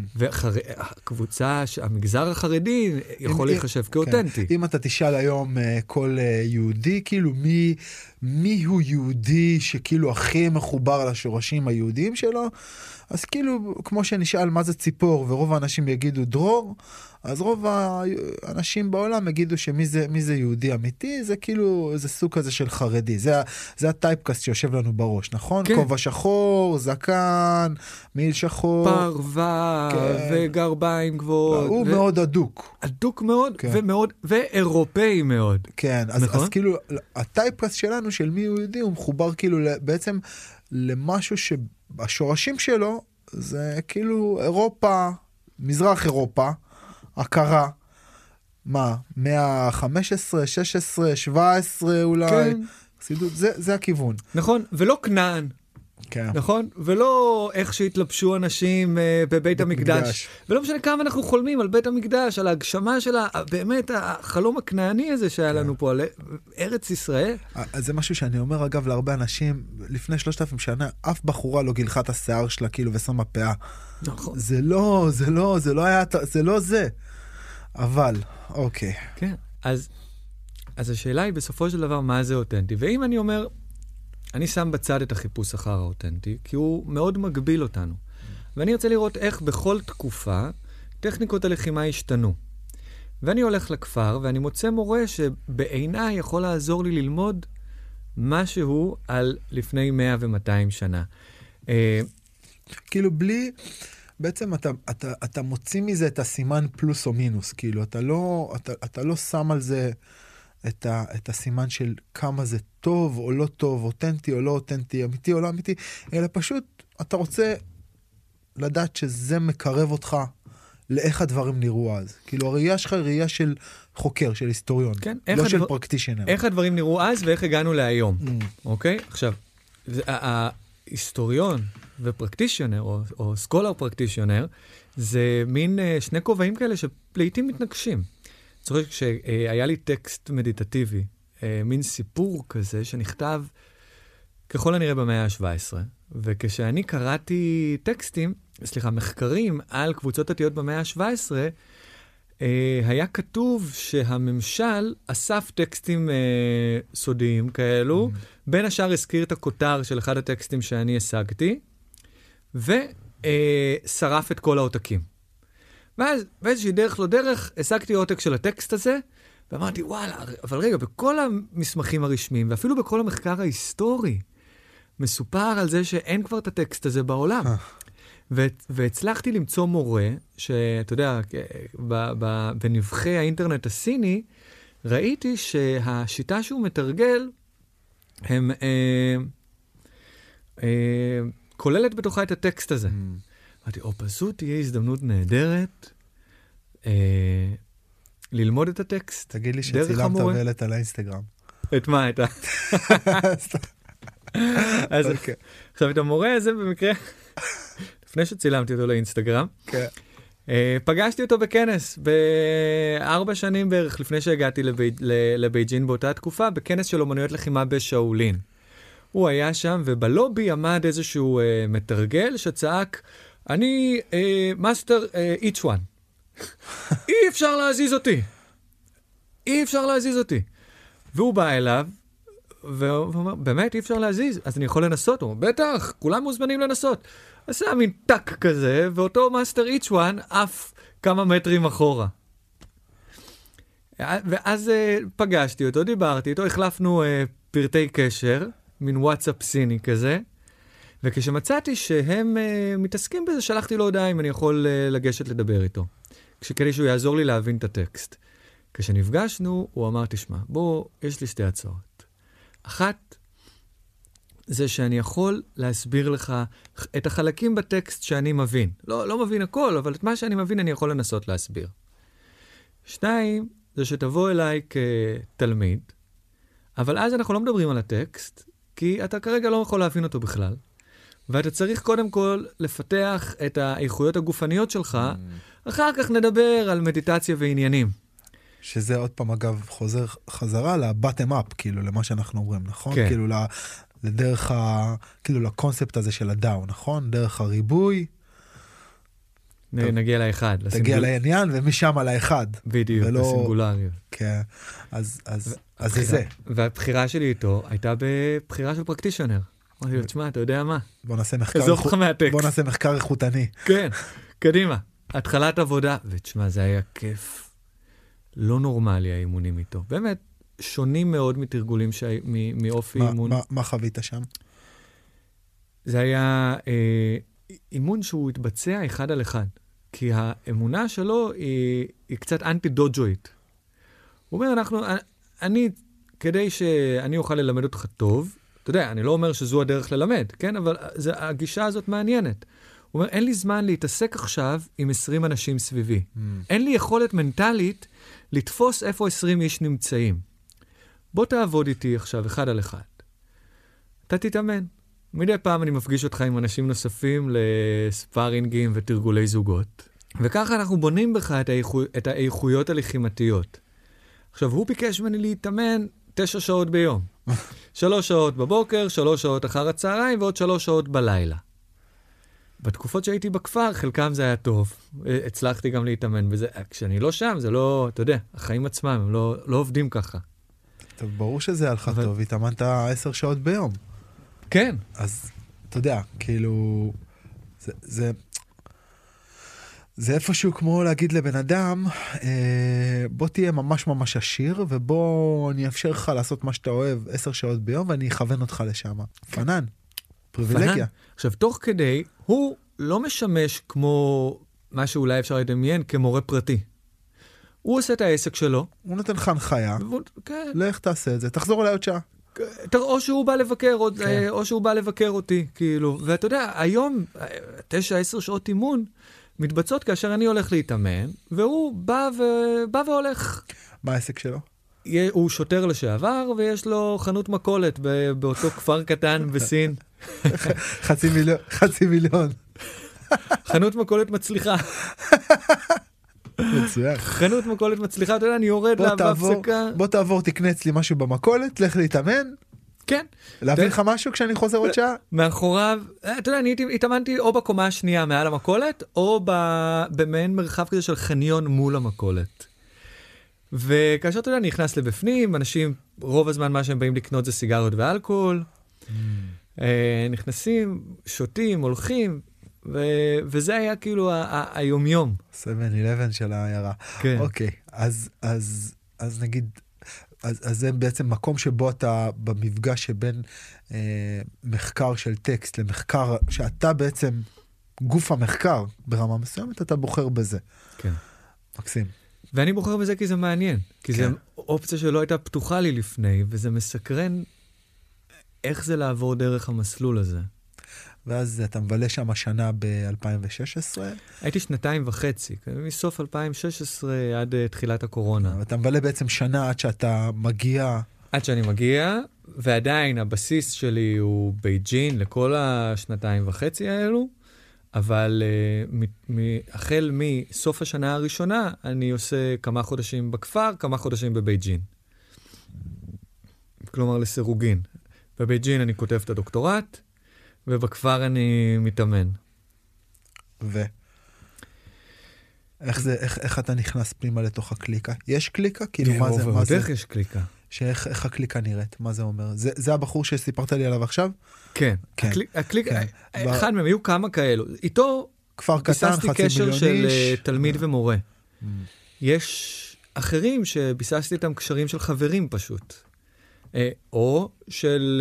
והקבוצה, המגזר החרדי יכול להיחשב כאותנטי. אם אתה תשאל היום כל יהודי, כאילו מי, מי הוא יהודי שכאילו הכי מחובר לשורשים היהודיים שלו, אז כאילו, כמו שנשאל מה זה ציפור, ורוב האנשים יגידו דרור, אז רוב האנשים בעולם יגידו שמי זה, מי זה יהודי אמיתי, זה כאילו איזה סוג כזה של חרדי. זה, זה הטייפקאסט שיושב לנו בראש, נכון? כן. כובע שחור, זקן, מעיל שחור. פרווה, כן. וגרביים גבוהות. הוא ו... מאוד אדוק. אדוק מאוד, כן. ומאוד, ואירופאי מאוד. כן, אז, נכון? אז כאילו, הטייפקאסט שלנו של מי הוא יהודי, הוא מחובר כאילו בעצם למשהו שהשורשים שלו, זה כאילו אירופה, מזרח אירופה, הכרה, מה, מאה וחמש עשרה, שש עשרה, שבע עשרה אולי, כן. חסידות, זה, זה הכיוון. נכון, ולא כנען. כן. נכון? ולא איך שהתלבשו אנשים uh, בבית המקדש. מקדש. ולא משנה כמה אנחנו חולמים על בית המקדש, על ההגשמה של באמת החלום הכנעני הזה שהיה כן. לנו פה, על ארץ ישראל. אז זה משהו שאני אומר אגב להרבה אנשים, לפני שלושת אלפים שנה, אף בחורה לא גילחה את השיער שלה כאילו ושמה פאה. נכון. זה לא, זה לא, זה לא היה, זה לא זה. אבל, אוקיי. כן. אז, אז השאלה היא בסופו של דבר מה זה אותנטי. ואם אני אומר, אני שם בצד את החיפוש אחר האותנטי, כי הוא מאוד מגביל אותנו. ואני רוצה לראות איך בכל תקופה טכניקות הלחימה השתנו. ואני הולך לכפר, ואני מוצא מורה שבעיניי יכול לעזור לי ללמוד משהו על לפני מאה ומאתיים שנה. כאילו בלי, בעצם אתה, אתה, אתה מוציא מזה את הסימן פלוס או מינוס, כאילו אתה לא, אתה, אתה לא שם על זה את, ה, את הסימן של כמה זה טוב או לא טוב, אותנטי או לא אותנטי, אמיתי או לא אמיתי, אלא פשוט אתה רוצה לדעת שזה מקרב אותך לאיך הדברים נראו אז. כאילו, הראייה שלך היא ראייה של חוקר, של היסטוריון, כן, לא הדבר... של פרקטישנר. איך הדברים נראו אז ואיך הגענו להיום, mm. אוקיי? עכשיו, ההיסטוריון ופרקטישנר, או, או סקולר פרקטישנר, זה מין שני כובעים כאלה שלעיתים מתנגשים. צריך שהיה לי טקסט מדיטטיבי, מין סיפור כזה שנכתב ככל הנראה במאה ה-שבע עשרה, וכשאני קראתי טקסטים, סליחה, מחקרים על קבוצות דתיות במאה ה-שבע עשרה, היה כתוב שהממשל אסף טקסטים סודיים כאלו, mm. בין השאר הזכיר את הכותר של אחד הטקסטים שאני השגתי, ושרף את כל העותקים. ואז באיזושהי דרך לא דרך, השגתי עותק של הטקסט הזה, ואמרתי, וואלה, אבל רגע, בכל המסמכים הרשמיים, ואפילו בכל המחקר ההיסטורי, מסופר על זה שאין כבר את הטקסט הזה בעולם. ו- והצלחתי למצוא מורה, שאתה יודע, ב- ב- בנבחי האינטרנט הסיני, ראיתי שהשיטה שהוא מתרגל, הם, אה, אה, כוללת בתוכה את הטקסט הזה. אמרתי, או פשוט תהיה הזדמנות נהדרת, אה, ללמוד את הטקסט. תגיד לי שצילמת ואלת על האינסטגרם. את מה? את ה... אז עכשיו את המורה הזה במקרה, לפני שצילמתי אותו לאינסטגרם, פגשתי אותו בכנס, בארבע שנים בערך לפני שהגעתי לבייג'ין באותה תקופה, בכנס של אומנויות לחימה בשאולין. הוא היה שם, ובלובי עמד איזשהו מתרגל שצעק, אני מאסטר each one. אי אפשר להזיז אותי. אי אפשר להזיז אותי. והוא בא אליו, והוא אומר, באמת אי אפשר להזיז, אז אני יכול לנסות. הוא אומר, בטח, כולם מוזמנים לנסות. עשה מין טק כזה, ואותו מאסטר each one אף כמה מטרים אחורה. ואז uh, פגשתי אותו, דיברתי איתו, החלפנו uh, פרטי קשר, מין וואטסאפ סיני כזה, וכשמצאתי שהם uh, מתעסקים בזה, שלחתי לו הודעה אם אני יכול uh, לגשת לדבר איתו, כדי שהוא יעזור לי להבין את הטקסט. כשנפגשנו, הוא אמר, תשמע, בוא, יש לי שתי הצעות. אחת, זה שאני יכול להסביר לך את החלקים בטקסט שאני מבין. לא, לא מבין הכל, אבל את מה שאני מבין אני יכול לנסות להסביר. שתיים, זה שתבוא אליי כתלמיד, אבל אז אנחנו לא מדברים על הטקסט, כי אתה כרגע לא יכול להבין אותו בכלל. ואתה צריך קודם כל לפתח את האיכויות הגופניות שלך, mm. אחר כך נדבר על מדיטציה ועניינים. שזה עוד פעם אגב חוזר חזרה לבטם אפ, כאילו למה שאנחנו אומרים, נכון? כן. כאילו לדרך ה... כאילו לקונספט הזה של הדאו, נכון? דרך הריבוי. נ, נגיע לאחד. תגיע לסינגול... לעניין ומשם על האחד. בדיוק, ולא... לסינגולריות. כן. אז, אז, ו... אז זה זה. והבחירה שלי איתו הייתה בבחירה של פרקטישנר. אמרתי לו, תשמע, אתה יודע מה? בוא נעשה מחקר, איכות... בוא נעשה מחקר איכותני. כן, קדימה. התחלת עבודה. ותשמע, זה היה כיף. לא נורמלי האימונים איתו. באמת, שונים מאוד מתרגולים ש... מ... מאופי מה, אימון. מה, מה חווית שם? זה היה אה, אימון שהוא התבצע אחד על אחד. כי האמונה שלו היא, היא קצת אנטי-דוג'ואית. הוא אומר, אנחנו, אני, כדי שאני אוכל ללמד אותך טוב, אתה יודע, אני לא אומר שזו הדרך ללמד, כן? אבל זה, הגישה הזאת מעניינת. הוא אומר, אין לי זמן להתעסק עכשיו עם עשרים אנשים סביבי. Mm. אין לי יכולת מנטלית לתפוס איפה עשרים איש נמצאים. בוא תעבוד איתי עכשיו אחד על אחד. אתה תתאמן. מדי פעם אני מפגיש אותך עם אנשים נוספים לספארינגים ותרגולי זוגות. וככה אנחנו בונים בך את, האיכו, את האיכויות הלחימתיות. עכשיו, הוא ביקש ממני להתאמן תשע שעות ביום. שלוש שעות בבוקר, שלוש שעות אחר הצהריים ועוד שלוש שעות בלילה. בתקופות שהייתי בכפר, חלקם זה היה טוב. הצלחתי גם להתאמן בזה. כשאני לא שם, זה לא, אתה יודע, החיים עצמם, הם לא, לא עובדים ככה. טוב, ברור שזה הלכה אבל... טוב, התאמנת עשר שעות ביום. כן. אז, אתה יודע, כאילו, זה, זה, זה איפשהו כמו להגיד לבן אדם, אה, בוא תהיה ממש ממש עשיר, ובוא אני אפשר לך לעשות מה שאתה אוהב עשר שעות ביום, ואני אכוון אותך לשם. פנן. פריבילגיה. עכשיו, תוך כדי, הוא לא משמש כמו מה שאולי אפשר לדמיין כמורה פרטי. הוא עושה את העסק שלו. הוא נותן לך הנחיה. והוא, כן. לך תעשה את זה, תחזור אליי עוד שעה. או שהוא בא לבקר, או, כן. או שהוא בא לבקר אותי, כאילו. ואתה יודע, היום, תשע, עשר שעות אימון, מתבצעות כאשר אני הולך להתאמן, והוא בא, ו... בא והולך. מה העסק שלו? הוא שוטר לשעבר, ויש לו חנות מכולת באותו כפר קטן בסין. חצי מיליון, חצי מיליון. חנות מכולת מצליחה. מצוין. חנות מכולת מצליחה, אתה יודע, אני יורד לה בהפסקה. בוא תעבור, תקנה אצלי משהו במכולת, לך להתאמן. כן. להביא לך משהו כשאני חוזר עוד שעה? מאחוריו, אתה יודע, אני התאמנתי או בקומה השנייה מעל המכולת, או במעין מרחב כזה של חניון מול המכולת. וכאשר אתה יודע, אני נכנס לבפנים, אנשים, רוב הזמן מה שהם באים לקנות זה סיגריות ואלכוהול, נכנסים, שותים, הולכים, וזה היה כאילו היומיום. שבע אחת עשרה של העיירה. כן. אוקיי, אז נגיד, אז זה בעצם מקום שבו אתה במפגש שבין מחקר של טקסט למחקר, שאתה בעצם גוף המחקר ברמה מסוימת, אתה בוחר בזה. כן. מקסים. ואני בוחר בזה כי זה מעניין, כי כן. זו אופציה שלא הייתה פתוחה לי לפני, וזה מסקרן איך זה לעבור דרך המסלול הזה. ואז אתה מבלה שם השנה ב-אלפיים ושש עשרה. הייתי שנתיים וחצי, מסוף אלפיים ושש עשרה עד uh, תחילת הקורונה. אתה מבלה בעצם שנה עד שאתה מגיע... עד שאני מגיע, ועדיין הבסיס שלי הוא בייג'ין לכל השנתיים וחצי האלו, אבל uh, החל מסוף השנה הראשונה, אני עושה כמה חודשים בכפר, כמה חודשים בבייג'ין. כלומר, לסירוגין. בבייג'ין אני כותב את הדוקטורט, ובכפר אני מתאמן. ו? איך זה, איך, איך אתה נכנס פנימה לתוך הקליקה? יש קליקה? כאילו, מה זה? מה זה? איך יש קליקה? שאיך, איך הקליקה נראית? מה זה אומר? זה, זה הבחור שסיפרת לי עליו עכשיו? כן. כן. הקליק, הקליק, כן. אחד מהם, היו כמה כאלו. איתו, כפר קטן, חצי מיליון איש. ביססתי קשר של תלמיד ומורה. יש אחרים שביססתי איתם קשרים של חברים פשוט. או של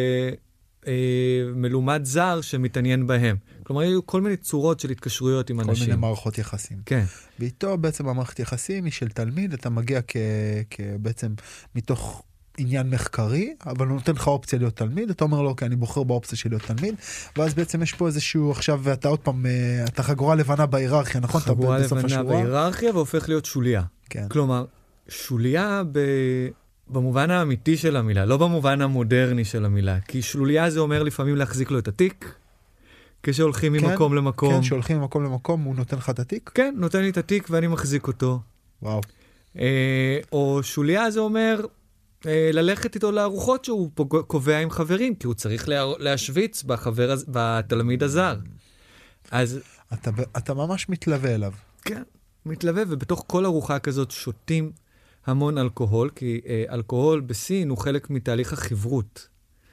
מלומד זר שמתעניין בהם. כלומר, היו כל מיני צורות של התקשרויות עם אנשים. כל מיני מערכות יחסים. כן. ואיתו בעצם המערכת יחסים היא של תלמיד, אתה מגיע בעצם מתוך עניין מחקרי, אבל הוא נותן לך אופציה להיות תלמיד, אתה אומר לו, אוקיי, אני בוחר באופציה של להיות תלמיד, ואז בעצם יש פה איזשהו, עכשיו, ואתה עוד פעם, אתה חגורה לבנה בהיררכיה, נכון? חגורה לבנה בהיררכיה, והופך להיות שוליה. כן. כלומר, שוליה ב... במובן האמיתי של המילה, לא במובן המודרני של המילה, כי שלוליה זה אומר לפעמים להחזיק לו את התיק, כשהולכים כן, ממקום למקום. כן, כשהולכים ממקום למקום, הוא נותן לך את התיק? כן, נותן לי את התיק ואני מחזיק אותו. וואו. אה, או שוליה זה אומר אה, ללכת איתו לארוחות שהוא קובע עם חברים, כי הוא צריך לה, להשוויץ בחבר, בתלמיד הזר. אז... אתה, אתה ממש מתלווה אליו. כן, מתלווה, ובתוך כל ארוחה כזאת שותים המון אלכוהול, כי אה, אלכוהול בסין הוא חלק מתהליך החברות.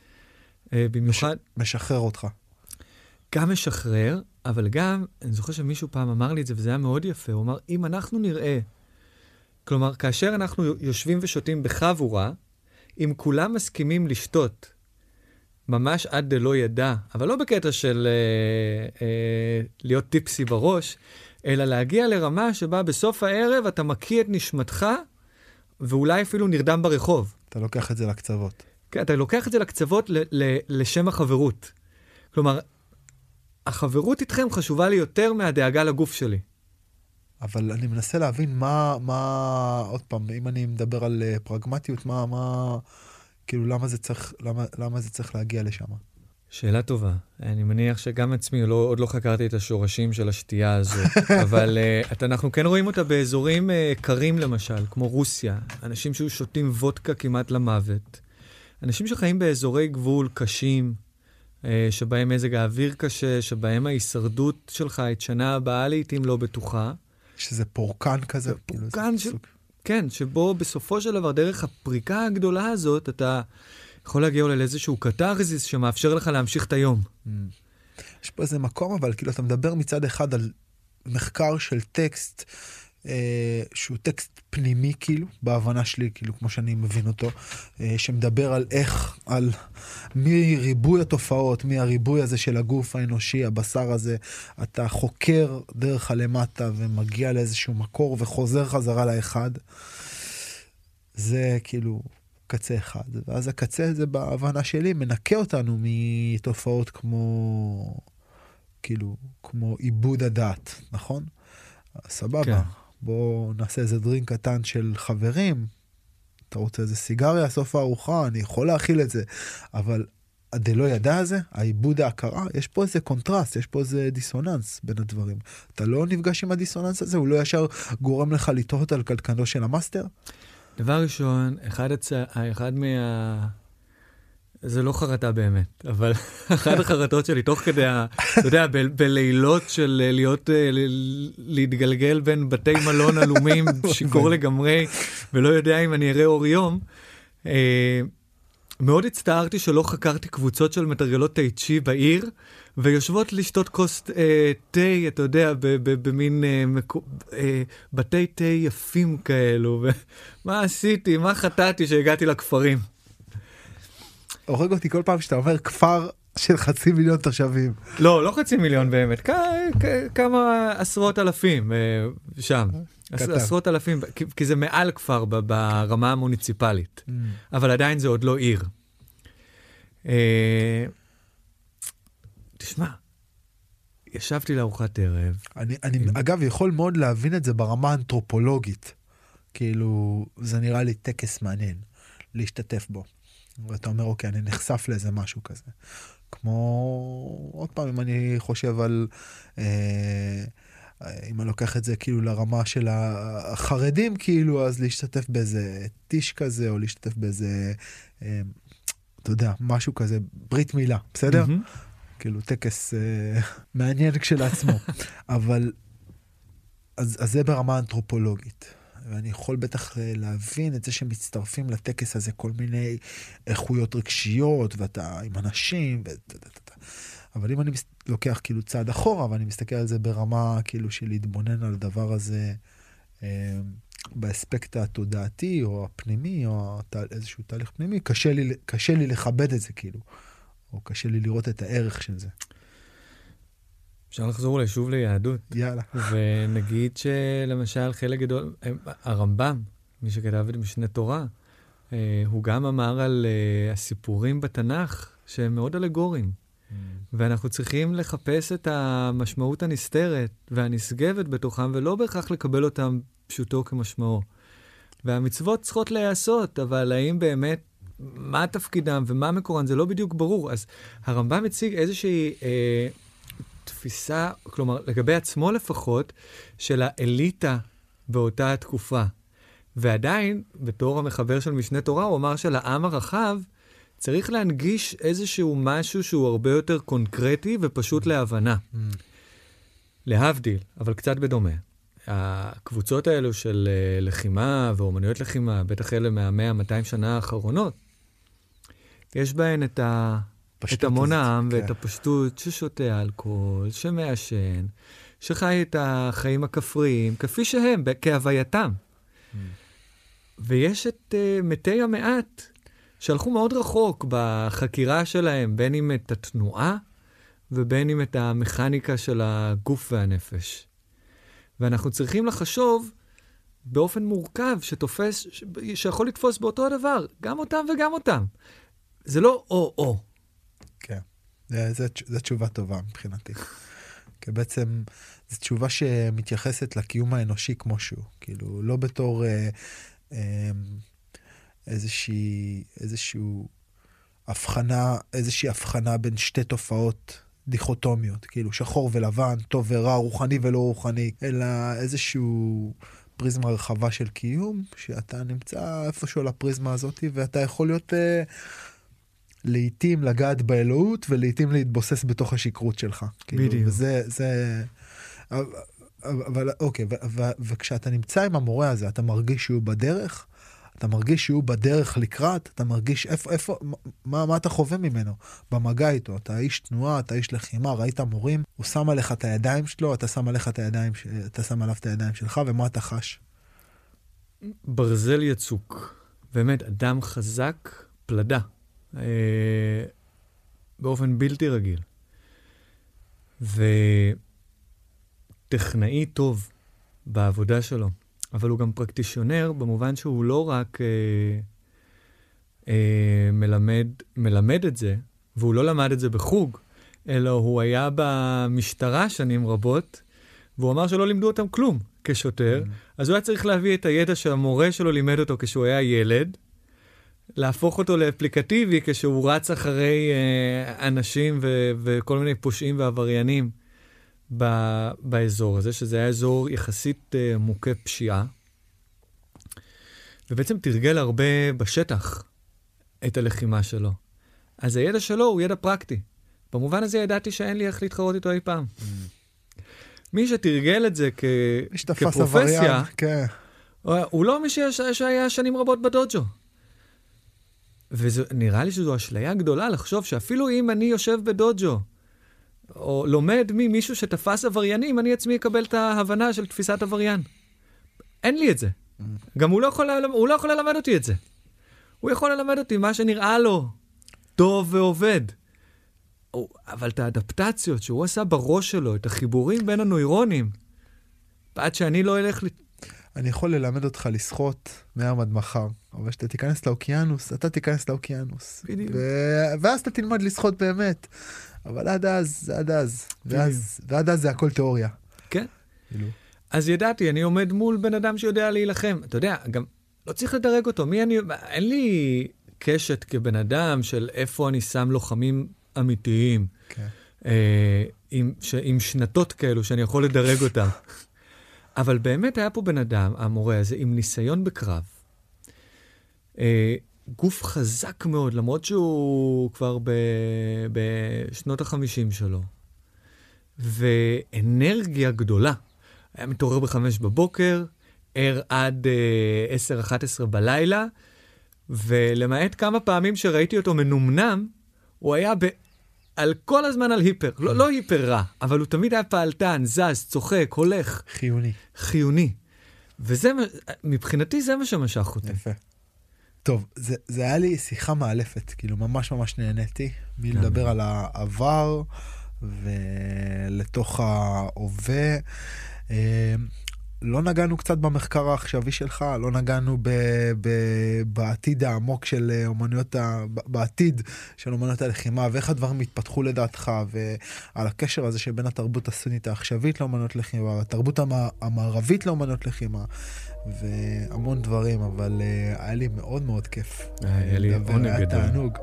אה, במיוחד... מש, משחרר אותך. גם משחרר, אבל גם, אני זוכר שמישהו פעם אמר לי את זה, וזה היה מאוד יפה, הוא אמר, אם אנחנו נראה, כלומר, כאשר אנחנו יושבים ושותים בחבורה, אם כולם מסכימים לשתות, ממש עד דלא ידע, אבל לא בקטע של אה, אה, להיות טיפסי בראש, אלא להגיע לרמה שבה בסוף הערב אתה מקיא את נשמתך, ואולי אפילו נרדם ברחוב. אתה לוקח את זה לקצוות. כן, אתה לוקח את זה לקצוות ל- ל- לשם החברות. כלומר, החברות איתכם חשובה לי יותר מהדאגה לגוף שלי. אבל אני מנסה להבין מה, מה, עוד פעם, אם אני מדבר על uh, פרגמטיות, מה, מה, כאילו, למה זה צריך, למה, למה זה צריך להגיע לשם? שאלה טובה. אני מניח שגם עצמי, לא, עוד לא חקרתי את השורשים של השתייה הזאת, אבל uh, אנחנו כן רואים אותה באזורים uh, קרים למשל, כמו רוסיה, אנשים שהיו שותים וודקה כמעט למוות, אנשים שחיים באזורי גבול קשים, uh, שבהם מזג האוויר קשה, שבהם ההישרדות שלך את שנה הבאה לעתים לא בטוחה. שזה פורקן כזה? פורקן, ש... כן, שבו בסופו של דבר, דרך הפריקה הגדולה הזאת, אתה... יכול להגיע אולי לאיזשהו קטרזיס שמאפשר לך להמשיך את היום. יש פה איזה מקום, אבל כאילו אתה מדבר מצד אחד על מחקר של טקסט, אה, שהוא טקסט פנימי כאילו, בהבנה שלי, כאילו כמו שאני מבין אותו, אה, שמדבר על איך, על מי ריבוי התופעות, מי הריבוי הזה של הגוף האנושי, הבשר הזה, אתה חוקר דרך הלמטה ומגיע לאיזשהו מקור וחוזר חזרה לאחד. זה כאילו... קצה אחד, ואז הקצה הזה בהבנה שלי מנקה אותנו מתופעות כמו כאילו, כמו עיבוד הדעת, נכון? סבבה, כן. בוא נעשה איזה דרינק קטן של חברים, אתה רוצה איזה סיגריה, סוף הארוחה, אני יכול להכיל את זה, אבל הדלא ידע הזה, העיבוד ההכרה, יש פה איזה קונטרסט, יש פה איזה דיסוננס בין הדברים. אתה לא נפגש עם הדיסוננס הזה, הוא לא ישר גורם לך לתהות על קלקנו של המאסטר? דבר ראשון, אחד, הצ... אחד מה... זה לא חרטה באמת, אבל אחת החרטות שלי, תוך כדי, ה... אתה יודע, ב... בלילות של להיות, ל... להתגלגל בין בתי מלון אלומים, שיקור לגמרי, ולא יודע אם אני אראה אור יום, אה... מאוד הצטערתי שלא חקרתי קבוצות של מתרגלות טאי צ'י בעיר, ויושבות לשתות כוס אה, תה, אתה יודע, במין אה, מקו, אה, בתי תה יפים כאלו, ומה עשיתי, מה חטאתי שהגעתי לכפרים. הורג אותי כל פעם שאתה אומר כפר של חצי מיליון תושבים. לא, לא חצי מיליון באמת, כ- כ- כמה עשרות אלפים אה, שם. עש, עשרות אלפים, כי, כי זה מעל כפר ב- ברמה המוניציפלית, mm. אבל עדיין זה עוד לא עיר. אה, תשמע, ישבתי לארוחת ערב. אני, אני עם... אגב, יכול מאוד להבין את זה ברמה האנתרופולוגית. כאילו, זה נראה לי טקס מעניין, להשתתף בו. ואתה אומר, אוקיי, אני נחשף לאיזה משהו כזה. כמו, עוד פעם, אם אני חושב על, אה, אם אני לוקח את זה כאילו לרמה של החרדים, כאילו, אז להשתתף באיזה טיש כזה, או להשתתף באיזה, אה, אתה יודע, משהו כזה, ברית מילה, בסדר? Mm-hmm. כאילו, טקס אה, מעניין כשלעצמו. אבל, אז, אז זה ברמה האנתרופולוגית. ואני יכול בטח להבין את זה שמצטרפים לטקס הזה כל מיני איכויות רגשיות, ואתה עם אנשים, ו... אבל אם אני לוקח כאילו צעד אחורה, ואני מסתכל על זה ברמה כאילו של להתבונן על הדבר הזה, אה, באספקט התודעתי, או הפנימי, או איזשהו תהליך פנימי, קשה לי, קשה לי לכבד את זה כאילו, או קשה לי לראות את הערך של זה. אפשר לחזור אולי שוב ליהדות. יאללה. ונגיד שלמשל חלק גדול, הרמב"ם, מי שכתב את משנה תורה, הוא גם אמר על הסיפורים בתנ"ך שהם מאוד אלגוריים. Mm. ואנחנו צריכים לחפש את המשמעות הנסתרת והנשגבת בתוכם, ולא בהכרח לקבל אותם פשוטו כמשמעו. והמצוות צריכות להיעשות, אבל האם באמת, מה תפקידם ומה מקורן, זה לא בדיוק ברור. אז הרמב"ם מציג איזושהי... אה, תפיסה, כלומר, לגבי עצמו לפחות, של האליטה באותה התקופה. ועדיין, בתור המחבר של משנה תורה, הוא אמר שלעם הרחב צריך להנגיש איזשהו משהו שהוא הרבה יותר קונקרטי ופשוט להבנה. Mm. להבדיל, אבל קצת בדומה. הקבוצות האלו של לחימה ואומנויות לחימה, בטח אלה מהמאה, מאתיים שנה האחרונות, יש בהן את ה... את המון העם ואת הפשטות ששותה אלכוהול, שמעשן, שחי את החיים הכפריים, כפי שהם, כהווייתם. ויש את מתי המעט, שהלכו מאוד רחוק בחקירה שלהם, בין אם את התנועה, ובין אם את המכניקה של הגוף והנפש. ואנחנו צריכים לחשוב באופן מורכב, שתופס, שיכול לתפוס באותו הדבר, גם אותם וגם אותם. זה לא או-או. כן, זו תשובה טובה מבחינתי. כי בעצם זו תשובה שמתייחסת לקיום האנושי כמו שהוא. כאילו, לא בתור אה, אה, איזושהי, איזשהו הבחנה, איזושהי הבחנה בין שתי תופעות דיכוטומיות. כאילו, שחור ולבן, טוב ורע, רוחני ולא רוחני, אלא איזשהו פריזמה רחבה של קיום, שאתה נמצא איפשהו על הפריזמה הזאת, ואתה יכול להיות... אה, לעתים לגעת באלוהות, ולעתים להתבוסס בתוך השקרות שלך. בדיוק. כאילו, וזה, זה... אבל, אוקיי, ו, ו, וכשאתה נמצא עם המורה הזה, אתה מרגיש שהוא בדרך, אתה מרגיש שהוא בדרך לקראת, אתה מרגיש איפה, איפה, מה, מה אתה חווה ממנו? במגע איתו, אתה איש תנועה, אתה איש לחימה, ראית מורים, הוא שם עליך את הידיים שלו, אתה שם עליך את הידיים, אתה שם עליו את הידיים שלך, ומה אתה חש? ברזל יצוק. באמת, אדם חזק, פלדה. באופן בלתי רגיל. וטכנאי טוב בעבודה שלו, אבל הוא גם פרקטישיונר במובן שהוא לא רק אה, אה, מלמד, מלמד את זה, והוא לא למד את זה בחוג, אלא הוא היה במשטרה שנים רבות, והוא אמר שלא לימדו אותם כלום כשוטר, mm. אז הוא היה צריך להביא את הידע שהמורה שלו לימד אותו כשהוא היה ילד, להפוך אותו לאפליקטיבי כשהוא רץ אחרי אה, אנשים ו- וכל מיני פושעים ועבריינים ב- באזור הזה, שזה היה אזור יחסית אה, מוכה פשיעה, ובעצם תרגל הרבה בשטח את הלחימה שלו. אז הידע שלו הוא ידע פרקטי. במובן הזה ידעתי שאין לי איך להתחרות איתו אי פעם. Mm. מי שתרגל את זה כ- כפרופסיה, כן. הוא לא מי שהיה שנים רבות בדוג'ו. ונראה לי שזו אשליה גדולה לחשוב שאפילו אם אני יושב בדוג'ו, או לומד ממישהו שתפס עבריינים, אני עצמי אקבל את ההבנה של תפיסת עבריין. אין לי את זה. גם הוא לא יכול, הוא לא יכול ללמד אותי את זה. הוא יכול ללמד אותי מה שנראה לו טוב ועובד. אבל את האדפטציות שהוא עשה בראש שלו, את החיבורים בין הנוירונים, עד שאני לא אלך... אני יכול ללמד אותך לשחות מהיום עד מחר, אבל שאתה תיכנס לאוקיינוס, אתה תיכנס לאוקיינוס. ו... ואז אתה תלמד לשחות באמת. אבל עד אז, עד אז. ואז, ועד אז זה הכל תיאוריה. כן. אז ידעתי, אני עומד מול בן אדם שיודע להילחם. אתה יודע, גם לא צריך לדרג אותו. מי אני... אין לי קשת כבן אדם של איפה אני שם לוחמים אמיתיים. כן. אה, עם, ש... עם שנתות כאלו שאני יכול לדרג אותם. אבל באמת היה פה בן אדם, המורה הזה, עם ניסיון בקרב. אה, גוף חזק מאוד, למרות שהוא כבר ב, בשנות החמישים שלו. ואנרגיה גדולה. היה מתעורר בחמש בבוקר, ער עד אה, עשר אחת עשרה בלילה, ולמעט כמה פעמים שראיתי אותו מנומנם, הוא היה ב... על כל הזמן על היפר, לא, לא היפר רע, אבל הוא תמיד היה פעלתן, זז, צוחק, הולך. חיוני. חיוני. וזה, מבחינתי זה מה שמשך אותי. יפה. טוב, זה, זה היה לי שיחה מאלפת, כאילו ממש ממש נהניתי, מלדבר על העבר ולתוך ההווה. לא נגענו קצת במחקר העכשווי שלך, לא נגענו ב, ב, בעתיד העמוק של אומנויות, בעתיד של אומנויות הלחימה, ואיך הדברים התפתחו לדעתך, ועל הקשר הזה שבין התרבות הסונית העכשווית לאומנויות לחימה, התרבות המערבית לאומנויות לחימה, והמון דברים, אבל היה לי מאוד מאוד כיף. היה לי עונג גדול. היה תענוג.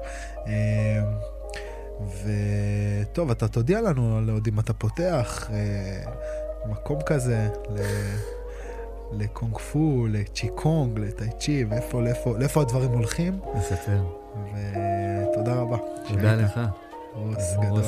וטוב, אתה תודיע לנו על עוד אם אתה פותח מקום כזה לקונג פו, לצ'יקונג, לטאי צ'י, ואיפה, לאיפה, לאיפה הדברים הולכים. נספר. ותודה רבה. תודה לך. רוס גדול.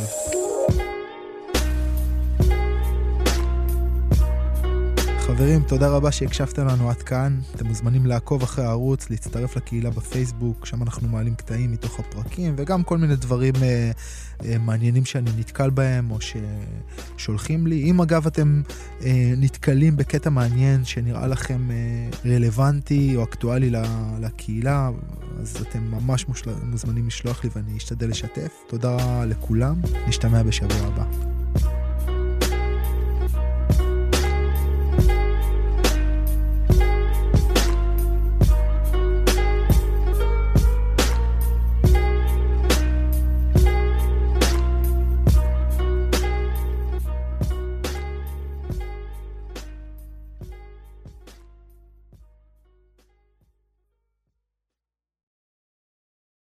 חברים, תודה רבה שהקשבתם לנו עד כאן. אתם מוזמנים לעקוב אחרי הערוץ, להצטרף לקהילה בפייסבוק, שם אנחנו מעלים קטעים מתוך הפרקים, וגם כל מיני דברים אה, אה, מעניינים שאני נתקל בהם, או ששולחים לי. אם אגב אתם אה, נתקלים בקטע מעניין שנראה לכם אה, רלוונטי או אקטואלי לקהילה, אז אתם ממש מושל... מוזמנים לשלוח לי ואני אשתדל לשתף. תודה לכולם, נשתמע בשבוע הבא.